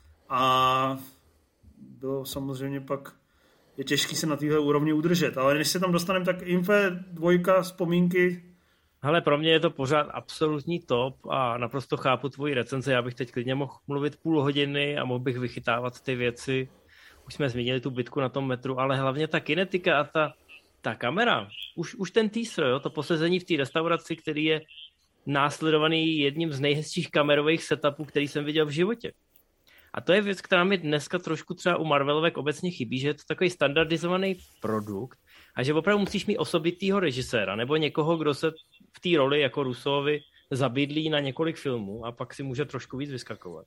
Speaker 1: a bylo samozřejmě pak je těžký se na téhle úrovni udržet, ale než se tam dostaneme, tak Infe dvojka, vzpomínky.
Speaker 2: Hele, pro mě je to pořád absolutní top a naprosto chápu tvoji recenzi. Já bych teď klidně mohl mluvit půl hodiny a mohl bych vychytávat ty věci. Už jsme zmínili tu bitku na tom metru, ale hlavně ta kinetika a ta, ta kamera. Už, už ten teaser, jo, to posezení v té restauraci, který je následovaný jedním z nejhezčích kamerových setupů, který jsem viděl v životě. A to je věc, která mi dneska trošku třeba u Marvelovek obecně chybí, že je to takový standardizovaný produkt a že opravdu musíš mít osobitýho režiséra nebo někoho, kdo se v té roli jako Russovi zabydlí na několik filmů a pak si může trošku víc vyskakovat.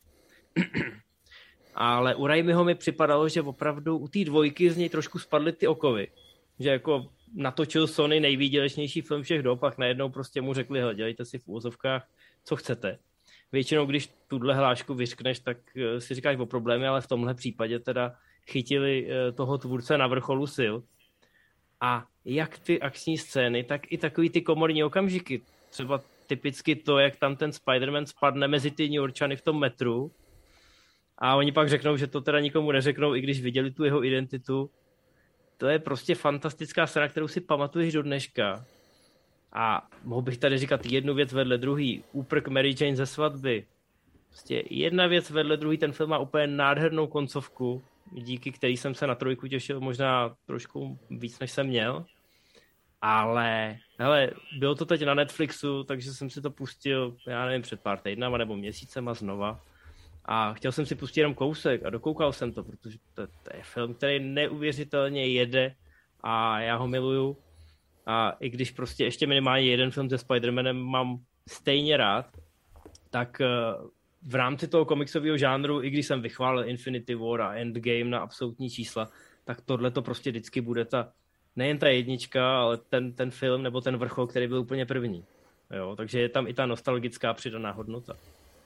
Speaker 2: Ale u Raimiho mi připadalo, že opravdu u té dvojky z něj trošku spadly ty okovy. Že jako natočil Sony nejvýdělečnější film všech dob, pak najednou prostě mu řekli, hele, dělejte si v úvozovkách, co chcete. Většinou, když tuhle hlášku vyřkneš, tak si říkáš o problémy, ale v tomhle případě teda chytili toho tvůrce na vrcholu sil. A jak ty akční scény, tak i takový ty komorní okamžiky. Třeba typicky to, jak tam ten Spider-Man spadne mezi ty New Yorkčany v tom metru a oni pak řeknou, že to teda nikomu neřeknou, i když viděli tu jeho identitu. To je prostě fantastická scéna, kterou si pamatuješ do dneška. A mohl bych tady říkat jednu věc vedle druhý. Úprk Mary Jane ze svatby. Prostě jedna věc vedle druhý, ten film má úplně nádhernou koncovku. díky který jsem se na trojku těšil možná trošku víc, než jsem měl. Ale hele, bylo to teď na Netflixu, takže jsem si to pustil, já nevím, před pár týdnama nebo měsícema znova. A chtěl jsem si pustit jenom kousek a dokoukal jsem to, protože to, to je film, který neuvěřitelně jede a já ho miluju. A i když prostě ještě minimálně jeden film se Spider-Manem mám stejně rád, tak v rámci toho komiksového žánru, i když jsem vychválil Infinity War a Endgame na absolutní čísla, tak tohle to prostě vždycky bude ta, nejen ta jednička, ale ten, ten film nebo ten vrchol, který byl úplně první. Jo, takže je tam i ta nostalgická přidaná hodnota.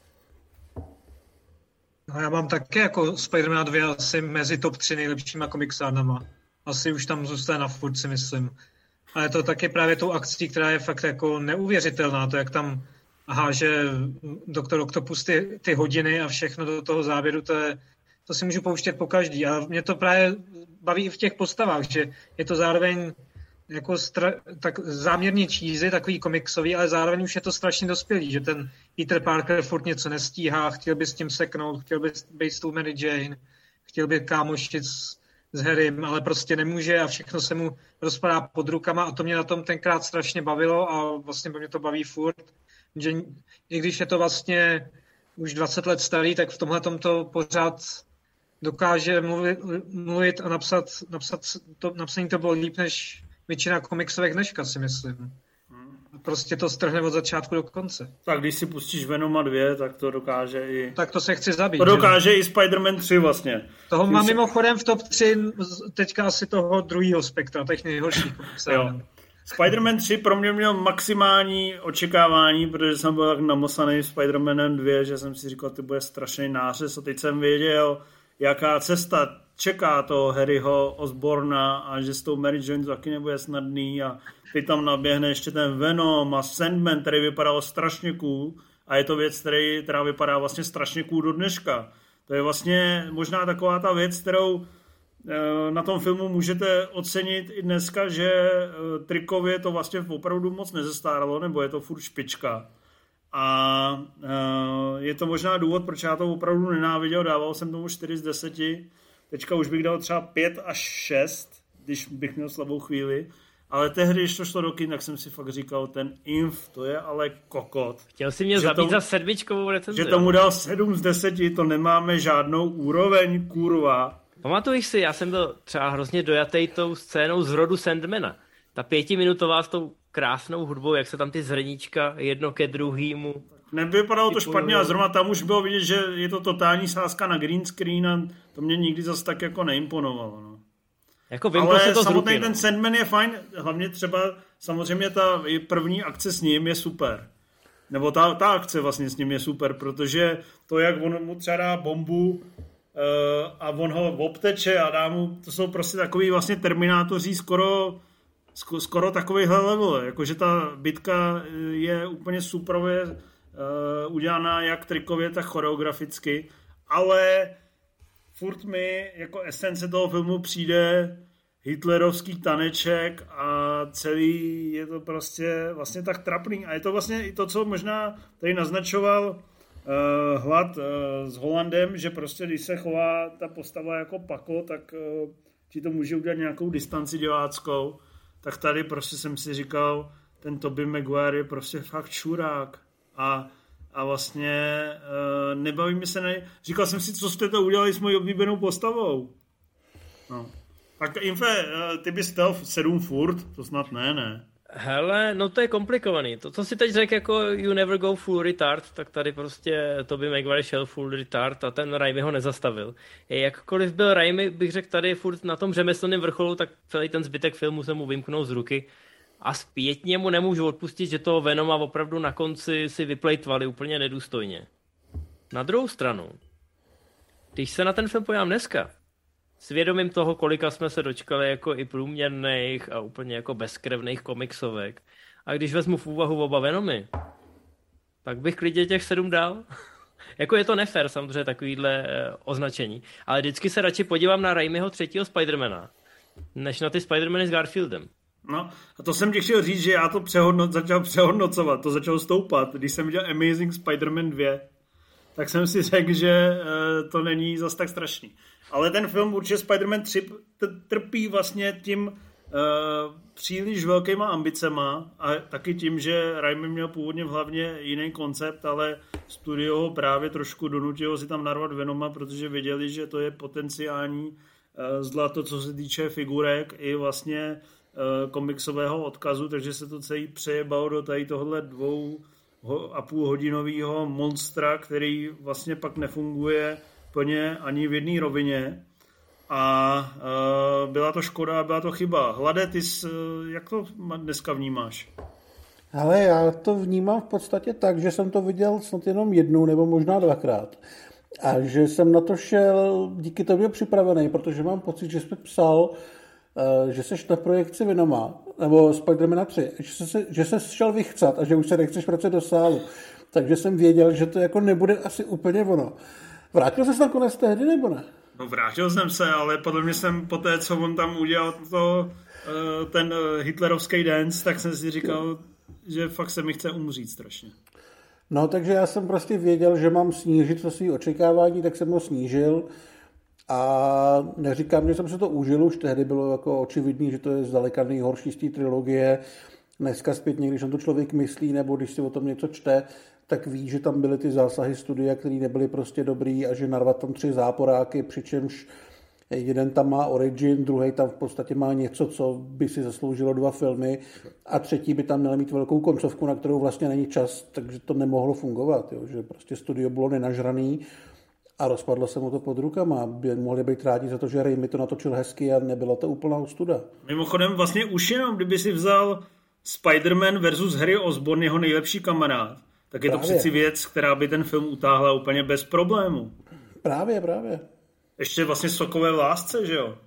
Speaker 4: No, já mám také jako Spider-Man dva asi mezi top tři nejlepšíma komiksárnama. Asi už tam zůstane na furt, si myslím. Ale je to taky právě tou akcí, která je fakt jako neuvěřitelná. To, jak tam háže doktor Octopus ty, ty hodiny a všechno do toho záběru, to, je, to si můžu pouštět po každý. A mě to právě baví i v těch postavách, že je to zároveň jako stra- tak záměrně cheesy, takový komiksový, ale zároveň už je to strašně dospělý, že ten Peter Parker furt něco nestíhá, chtěl by s tím seknout, chtěl by být s tou Mary Jane, chtěl by kámošit s, s Harrym, ale prostě nemůže a všechno se mu rozpadá pod rukama a to mě na tom tenkrát strašně bavilo a vlastně mě to baví furt, že i když je to vlastně už dvacet let starý, tak v tomhletom to pořád dokáže mluvit, mluvit a napsat, napsat to, napsaní to bylo líp než většina komiksovek dneška, si myslím. Prostě to strhne od začátku do konce.
Speaker 1: Tak když si pustíš Venoma dva, tak to dokáže i...
Speaker 4: Tak to se chci zabít.
Speaker 1: To dokáže
Speaker 4: že?
Speaker 1: i Spider-Man tři vlastně.
Speaker 4: Toho
Speaker 1: Ty
Speaker 4: mám
Speaker 1: si...
Speaker 4: mimochodem v top tři teďka asi toho druhého spektra, těch nejhorších komiksárů.
Speaker 1: Spider-Man tři pro mě měl maximální očekávání, protože jsem byl tak namosaný Spider-Manem dva, že jsem si říkal, ty bude strašný nářez a teď jsem věděl, jaká cesta čeká toho Harryho Osborna a že s tou Mary Jane to taky nebude snadný a teď tam naběhne ještě ten Venom a Sandman, který vypadal strašně cool a je to věc, který, která vypadá vlastně strašně cool do dneška. To je vlastně možná taková ta věc, kterou na tom filmu můžete ocenit i dneska, že trikově to vlastně opravdu moc nezestáralo, nebo je to furt špička. A je to možná důvod, proč já to opravdu nenáviděl, dával jsem tomu čtyři z deseti, teďka už bych dal třeba pět až šest, když bych měl slabou chvíli, ale tehdy, když to šlo do kin, tak jsem si fakt říkal, ten Inf, to je ale kokot.
Speaker 2: Chtěl si mě zabít tomu, za sedmičkovou recenzi.
Speaker 1: Že tomu dal sedm z deseti, to nemáme žádnou úroveň, kurva.
Speaker 2: Pamatuješ si, já jsem byl třeba hrozně dojatej tou scénou z rodu Sandmana. Ta pětiminutová s tou krásnou hudbou, jak se tam ty zrníčka jedno ke druhýmu.
Speaker 1: Nevypadalo to špatně a zrovna tam už bylo vidět, že je to totální sázka na green screen a to mě nikdy zase tak jako neimponovalo. No.
Speaker 2: Jako
Speaker 1: ale
Speaker 2: se to
Speaker 1: samotný
Speaker 2: ruky,
Speaker 1: ten
Speaker 2: no.
Speaker 1: Sandman je fajn, hlavně třeba samozřejmě ta první akce s ním je super. Nebo ta, ta akce vlastně s ním je super, protože to, jak on mu třeba dá bombu uh, a on ho obteče a dá mu, to jsou prostě takový vlastně terminátoří skoro, skoro takovýhle level, jakože ta bitka je úplně superově uh, udělaná jak trikově, tak choreograficky, ale furt mi jako esence toho filmu přijde hitlerovský taneček a celý je to prostě vlastně tak trapný. A je to vlastně i to, co možná tady naznačoval uh, Hlad uh, s Holandem, že prostě když se chová ta postava jako pako, tak uh, ti to může udělat nějakou distanci diváckou. Tak tady prostě jsem si říkal, ten Tobey Maguire je prostě fakt čurák. A A vlastně uh, nebaví mi se... Ne... Říkal jsem si, co jste to udělali s mojí oblíbenou postavou. No. Tak Infe, ty bys dal sedm furt? To snad ne, ne?
Speaker 2: Hele, no to je komplikovaný. To, co si teď řekl jako you never go full retard, tak tady prostě Tobey Maguire šel full retard a ten Raimi ho nezastavil. Jakkoliv byl Raimi, bych řekl, tady furt na tom řemeslném vrcholu, tak celý ten zbytek filmu se mu vymknul z ruky. A zpětně mu nemůžu odpustit, že toho Venoma opravdu na konci si vyplejtvali úplně nedůstojně. Na druhou stranu, když se na ten film podívám dneska, svědomím toho, kolika jsme se dočkali jako i průměrných a úplně jako bezkrevných komiksovek, a když vezmu v úvahu oba Venomy, tak bych klidně těch sedm dal. Jako je to nefér samozřejmě takovýhle eh, označení, ale vždycky se radši podívám na Raimiho třetího Spidermana, než na ty Spidermany s Garfieldem.
Speaker 1: No a to jsem ti chtěl říct, že já to přehodno, začal přehodnocovat, to začalo stoupat. Když jsem viděl Amazing Spider-Man dva, tak jsem si řekl, že uh, to není zas tak strašný. Ale ten film určitě Spider-Man tři trpí vlastně tím uh, příliš velkýma ambicema a taky tím, že Raimi měl původně v hlavně jiný koncept, ale studio ho právě trošku donutilo si tam narvat Venoma, protože věděli, že to je potenciální uh, zlato, co se týče figurek i vlastně uh, komiksového odkazu, takže se to celý přejebalo do tady tohle dvou a půl hodinového monstra, který vlastně pak nefunguje plně ani v jedné rovině. A uh, byla to škoda, byla to chyba. Hlade, ty jsi, jak to dneska vnímáš?
Speaker 3: Ale já to vnímám v podstatě tak, že jsem to viděl snad jenom jednou nebo možná dvakrát. A že jsem na to šel díky tobě připravený, protože mám pocit, že jsi psal, uh, že seš na projekci Venoma, nebo Spider-Mana tři, že jsi, že jsi šel vychcat a že už se nechceš vracet do sálu. Takže jsem věděl, že to jako nebude asi úplně ono. Vrátil jsi se nakonec tehdy, nebo ne?
Speaker 1: No vrátil jsem se, ale podle mě jsem po té, co on tam udělal to, ten hitlerovský dance, tak jsem si říkal, že fakt se mi chce umřít strašně.
Speaker 3: No, takže já jsem prostě věděl, že mám snížit to svý očekávání, tak jsem ho snížil a neříkám, že jsem se to užil, už tehdy bylo jako očividný, že to je zdaleka nejhorší z té trilogie. Dneska zpětně, když na to člověk myslí, nebo když si o tom něco čte, tak ví, že tam byly ty zásahy studia, které nebyly prostě dobrý a že narvat tam tři záporáky, přičemž jeden tam má origin, druhý tam v podstatě má něco, co by si zasloužilo dva filmy a třetí by tam měl mít velkou koncovku, na kterou vlastně není čas, takže to nemohlo fungovat, jo, že prostě studio bylo nenažraný a rozpadlo se mu to pod rukama. By mohli být rádi za to, že Raimi to natočil hezky a nebyla to úplná ostuda.
Speaker 1: Mimochodem vlastně už jenom, kdyby si vzal Spider-Man versus Harry Osborn, jeho nejlepší kamarád, tak je právě to přeci věc, která by ten film utáhla úplně bez problému.
Speaker 3: Právě, právě.
Speaker 1: Ještě vlastně Sokové v lásce, že jo?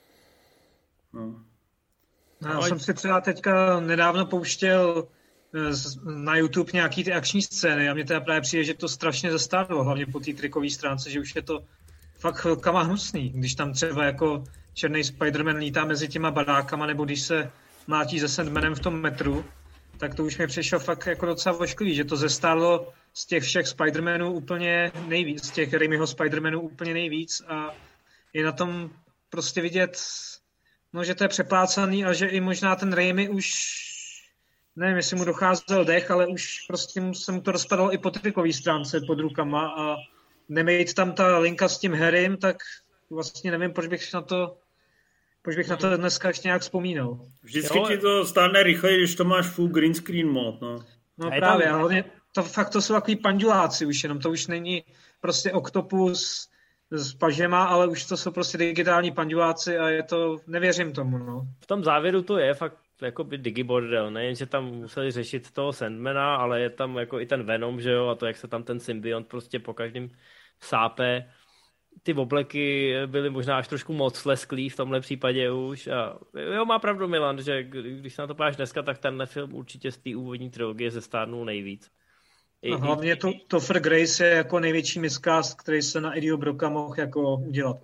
Speaker 1: No.
Speaker 4: Já jsem si třeba teďka nedávno pouštěl na YouTube nějaký ty akční scény a mě teda právě přijde, že to strašně zastárlo, hlavně po té trikové stránce, že už je to fakt chvilkama hnusný, když tam třeba jako černý Spider-Man lítá mezi těma barákama, nebo když se mlátí se Sandmanem v tom metru, tak to už mi přišlo fakt jako docela vošklivý, že to zestárlo z těch všech Spider-Manů úplně nejvíc, z těch Raimiho Spider-Manů úplně nejvíc a je na tom prostě vidět, no, že to je přeplácaný a že i možná ten Raimi už, nevím, jestli mu docházel dech, ale už prostě se mu to rozpadalo i po trikový stránce pod rukama a nemít tam ta linka s tím Harrym, tak vlastně nevím, proč bych na to Proč bych na to dneska ještě nějak vzpomínal.
Speaker 1: Vždycky jo, ti to stane rychleji, když to máš full green screen mod, no.
Speaker 4: No právě, tam... ale to fakt to jsou takový panduláci už jenom, to už není prostě Octopus s pažema, ale už to jsou prostě digitální panduláci a je to, nevěřím tomu, no.
Speaker 2: V tom závěru to je fakt jakoby digibordel, nejen, že tam museli řešit toho Sandmana, ale je tam jako i ten Venom, že jo, a to, jak se tam ten symbiont prostě po každém sápe. Ty obleky byly možná až trošku moc lesklý v tomhle případě už. A jo, má pravdu Milan, že když se na to páš dneska, tak tenhle film určitě z té úvodní trilogie zestárnul nejvíc.
Speaker 4: I, a hlavně to, Topher Grace je jako největší miscast, který se na Eddieho Brocka mohl jako udělat.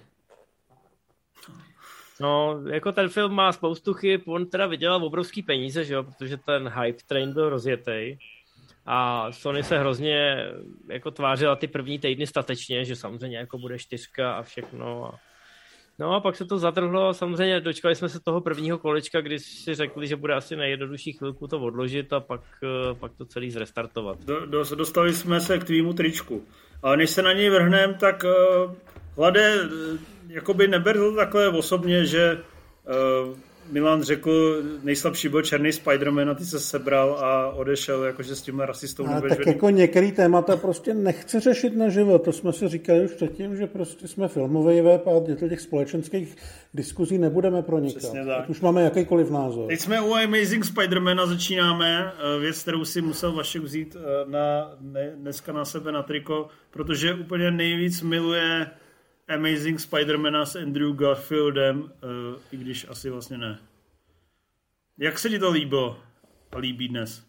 Speaker 2: No, jako ten film má spoustu chyb, on teda vydělal obrovský peníze, že jo, protože ten hype train byl rozjetej. A Sony se hrozně jako tvářila ty první týdny statečně, že samozřejmě jako bude čtyřka a všechno. A... No a pak se to zatrhlo a samozřejmě dočkali jsme se toho prvního kolečka, kdy si řekli, že bude asi nejjednodušší chvilku to odložit a pak, pak to celý zrestartovat. Do,
Speaker 1: do, dostali jsme se k tvýmu tričku. Ale než se na něj vrhnem, tak uh, Hlade, jakoby neber to takhle osobně, že uh, Milan řekl, nejslabší byl černý Spider-Man a ty se sebral a odešel, jakože s tímhle rasistou
Speaker 3: nebudeš tak vedný. Jako některý témata prostě nechci řešit na život. To jsme si říkali už předtím, že prostě jsme filmový web a do těch společenských diskuzí nebudeme pronikat. Už máme jakýkoliv názor.
Speaker 1: Teď jsme u Amazing Spider-Man a začínáme. Věc, kterou si musel Vašek vzít na, ne, dneska na sebe na triko, protože úplně nejvíc miluje Amazing Spider-Mana s Andrew Garfieldem, uh, i když asi vlastně ne. Jak se ti to líbilo a líbí dnes?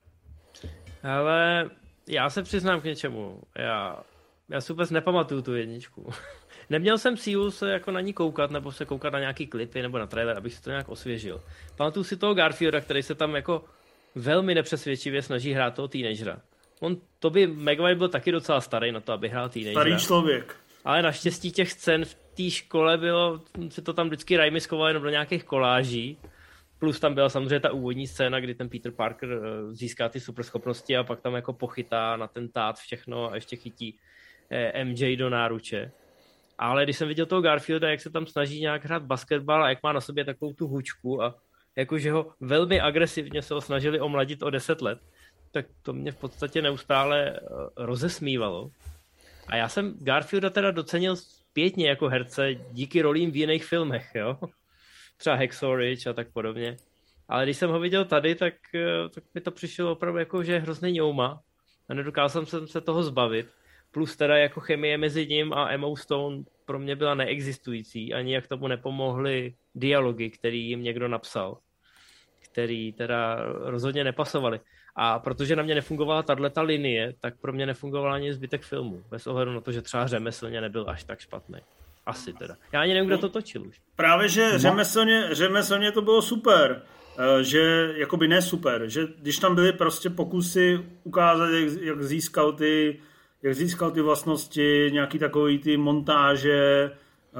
Speaker 2: Ale já se přiznám k něčemu. Já, já si vůbec nepamatuju tu jedničku. Neměl jsem sílu se jako na ní koukat, nebo se koukat na nějaký klipy, nebo na trailer, abych si to nějak osvěžil. Pamatuju si toho Garfielda, který se tam jako velmi nepřesvědčivě snaží hrát toho teenagera. On, to by Maguire byl taky docela starý na to, aby hrál teenagera.
Speaker 1: Starý člověk.
Speaker 2: Ale naštěstí těch scén v té škole bylo, se to tam vždycky Raimi schoval jenom do nějakých koláží. Plus tam byla samozřejmě ta úvodní scéna, kdy ten Peter Parker získá ty superschopnosti a pak tam jako pochytá na ten tát všechno a ještě chytí M J do náruče. Ale když jsem viděl toho Garfielda, jak se tam snaží nějak hrát basketbal a jak má na sobě takovou tu hučku a jakože ho velmi agresivně se ho snažili omladit o deset let, tak to mě v podstatě neustále rozesmívalo. A já jsem Garfielda teda docenil zpětně jako herce díky rolím v jiných filmech, jo. Třeba Hacksaw Ridge a tak podobně. Ale když jsem ho viděl tady, tak, tak mi to přišlo opravdu jako, že je hrozný ňouma a nedokázal jsem se toho zbavit. Plus teda jako chemie mezi ním a Emma Stone pro mě byla neexistující. Ani jak tomu nepomohly dialogy, který jim někdo napsal, který teda rozhodně nepasovaly. A protože na mě nefungovala tato linie, tak pro mě nefungovala ani zbytek filmu. Bez ohledu na to, že třeba řemeslně nebyl až tak špatný. Asi teda. Já ani nevím, kdo to točil už.
Speaker 1: Právě, že řemeslně, řemeslně to bylo super. Že, jakoby ne super. Že když tam byly prostě pokusy ukázat, jak, jak získal ty jak získal ty vlastnosti, nějaký takový ty montáže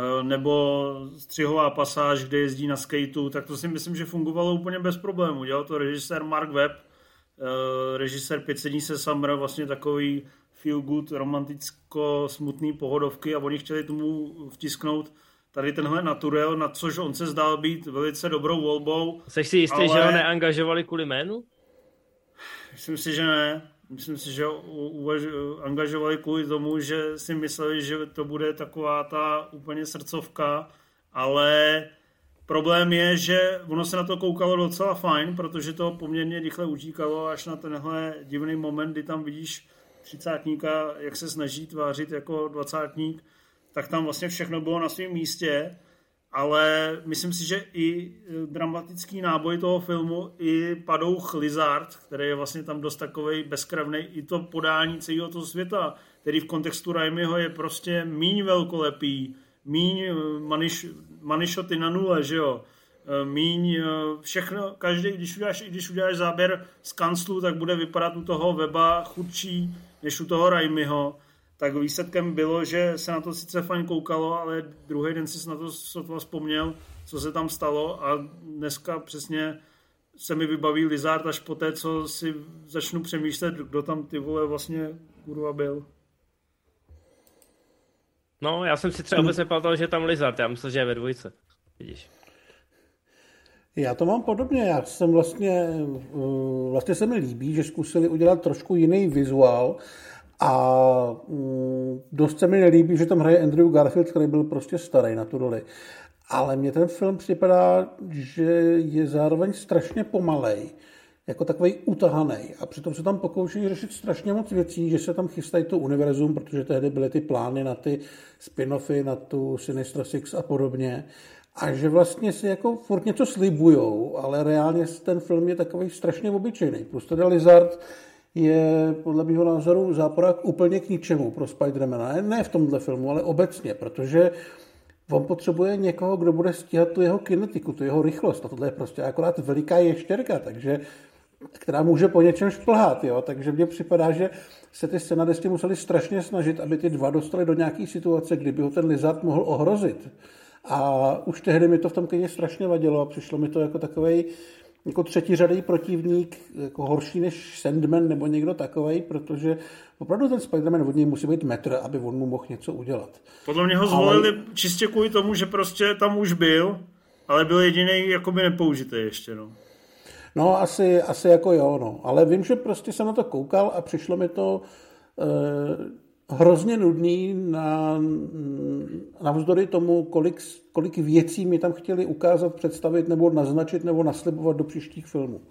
Speaker 1: nebo střihová pasáž, kde jezdí na skateu, tak to si myslím, že fungovalo úplně bez problémů. Dělal to režisér Mark Webb, režisér Pět sedí se Summer, vlastně takový feel good, romanticko-smutný pohodovky a oni chtěli tomu vtisknout tady tenhle naturel, na což on se zdál být velice dobrou volbou.
Speaker 2: Jseš si jistý, ale... že ho neangažovali kvůli jménu?
Speaker 1: Myslím si, že ne. Myslím si, že uvaž... angažovali kvůli tomu, že si mysleli, že to bude taková ta úplně srdcovka, ale problém je, že ono se na to koukalo docela fajn, protože to poměrně rychle utíkalo až na tenhle divný moment, kdy tam vidíš třicátníka, jak se snaží tvářit jako dvacátník, tak tam vlastně všechno bylo na svém místě, ale myslím si, že i dramatický náboj toho filmu, i padouch Lizard, který je vlastně tam dost takovej bezkrevnej, i to podání celého toho světa, který v kontextu Raimiho je prostě míň velkolepý, míň maniš, manišoty na nule, že jo, míň všechno, každý, když uděláš, když uděláš záběr z kanclu, tak bude vypadat u toho Weba chudší než u toho Raimiho. Tak výsledkem bylo, že se na to sice fajn koukalo, ale druhý den si na to sotva vzpomněl, co se tam stalo a dneska přesně se mi vybaví Lizard až po té, co si začnu přemýšlet, kdo tam ty vole vlastně kurva byl.
Speaker 2: No, já jsem si třeba vůbec nepamatoval, že je tam Lizard, já myslel, že je ve dvojce. Vidíš.
Speaker 3: Já to mám podobně, já jsem vlastně, vlastně se mi líbí, že zkusili udělat trošku jiný vizuál. A mm, dost se mi nelíbí, že tam hraje Andrew Garfield, který byl prostě starý na tu roli. Ale mně ten film připadá, že je zároveň strašně pomalej, jako takovej utahanej. A přitom se tam pokouší řešit strašně moc věcí, že se tam chystají to univerzum, protože tehdy byly ty plány na ty spin-offy, na tu Sinister Six a podobně. A že vlastně si jako furt něco slibujou, ale reálně ten film je takovej strašně obyčejný. Plus teda Lizard je podle mého názoru záporák úplně k ničemu pro Spidermana. Ne v tomhle filmu, ale obecně, protože on potřebuje někoho, kdo bude stíhat tu jeho kinetiku, tu jeho rychlost. A tohle je prostě akorát veliká ještěrka, takže, která může po něčem šplhat. Jo? Takže mně připadá, že se ty scenaristi museli strašně snažit, aby ty dva dostali do nějaké situace, kdyby ho ten Lizard mohl ohrozit. A už tehdy mi to v tom kyně strašně vadilo a přišlo mi to jako takovej jako třetiřadý protivník, jako horší než Sandman nebo někdo takovej, protože opravdu ten Spider-Man od něj musí být metr, aby on mu mohl něco udělat.
Speaker 1: Podle mě ho zvolili ale... čistě kvůli tomu, že prostě tam už byl, ale byl jediný jakoby nepoužitý ještě, no.
Speaker 3: No, asi, asi jako jo, no. Ale vím, že prostě jsem na to koukal a přišlo mi to eh, hrozně nudný na, navzdory tomu, kolik, kolik věcí mi tam chtěli ukázat, představit nebo naznačit nebo naslibovat do příštích filmů.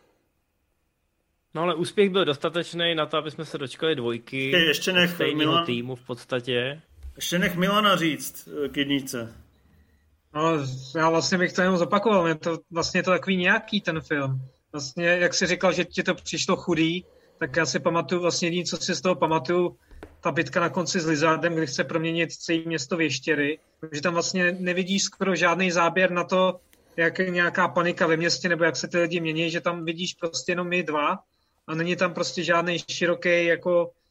Speaker 2: No ale úspěch byl dostatečný na to, aby jsme se dočkali dvojky.
Speaker 1: Ještě, ještě nech
Speaker 2: stejného
Speaker 1: Milan,
Speaker 2: týmu v podstatě.
Speaker 1: Ještě nech Milana říct k jedničce.
Speaker 4: No, já vlastně bych to jenom zopakoval. Je to vlastně to takový nějaký ten film. Vlastně, jak jsi říkal, že ti to přišlo chudý, tak já si pamatuju, vlastně jediné, co si z toho pamatuju, ta bitka na konci s Lizardem, kdy chce proměnit celé město v ještěry, takže tam vlastně nevidíš skoro žádný záběr na to, jak je nějaká panika ve městě, nebo jak se ty lidi mění, že tam vidíš prostě jenom my dva a není tam prostě žádný široký jako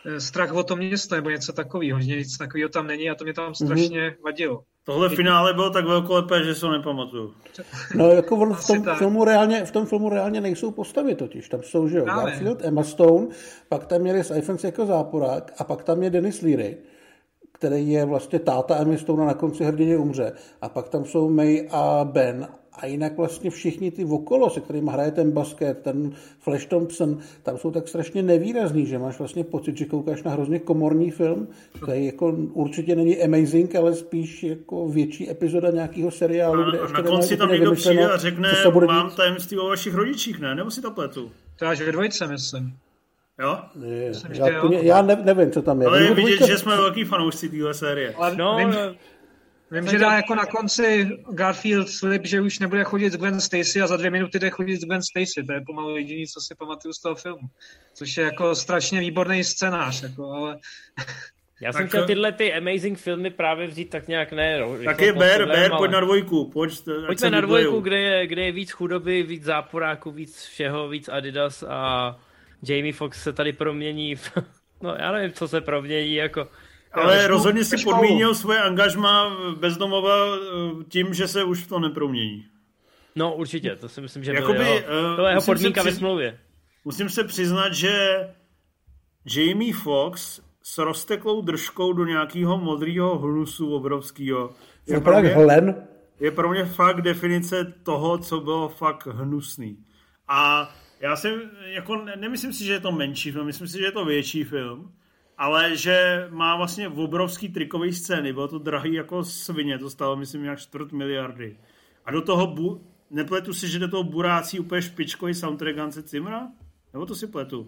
Speaker 4: strach o to město nebo něco takového, že nic takového tam není a to mě tam strašně mm-hmm. vadilo.
Speaker 1: Tohle finále bylo tak velkolepé, že se ho nepamatuju.
Speaker 3: No jako on v tom, filmu reálně, v tom filmu reálně nejsou postavy totiž. Tam jsou, že jo, Garfield, Emma Stone, pak tam je Rhys Ifans jako záporák a pak tam je Denis Leary, který je vlastně táta Emmy Stone a na konci hrdině umře. A pak tam jsou May a Ben. A jinak vlastně všichni ty okolo, se kterými hraje ten basket, ten Flash Thompson, tam jsou tak strašně nevýrazný, že máš vlastně pocit, že koukáš na hrozně komorní film, který jako určitě není amazing, ale spíš jako větší epizoda nějakého seriálu,
Speaker 1: a,
Speaker 3: kde
Speaker 1: a
Speaker 3: ještě
Speaker 1: na konci tam někdo přijde a řekne, mám
Speaker 3: dít.
Speaker 1: tajemství o vašich rodičích, ne? Nebo si to pletu?
Speaker 4: To až ve dvojce, myslím.
Speaker 1: Jo?
Speaker 3: Je, myslím, já, jo. já ne, nevím, co tam je.
Speaker 1: Ale je vidět, že jsme velký fanoušci téhle série.
Speaker 4: Ale
Speaker 2: no,
Speaker 4: vím,
Speaker 2: no.
Speaker 4: Vím, že dá jako na konci Garfield slib, že už nebude chodit s Gwen Stacy a za dvě minuty jde chodit s Gwen Stacy. To je pomalu jediný, co si pamatuju z toho filmu. Což je jako strašně výborný scénář. Jako, ale...
Speaker 2: Já jsem tak chtěl tyhle ty amazing filmy právě vzít tak nějak ne. No,
Speaker 1: tak je Bear, Bear, pojď na dvojku. Pojď,
Speaker 2: Pojďme na dvojku, kde je, kde je víc chudoby, víc záporáků, víc všeho, víc Adidas a Jamie Foxx se tady promění. V... No já nevím, co se promění, jako...
Speaker 1: Ale jo, rozhodně si podmínil svoje angažma bezdomova tím, že se už v to nepromění.
Speaker 2: No určitě, to si myslím, že
Speaker 1: Jakoby,
Speaker 2: byl jeho, to jeho podmínka
Speaker 1: přiz...
Speaker 2: ve smlouvě.
Speaker 1: Musím se přiznat, že Jamie Foxx s rozteklou držkou do nějakého modrého hnusu obrovského je, pro mě, je pro mě fakt definice toho, co bylo fakt hnusný. A já si jako nemyslím si, že je to menší film, myslím si, že je to větší film, ale že má vlastně obrovský trikový scény, bylo to drahý jako svině, to stalo myslím nějak čtvrt miliardy. A do toho, bu- nepletu si, že do toho burácí úplně špičkový soundtrack Hanse Zimmera? Nebo to si pletu?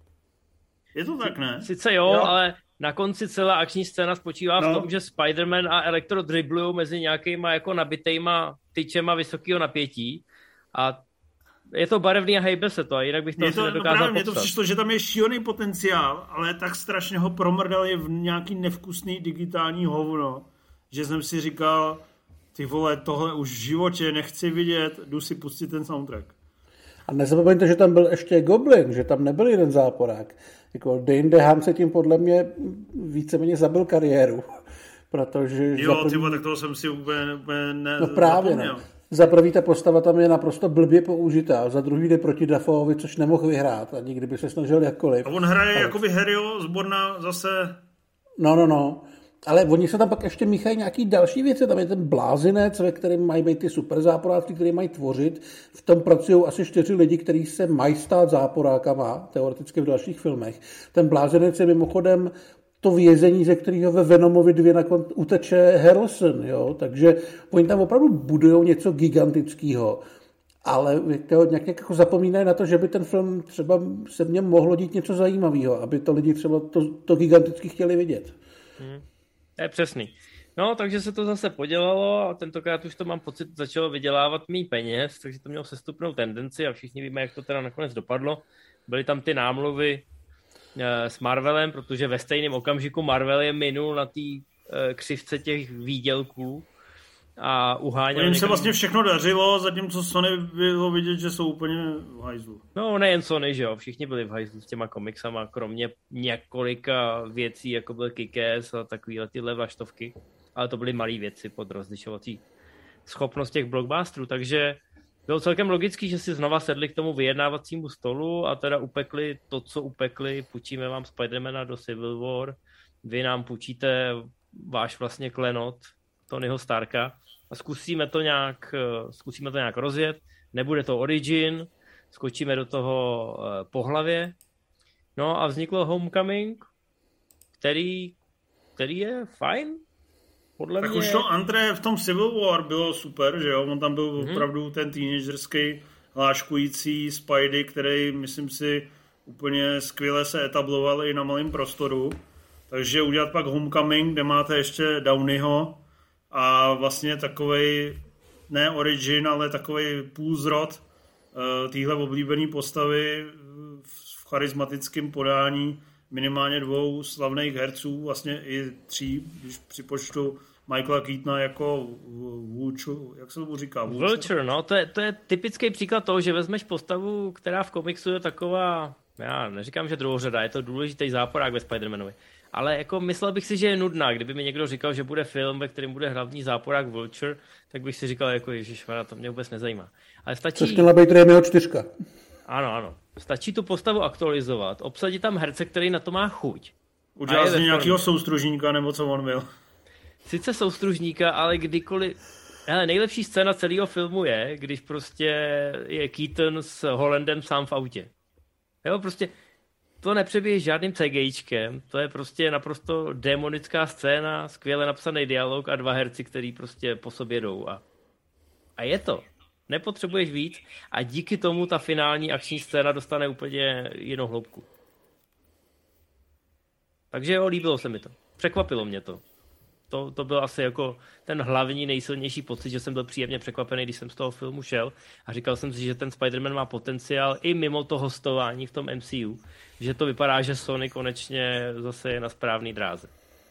Speaker 1: Je to tak, ne?
Speaker 2: Sice jo, jo. Ale na konci celá akční scéna spočívá no. v tom, že Spider-Man a Electro driblujou mezi nějakýma jako nabitejma tyčema vysokého napětí a je to barevný a hejbe se to, a jinak bych to, to asi nedokázal no právě,
Speaker 1: mně to přišlo, že tam je šílený potenciál, ale tak strašně ho promrdali v nějaký nevkusný digitální hovno, že jsem si říkal, ty vole, tohle už v životě nechci vidět, jdu si pustit ten soundtrack.
Speaker 3: A nezapomeňte, že tam byl ještě Goblin, že tam nebyl jeden záporák. Jako Dane DeHaan se tím podle mě víceméně zabil kariéru. Protože
Speaker 1: jo, první... tyvo, tak toho jsem si úplně, úplně ne...
Speaker 3: No právě, no. Za prvý ta postava tam je naprosto blbě použitá, za druhý jde proti Dafoeovi, což nemohl vyhrát, ani kdyby se snažil jakkoliv.
Speaker 1: A on hraje ale... jakoby Harryho zborna zase...
Speaker 3: No, no, no. Ale oni se tam pak ještě míchají nějaký další věci. Tam je ten blázinec, ve kterém mají být ty super záporáci, který mají tvořit. V tom pracují asi čtyři lidi, kteří se mají stát záporákama, teoreticky v dalších filmech. Ten blázinec je mimochodem to vězení, ze kterého ve Venomovi dvě nakon uteče Harrelson, jo? Takže oni tam opravdu budujou něco gigantického. Ale nějak jako zapomínají na to, že by ten film třeba se v něm mohlo dít něco zajímavého, aby to lidi třeba to, to giganticky chtěli vidět.
Speaker 2: Hmm. To je přesný. No, takže se to zase podělalo a tentokrát už to mám pocit, začalo vydělávat méně peněz, takže to mělo sestupnou tendenci a všichni víme, jak to teda nakonec dopadlo. Byly tam ty námluvy e, s Marvelem, protože ve stejném okamžiku Marvel je minul na té e, křivce těch výdělků a uháněl...
Speaker 1: Jim
Speaker 2: někam... se
Speaker 1: vlastně všechno dařilo, zatímco Sony bylo vidět, že jsou úplně v hajzlu.
Speaker 2: No, nejen Sony, že jo, všichni byli v hajzlu s těma komiksama, kromě několika věcí, jako byl Kick-Ass a takovýhle tyhle vlaštovky, ale to byly malé věci pod rozlišovací schopnost těch blockbusterů, takže bylo celkem logický, že si znova sedli k tomu vyjednávacímu stolu a teda upekli to, co upekli, půjčíme vám Spidermana do Civil War, vy nám půjčíte váš vlastně klenot Tonyho Starka a zkusíme to nějak, zkusíme to nějak rozjet. Nebude to origin, skočíme do toho po hlavě. No a vzniklo Homecoming, který, který je fajn. Podle
Speaker 1: tak
Speaker 2: mě...
Speaker 1: už to André v tom Civil War bylo super, že jo? On tam byl mm-hmm. opravdu ten teenagerský hláškující Spidey, který, myslím si, úplně skvěle se etabloval i na malém prostoru. Takže udělat pak Homecoming, kde máte ještě Downeyho, a vlastně takovej, ne origin, ale takovej půlzrod uh, téhle oblíbené postavy v charismatickém podání minimálně dvou slavných herců, vlastně i tří, když připočtu Michaela Keatona jako Vulture, jak se tomu říká?
Speaker 2: Vulture, Vulture no, to je, to je typický příklad toho, že vezmeš postavu, která v komiksu je taková Já neříkám, že druhořada, je to důležitý záporák ve Spider-Manovi. Ale jako myslel bych si, že je nudná. Kdyby mi někdo říkal, že bude film, ve kterém bude hlavní záporák Vulture, tak bych si říkal, jako ježišmarja, to mě vůbec nezajímá. Ale stačí...
Speaker 3: Což měla být Raimiho čtyřka.
Speaker 2: Ano, ano. Stačí tu postavu aktualizovat, obsadit tam herce, který na to má chuť.
Speaker 1: Udělat z nějakého soustružníka, nebo co on byl.
Speaker 2: Sice soustružníka, ale kdykoliv... Hele, nejlepší scéna celého filmu je, když prostě je Keaton s Hollandem sám v autě. Jo, prostě to nepřebíjí žádným CGIčkem, to je prostě naprosto démonická scéna, skvěle napsaný dialog a dva herci, který prostě po sobě jdou. A, a je to. Nepotřebuješ víc a díky tomu ta finální akční scéna dostane úplně jinou hloubku. Takže jo, líbilo se mi to. Překvapilo mě to. To, to byl asi jako ten hlavní, nejsilnější pocit, že jsem byl příjemně překvapený, když jsem z toho filmu šel a říkal jsem si, že ten Spider-Man má potenciál i mimo to hostování v tom M C U, že to vypadá, že Sony konečně zase je na správný dráze.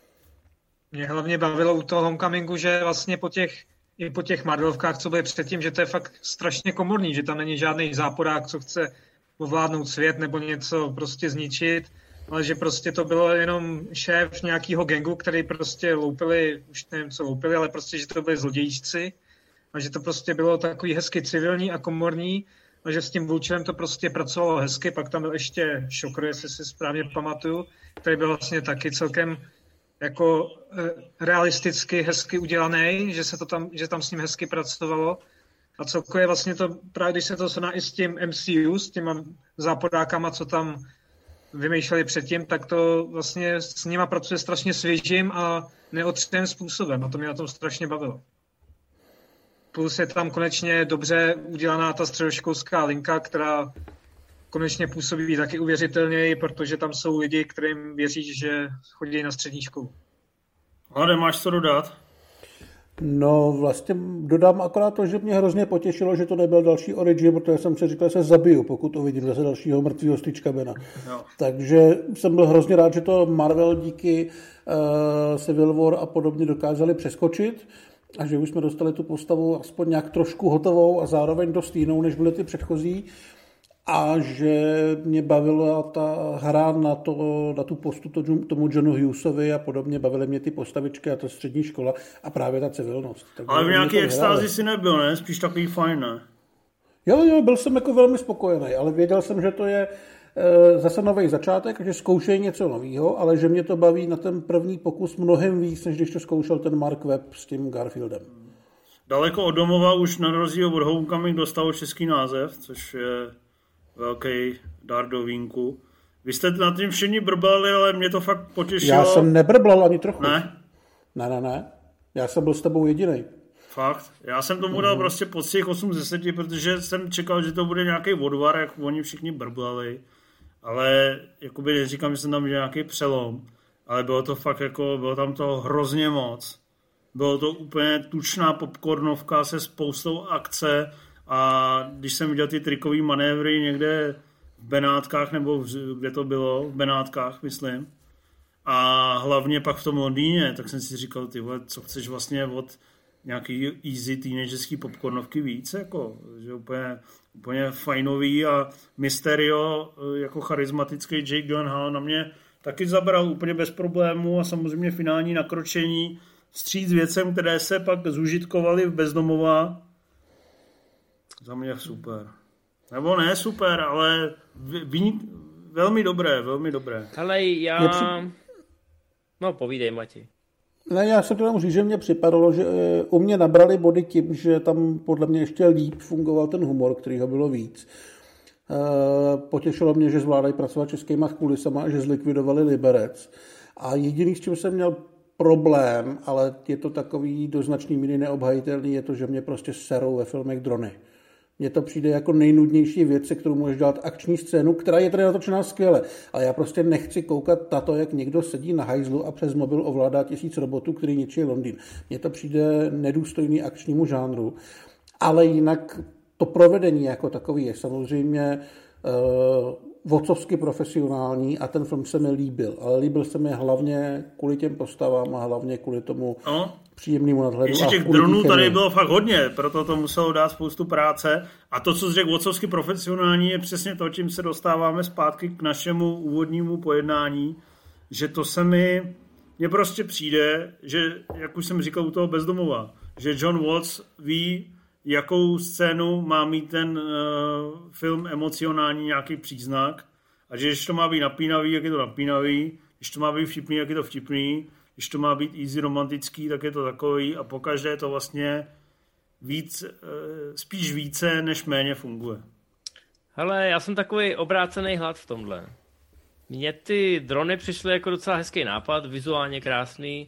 Speaker 4: Mě hlavně bavilo u toho Homecomingu, že vlastně po těch, i po těch Marvelovkách, co byly předtím, že to je fakt strašně komorní, že tam není žádný záporák, co chce ovládnout svět nebo něco prostě zničit, ale že prostě to bylo jenom šéf nějakého gangu, který prostě loupili, už nevím, co loupili, ale prostě, že to byli zlodějíčci a že to prostě bylo takový hezky civilní a komorní a že s tím Vulturem to prostě pracovalo hezky. Pak tam byl ještě Shocker, jestli si správně pamatuju, který byl vlastně taky celkem jako realisticky hezky udělaný, že se to tam, že tam s ním hezky pracovalo. A celkově vlastně to, právě když se to srovná i s tím M C U, s těma záporákama, co tam vymýšleli předtím, tak to vlastně s nima pracuje strašně svěžím a neotřeným způsobem a to mě na tom strašně bavilo. Plus je tam konečně dobře udělaná ta středoškolská linka, která konečně působí taky uvěřitelněji, protože tam jsou lidi, kterým věří, že chodí na střední školu.
Speaker 1: Ale máš co dodat?
Speaker 3: No vlastně dodám akorát to, že mě hrozně potěšilo, že to nebyl další Origin, protože jsem si říkal, že se zabiju, pokud uvidím zase dalšího mrtvýho Stitcha Bena. No. Takže jsem byl hrozně rád, že to Marvel díky uh, Civil War a podobně dokázali přeskočit a že už jsme dostali tu postavu aspoň nějak trošku hotovou a zároveň dost jinou, než byly ty předchozí. A že mě bavila ta hra na, to, na tu postu tomu Johnu Hughesovi a podobně, bavily mě ty postavičky a ta střední škola a právě ta civilnost.
Speaker 1: Tak ale v nějaký extázi si nebyl, ne? Spíš takový fajn, ne?
Speaker 3: Jo, jo, byl jsem jako velmi spokojený, ale věděl jsem, že to je e, zase nový začátek, že zkoušejí něco nového, ale že mě to baví na ten první pokus mnohem víc, než když to zkoušel ten Mark Webb s tím Garfieldem.
Speaker 1: Daleko od domova už na rozdíl od Homecoming dostalo český název, což je velký dár do vínku. Vy jste na tím všichni brblali, ale mě to fakt potěšilo.
Speaker 3: Já jsem nebrblal ani trochu.
Speaker 1: Ne?
Speaker 3: Ne, ne, ne. Já jsem byl s tebou jedinej.
Speaker 1: Fakt? Já jsem tomu dal mm-hmm. prostě pod těch osm z deseti, protože jsem čekal, že to bude nějaký odvar, jak oni všichni brblali. Ale jakoby neříkám, že jsem tam viděl nějaký přelom. Ale bylo to fakt jako, bylo tam toho hrozně moc. Bylo to úplně tučná popcornovka se spoustou akce. A když jsem viděl ty trikový manévry někde v Benátkách, nebo v, kde to bylo, v Benátkách, myslím, a hlavně pak v tom Londýně, tak jsem si říkal, ty vole, co chceš vlastně od nějaký easy teenagerský popcornovky víc, jako, že úplně, úplně fajnový a Mysterio, jako charismatický Jake Gyllenhaal na mě taky zabral úplně bez problémů a samozřejmě finální nakročení vstříc věcem, které se pak zužitkovaly v Bezdomova. Za mě super. Nebo ne super, ale vynik, velmi dobré, velmi dobré.
Speaker 2: Hele, já... Při... No, povídej, Mati.
Speaker 3: Ne, já jsem to tam říct, že mě připadalo, že u mě nabrali body tím, že tam podle mě ještě líp fungoval ten humor, kterýho bylo víc. Potěšilo mě, že zvládají pracovat českýma kulisama a že zlikvidovali Liberec. A jediný, s čím jsem měl problém, ale je to takový do značný míry neobhajitelný, je to, že mě prostě serou ve filmech drony. Mně to přijde jako nejnudnější věc, se kterou můžeš dělat akční scénu, která je tady natočená skvěle. Ale já prostě nechci koukat na to, jak někdo sedí na hajzlu a přes mobil ovládá tisíc robotů, který ničí Londýn. Mně to přijde nedůstojný akčnímu žánru. Ale jinak to provedení jako takový je samozřejmě uh, vocovsky profesionální a ten film se mi líbil. Ale líbil se mi hlavně kvůli těm postavám a hlavně kvůli tomu no. příjemnému nadhledu.
Speaker 1: Ještě těch dronů tady bylo fakt hodně, proto to muselo dát spoustu práce. A to, co jsi řekl vocovsky profesionální, je přesně to, čím se dostáváme zpátky k našemu úvodnímu pojednání, že to se mi, mně prostě přijde, že, jak už jsem říkal u toho Bezdomova, že John Watts ví, jakou scénu má mít ten uh, film emocionální nějaký příznak a že když to má být napínavý, jak je to napínavý, když to má být vtipný, jak je to vtipný, když to má být easy romantický, tak je to takový a pokaždé je to vlastně víc, uh, spíš více než méně funguje.
Speaker 2: Hele, já jsem takový obrácený hlad v tomhle. Mně ty drony přišly jako docela hezký nápad, vizuálně krásný.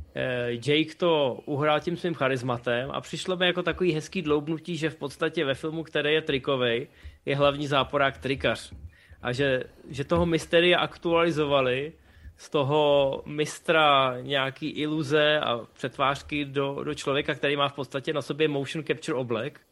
Speaker 2: Jake to uhrál tím svým charizmatem a přišlo mi jako takový hezký dloubnutí, že v podstatě ve filmu, který je trikovej, je hlavní záporák trikař. A že, že toho mysteria aktualizovali z toho mistra nějaký iluze a přetvářky do, do člověka, který má v podstatě na sobě motion capture oblek.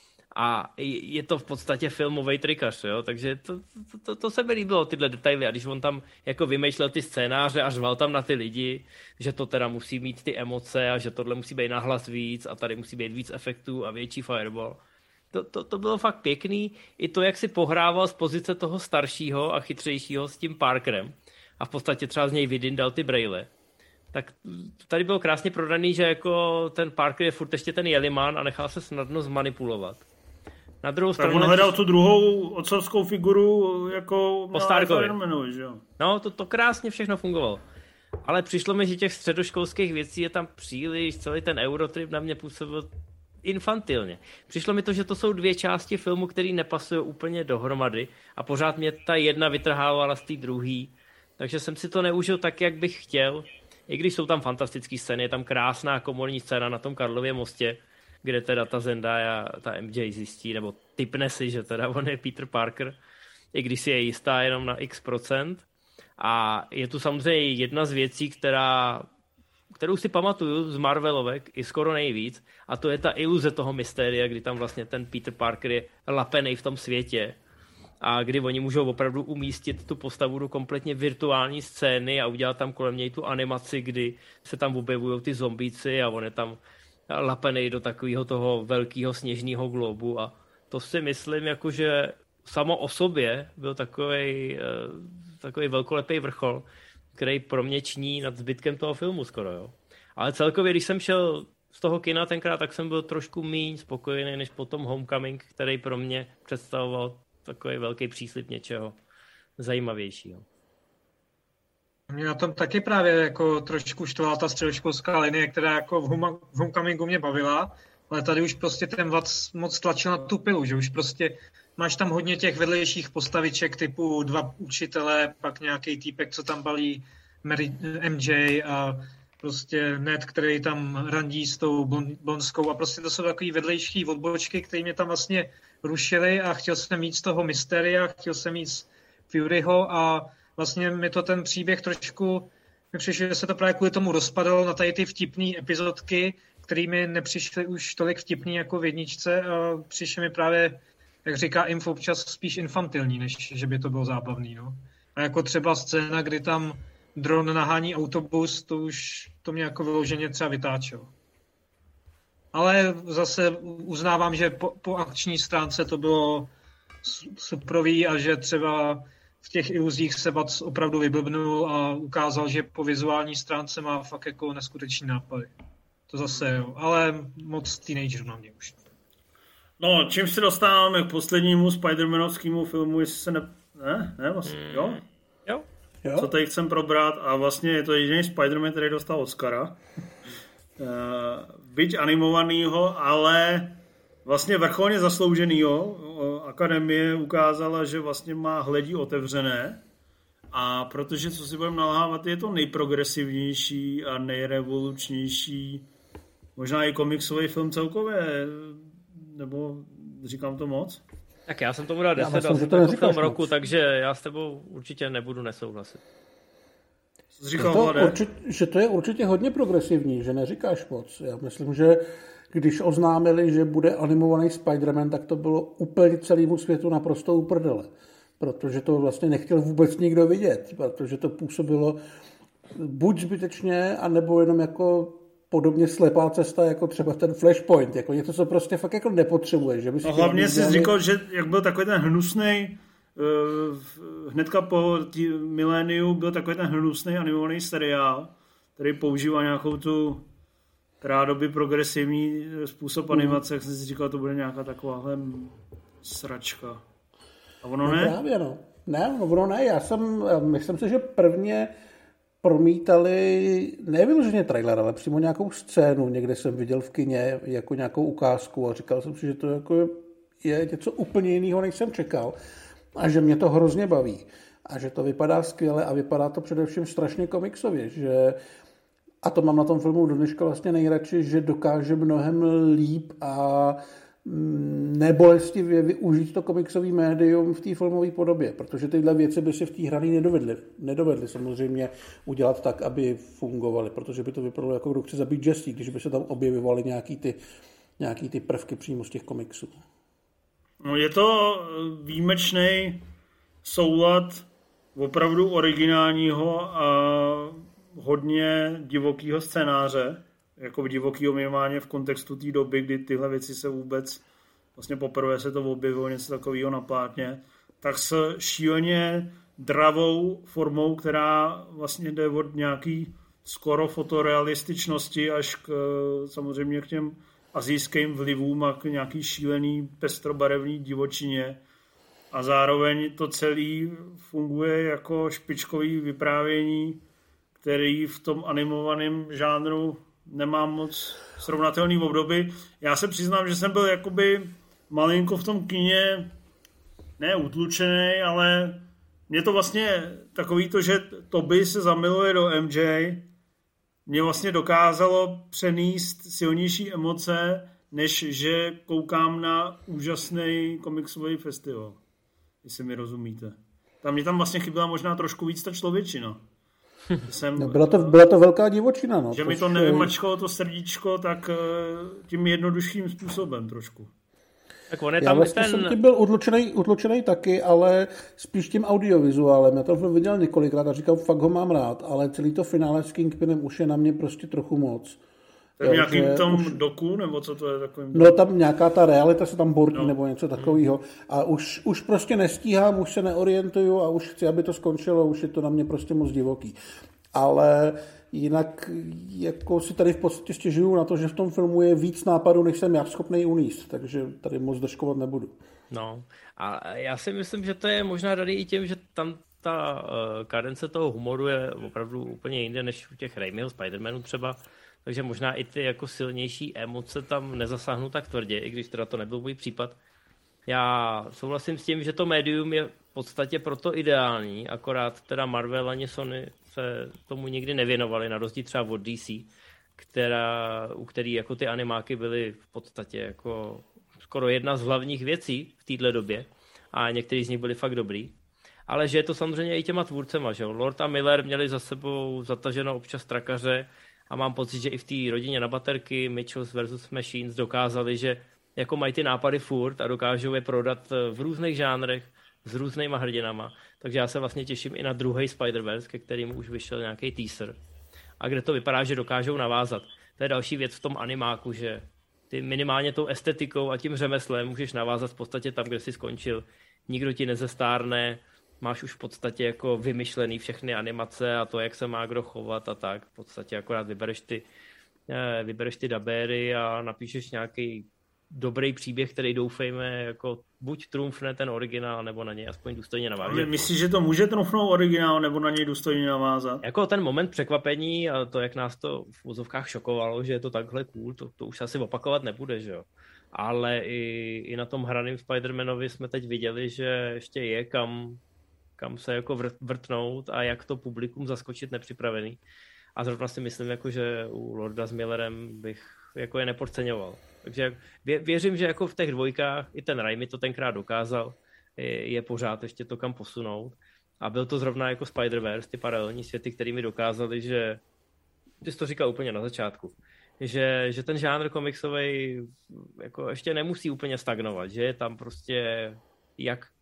Speaker 2: A je to v podstatě filmový trikař, jo? Takže to, to, to, to se mi líbilo, tyhle detaily. A když on tam jako vymýšlel ty scénáře a řval tam na ty lidi, že to teda musí mít ty emoce a že tohle musí být nahlas víc a tady musí být víc efektů a větší fireball. To, to, to bylo fakt pěkný. I to, jak si pohrával z pozice toho staršího a chytřejšího s tím Parkerem a v podstatě třeba z něj vydindal ty brejle. Tak tady bylo krásně prodaný, že jako ten Parker je furt ještě ten jeliman a nechal se snadno zmanipulovat. Na druhou
Speaker 1: tak on hledal tu druhou otcovskou figuru jako
Speaker 2: po Starkovi, že jo? No, to, to krásně všechno fungovalo. Ale přišlo mi, že těch středoškolských věcí je tam příliš, celý ten Eurotrip na mě působil infantilně. Přišlo mi to, že to jsou dvě části filmu, které nepasují úplně dohromady a pořád mě ta jedna vytrhávala z té druhé. Takže jsem si to neužil tak, jak bych chtěl. I když jsou tam fantastické scény, je tam krásná komorní scéna na tom Karlově mostě, kde teda ta Zendaya, ta M J zjistí, nebo tipne si, že teda on je Peter Parker, i když si je jistá jenom na x procent. A je tu samozřejmě jedna z věcí, která, kterou si pamatuju z Marvelovek i skoro nejvíc, a to je ta iluze toho mystéria, kdy tam vlastně ten Peter Parker je lapenej v tom světě a kdy oni můžou opravdu umístit tu postavu do kompletně virtuální scény a udělat tam kolem něj tu animaci, kdy se tam objevují ty zombíci a on je tam lapenej do takového toho velkého sněžného globu a to si myslím, jakože samo o sobě byl takovej, takový velkolepý vrchol, který pro mě ční nad zbytkem toho filmu skoro, jo. Ale celkově, když jsem šel z toho kina tenkrát, tak jsem byl trošku míň spokojený než potom Homecoming, který pro mě představoval takový velký příslib něčeho zajímavějšího.
Speaker 4: Mě na tom taky právě jako trošku štvala ta středoškolská linie, která jako v, hum- v Homecomingu mě bavila, ale tady už prostě ten Watts moc tlačil na tu pilu, že už prostě máš tam hodně těch vedlejších postaviček typu dva učitelé, pak nějaký týpek, co tam balí Mary, M J a prostě Ned, který tam randí s tou blonskou a prostě to jsou takový vedlejší odbočky, které mě tam vlastně rušily a chtěl jsem mít z toho mysteria, chtěl jsem mít z Furyho a vlastně mi to ten příběh trošku, mi přišlo, že se to právě kvůli tomu rozpadalo na tady ty vtipné epizodky, které mi nepřišly už tolik vtipný jako v jedničce a přišly mi právě, jak říká Inf, občas spíš infantilní, než že by to bylo zábavný. No. A jako třeba scéna, kdy tam dron nahání autobus, to už to mě jako vyloženě třeba vytáčelo. Ale zase uznávám, že po, po akční stránce to bylo suprový a že třeba v těch iluzích se Watts opravdu vyblbnul a ukázal, že po vizuální stránce má fakt jako neskutečný nápady. To zase jo, ale moc teenager na mě už.
Speaker 1: No, čím se dostáváme k poslednímu Spider-Manovskému filmu, jestli se ne... Ne? Ne, vlastně, jo?
Speaker 2: Jo.
Speaker 1: Co tady chcem probrat a vlastně je to jediný Spider-Man, který dostal Oscara. Byť animovanýho, ale vlastně vrcholně zaslouženýho. Akademie ukázala, že vlastně má hledí otevřené a protože, co si budeme nalhávat, je to nejprogresivnější a nejrevolučnější možná i komiksový film celkově, nebo říkám to moc?
Speaker 2: Tak já jsem tomu dal deset, dal jsem to film roku, takže já s tebou určitě nebudu nesouhlasit.
Speaker 3: Říkal, to určitě, že to je určitě hodně progresivní, že neříkáš moc. Já myslím, že když oznámili, že bude animovaný Spider-Man, tak to bylo úplně celému světu naprosto uprdele. protože to vlastně nechtěl vůbec nikdo vidět, protože to působilo buď zbytečně, anebo jenom jako podobně slepá cesta, jako třeba ten Flashpoint, jako něco, co prostě fakt jako nepotřebuje. Že by si
Speaker 1: no, hlavně jsi dělali... říkal, že jak byl takový ten hnusnej, uh, hnedka po miléniu byl takový ten hnusnej animovaný seriál, který používá nějakou tu rádoby progresivní způsob animace, mm. jak jsem si říkal, to bude nějaká takováhle sračka. A ono
Speaker 3: no
Speaker 1: ne?
Speaker 3: Právě no. Ne, no, ono ne. Já jsem, myslím si, že prvně promítali nevyloženě trailer, ale přímo nějakou scénu. Někde jsem viděl v kině jako nějakou ukázku a říkal jsem si, že to jako je něco úplně jiného, než jsem čekal. A že mě to hrozně baví. A že to vypadá skvěle a vypadá to především strašně komiksově. Že, a to mám na tom filmu do dneška vlastně nejradši, že dokáže mnohem líp a nebolestivě využít to komiksový médium v té filmové podobě, protože tyhle věci by si v té hraní nedovedly. Nedovedly samozřejmě udělat tak, aby fungovaly, protože by to vypadalo jako kdo chce zabít Jesse, když by se tam objevovaly nějaký ty, nějaký ty prvky přímo z těch komiksů.
Speaker 1: No, je to výjimečný soulad opravdu originálního a hodně divokého scénáře, jako divokýho minimálně v kontextu té doby, kdy tyhle věci se vůbec, vlastně poprvé se to objevilo něco takového na plátně, tak s šíleně dravou formou, která vlastně jde od nějaký skoro fotorealističnosti až k, samozřejmě k těm asijským vlivům a k nějaký šílený pestrobarevný divočině. A zároveň to celé funguje jako špičkový vyprávění, který v tom animovaném žánru nemám moc srovnatelný období. Já se přiznám, že jsem byl jakoby malinko v tom kině ne utlučený, ale mě to vlastně takový to, že Toby se zamiluje do M J, mě vlastně dokázalo přenést silnější emoce, než že koukám na úžasný komiksový festival. Jestli mi rozumíte. Tam mě tam vlastně chyběla možná trošku víc ta člověčina. Jsem,
Speaker 3: no, byla, to, byla to velká divočina. No.
Speaker 1: Že to mi to nevymačkalo to srdíčko tak tím jednodušším způsobem trošku.
Speaker 2: Tak on je
Speaker 3: Já
Speaker 2: tam
Speaker 3: vlastně
Speaker 2: ten...
Speaker 3: jsem tím byl utlučený, utlučený taky, ale spíš tím audiovizuálem. Já to film viděl několikrát a říkal, fakt ho mám rád, ale celý to finále s Kingpinem už je na mě prostě trochu moc.
Speaker 1: To je nějakým tom už... doku, nebo co to je takovým?
Speaker 3: No tam nějaká ta realita se tam bortí, no. Nebo něco takového.
Speaker 1: Hmm.
Speaker 3: A už, už prostě nestíhám, už se neorientuju a už chci, aby to skončilo, už je to na mě prostě moc divoký. Ale jinak jako si tady v podstatě stěžuju na to, že v tom filmu je víc nápadů, než jsem já schopný uníst, takže tady moc držkovat nebudu.
Speaker 2: No a já si myslím, že to je možná daný i tím, že tam ta uh, kadence toho humoru je opravdu úplně jinde, než u těch Raimiho Spider-Manů třeba, takže možná i ty jako silnější emoce tam nezasáhnou tak tvrdě, i když teda to nebyl můj případ. Já souhlasím s tím, že to médium je v podstatě proto ideální, akorát teda Marvel ani Sony se tomu nikdy nevěnovali, na rozdíl třeba od D C, která, u který jako ty animáky byly v podstatě jako skoro jedna z hlavních věcí v této době a některý z nich byli fakt dobrý. Ale že je to samozřejmě i těma tvůrcema, že jo. Lord a Miller měli za sebou zataženo občas trakaře a mám pocit, že i v té rodině na baterky Mitchells versus. Machines dokázali, že jako mají ty nápady furt a dokážou je prodat v různých žánrech s různýma hrdinama. Takže já se vlastně těším i na druhý Spider-Verse, ke kterému už vyšel nějaký teaser. A kde to vypadá, že dokážou navázat. To je další věc v tom animáku, že ty minimálně tou estetikou a tím řemeslem můžeš navázat v podstatě tam, kde jsi skončil. Nikdo ti nezestárne, máš už v podstatě jako vymyšlený všechny animace a to, jak se má kdo chovat a tak. V podstatě akorát vybereš ty, vybereš ty dabéry a napíšeš nějaký dobrý příběh, který doufejme jako buď trumfne ten originál, nebo na něj aspoň důstojně naváže.
Speaker 1: Myslíš, že to může trumfnout originál, nebo na něj důstojně navázat?
Speaker 2: Jako ten moment překvapení a to, jak nás to v úzovkách šokovalo, že je to takhle cool, to, to už asi opakovat nebude, že jo. Ale i, i na tom hraným Spider-Manovi jsme teď viděli, že ještě je kam, kam se jako vrt, vrtnout a jak to publikum zaskočit nepřipravený. A zrovna si myslím, jako, že u Lorda s Millerem bych jako je nepodceňoval. Takže vě, věřím, že jako v těch dvojkách i ten Raimi to tenkrát dokázal, je, je pořád ještě to kam posunout. A byl to zrovna jako Spider-Verse, ty paralelní světy, který mi dokázali, že, ty jsi to říkal úplně na začátku, že, že ten žánr komiksový jako ještě nemusí úplně stagnovat, že je tam prostě jak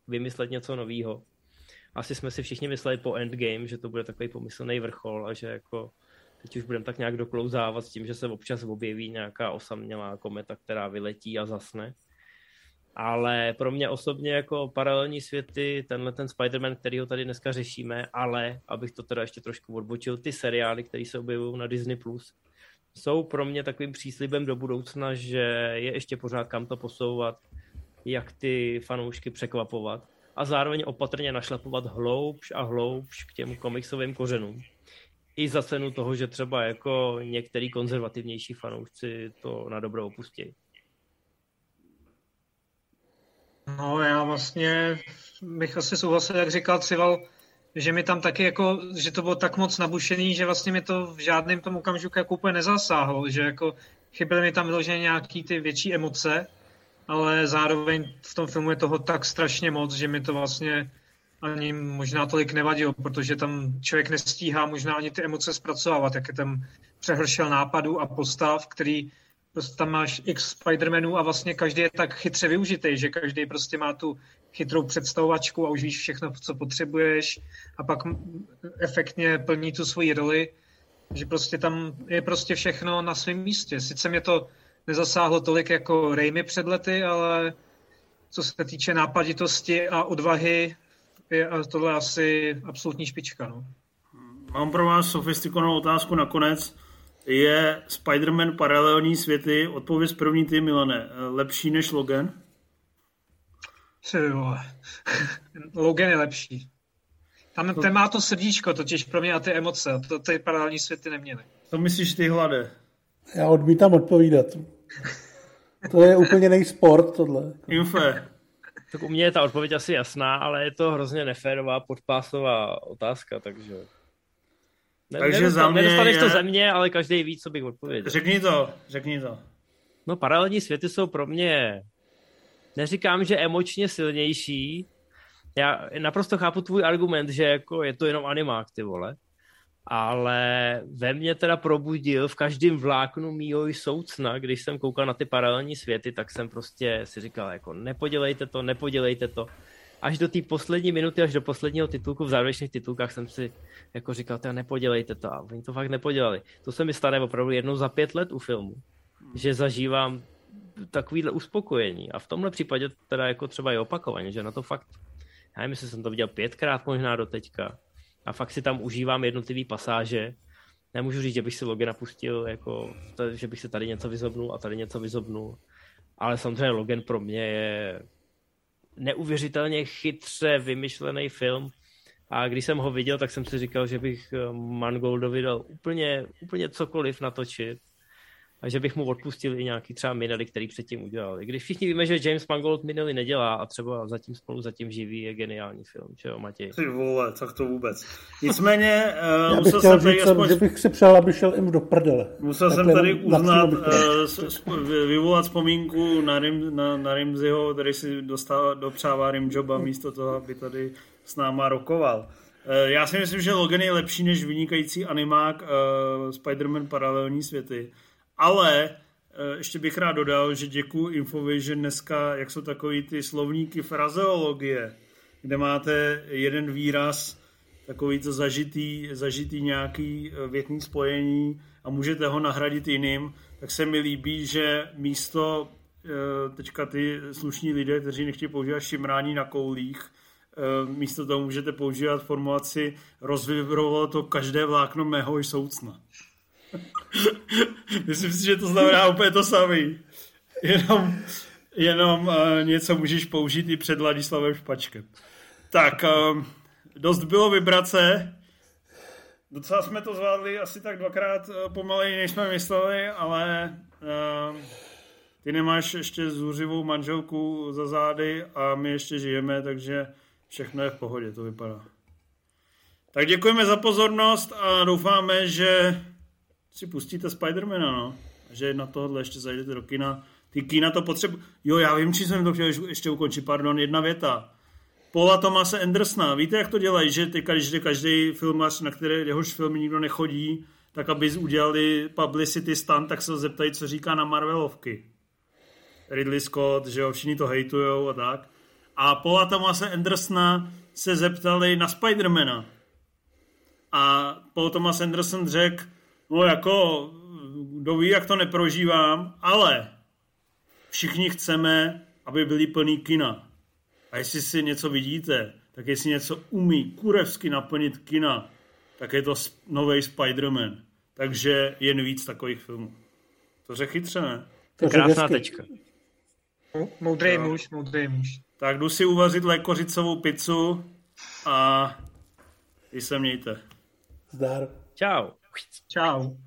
Speaker 2: vymyslet něco novýho. Asi jsme si všichni mysleli po Endgame, že to bude takový pomyslný vrchol a že jako teď už budeme tak nějak doklouzávat s tím, že se občas objeví nějaká osamělá kometa, která vyletí a zasne. Ale pro mě osobně jako paralelní světy, tenhle ten Spider-Man, který ho tady dneska řešíme, ale abych to teda ještě trošku odbočil, ty seriály, které se objevují na Disney plus, jsou pro mě takovým příslibem do budoucna, že je ještě pořád kam to posouvat, jak ty fanoušky překvapovat a zároveň opatrně našlapovat hloubš a hloubš k těm komiksovým kořenům. I za cenu toho, že třeba jako některý konzervativnější fanoušci to na dobro opustí.
Speaker 4: No já vlastně bych asi souhlasil, jak říkal Cival, že mi tam taky jako, že to bylo tak moc nabušený, že vlastně mi to v žádném tom okamžiku jako úplně nezasáhlo, že jako chyběly mi tam vyloženě nějaký ty větší emoce, ale zároveň v tom filmu je toho tak strašně moc, že mi to vlastně ani možná tolik nevadilo, protože tam člověk nestíhá možná ani ty emoce zpracovávat, jak je tam přehršel nápadů a postav, který prostě tam máš x Spider-Manů a vlastně každý je tak chytře využitý, že každý prostě má tu chytrou představovačku a už víš všechno, co potřebuješ a pak efektně plní tu svoji roli, že prostě tam je prostě všechno na svém místě. Sice mě to nezasáhlo tolik jako Raimi před lety, ale co se týče nápaditosti a odvahy, je tohle asi absolutní špička. No.
Speaker 1: Mám pro vás sofistikovanou otázku nakonec. Je Spider-Man paralelní světy, odpověď první ty, Milane, lepší než Logan?
Speaker 4: Logan je lepší. Tam ten má to srdíčko, totiž pro mě a ty emoce. To ty paralelní světy neměly.
Speaker 1: To myslíš ty, Hlade?
Speaker 3: Já odmítám odpovídat. To je úplně jiný sport, tohle.
Speaker 1: Infe.
Speaker 2: Tak u mě je ta odpověď asi jasná, ale je to hrozně neférová podpásová otázka, takže... Ne,
Speaker 1: takže
Speaker 2: nedostan,
Speaker 1: za mě
Speaker 2: nedostaneš
Speaker 1: je...
Speaker 2: to ze mě, ale každý ví, co bych odpověděl.
Speaker 1: Řekni to, řekni to.
Speaker 2: No paralelní světy jsou pro mě, neříkám, že emočně silnější. Já naprosto chápu tvůj argument, že jako je to jenom animák, ty vole. Ale ve mně teda probudil v každém vláknu mýho soucna, když jsem koukal na ty paralelní světy, tak jsem prostě si říkal, jako nepodělejte to, nepodělejte to. Až do té poslední minuty, až do posledního titulku, v závěrečných titulkách jsem si jako říkal, teda nepodělejte to. A oni to fakt nepodělali. To se mi stane opravdu jednou za pět let u filmu, že zažívám takovýhle uspokojení. A v tomhle případě teda jako třeba je opakovaně, že na to fakt, já nevím, jestli jsem to viděl pětkrát možná do teďka. A fakt si tam užívám jednotlivý pasáže. Nemůžu říct, že bych si Logana pustil, jako, že bych se tady něco vyzobnul a tady něco vyzobnul. Ale samozřejmě Logan pro mě je neuvěřitelně chytře vymyšlený film. A když jsem ho viděl, tak jsem si říkal, že bych Mangoldovi dal úplně, úplně cokoliv natočit. A že bych mu odpustil i nějaký třeba minely, který předtím udělal. I když všichni víme, že James Mangold minely nedělá a třeba zatím spolu zatím živí je geniální film, že jo, Matěj?
Speaker 1: Ty vole, tak to vůbec. Nicméně
Speaker 3: uh, musel bych jsem tady říct, aspoň... že bych si přál, aby šel jim do prdele.
Speaker 1: Musel Takhle jsem tady uznat, uh, vyvolat vzpomínku na, Rim, na, na Rimziho, který si dostal, dopřává Rimjoba místo toho, aby tady s náma rokoval. Uh, já si myslím, že Logan je lepší než vynikající animák uh, Spider-Man paralelní světy. Ale ještě bych rád dodal, že děkuju Infovi, že dneska, jak jsou takový ty slovníky frazeologie, kde máte jeden výraz, takový to zažitý, zažitý nějaký větný spojení a můžete ho nahradit jiným, tak se mi líbí, že místo teďka ty slušní lidé, kteří nechtějí používat šimrání na koulích, místo toho můžete používat formulaci rozvibrovalo to každé vlákno mého soucna. Myslím si, že to znamená úplně to samé. Jenom, jenom uh, něco můžeš použít i před Ladislavem Špačkem. Tak, uh, dost bylo vibrace. Docela jsme to zvládli asi tak dvakrát uh, pomaleji, než jsme mysleli, ale uh, ty nemáš ještě zuřivou manželku za zády a my ještě žijeme, takže všechno je v pohodě, to vypadá. Tak děkujeme za pozornost a doufáme, že si pustíte Spidermana, no. Že na tohle ještě zajdete do kina. Ty kina to potřebují. Jo, já vím, či jsem to chtěl ještě ukončit. Pardon, jedna věta. Paula Thomase Andersona. Víte, jak to dělají? Že ty, když jde každý filmař, na které jehož filmy nikdo nechodí, tak aby udělali publicity stunt, tak se zeptají, co říká na Marvelovky. Ridley Scott, že jo, všichni to hejtujou a tak. a Paula Thomase Andersona se zeptali na Spidermana. A Paul Thomas Anderson řekl, no jako, kdo ví, jak to neprožívám, ale všichni chceme, aby byli plný kina. A jestli si něco vidíte, tak jestli něco umí kurevsky naplnit kina, tak je to nový Spider-Man. Takže jen víc takových filmů. To řekl chytře, ne?
Speaker 2: To krásná tečka.
Speaker 4: Moudrý muž, moudrý muž.
Speaker 1: Tak jdu si uvařit lékořicovou pizzu a vy se mějte.
Speaker 3: Zdar.
Speaker 2: Čau.
Speaker 4: Čau.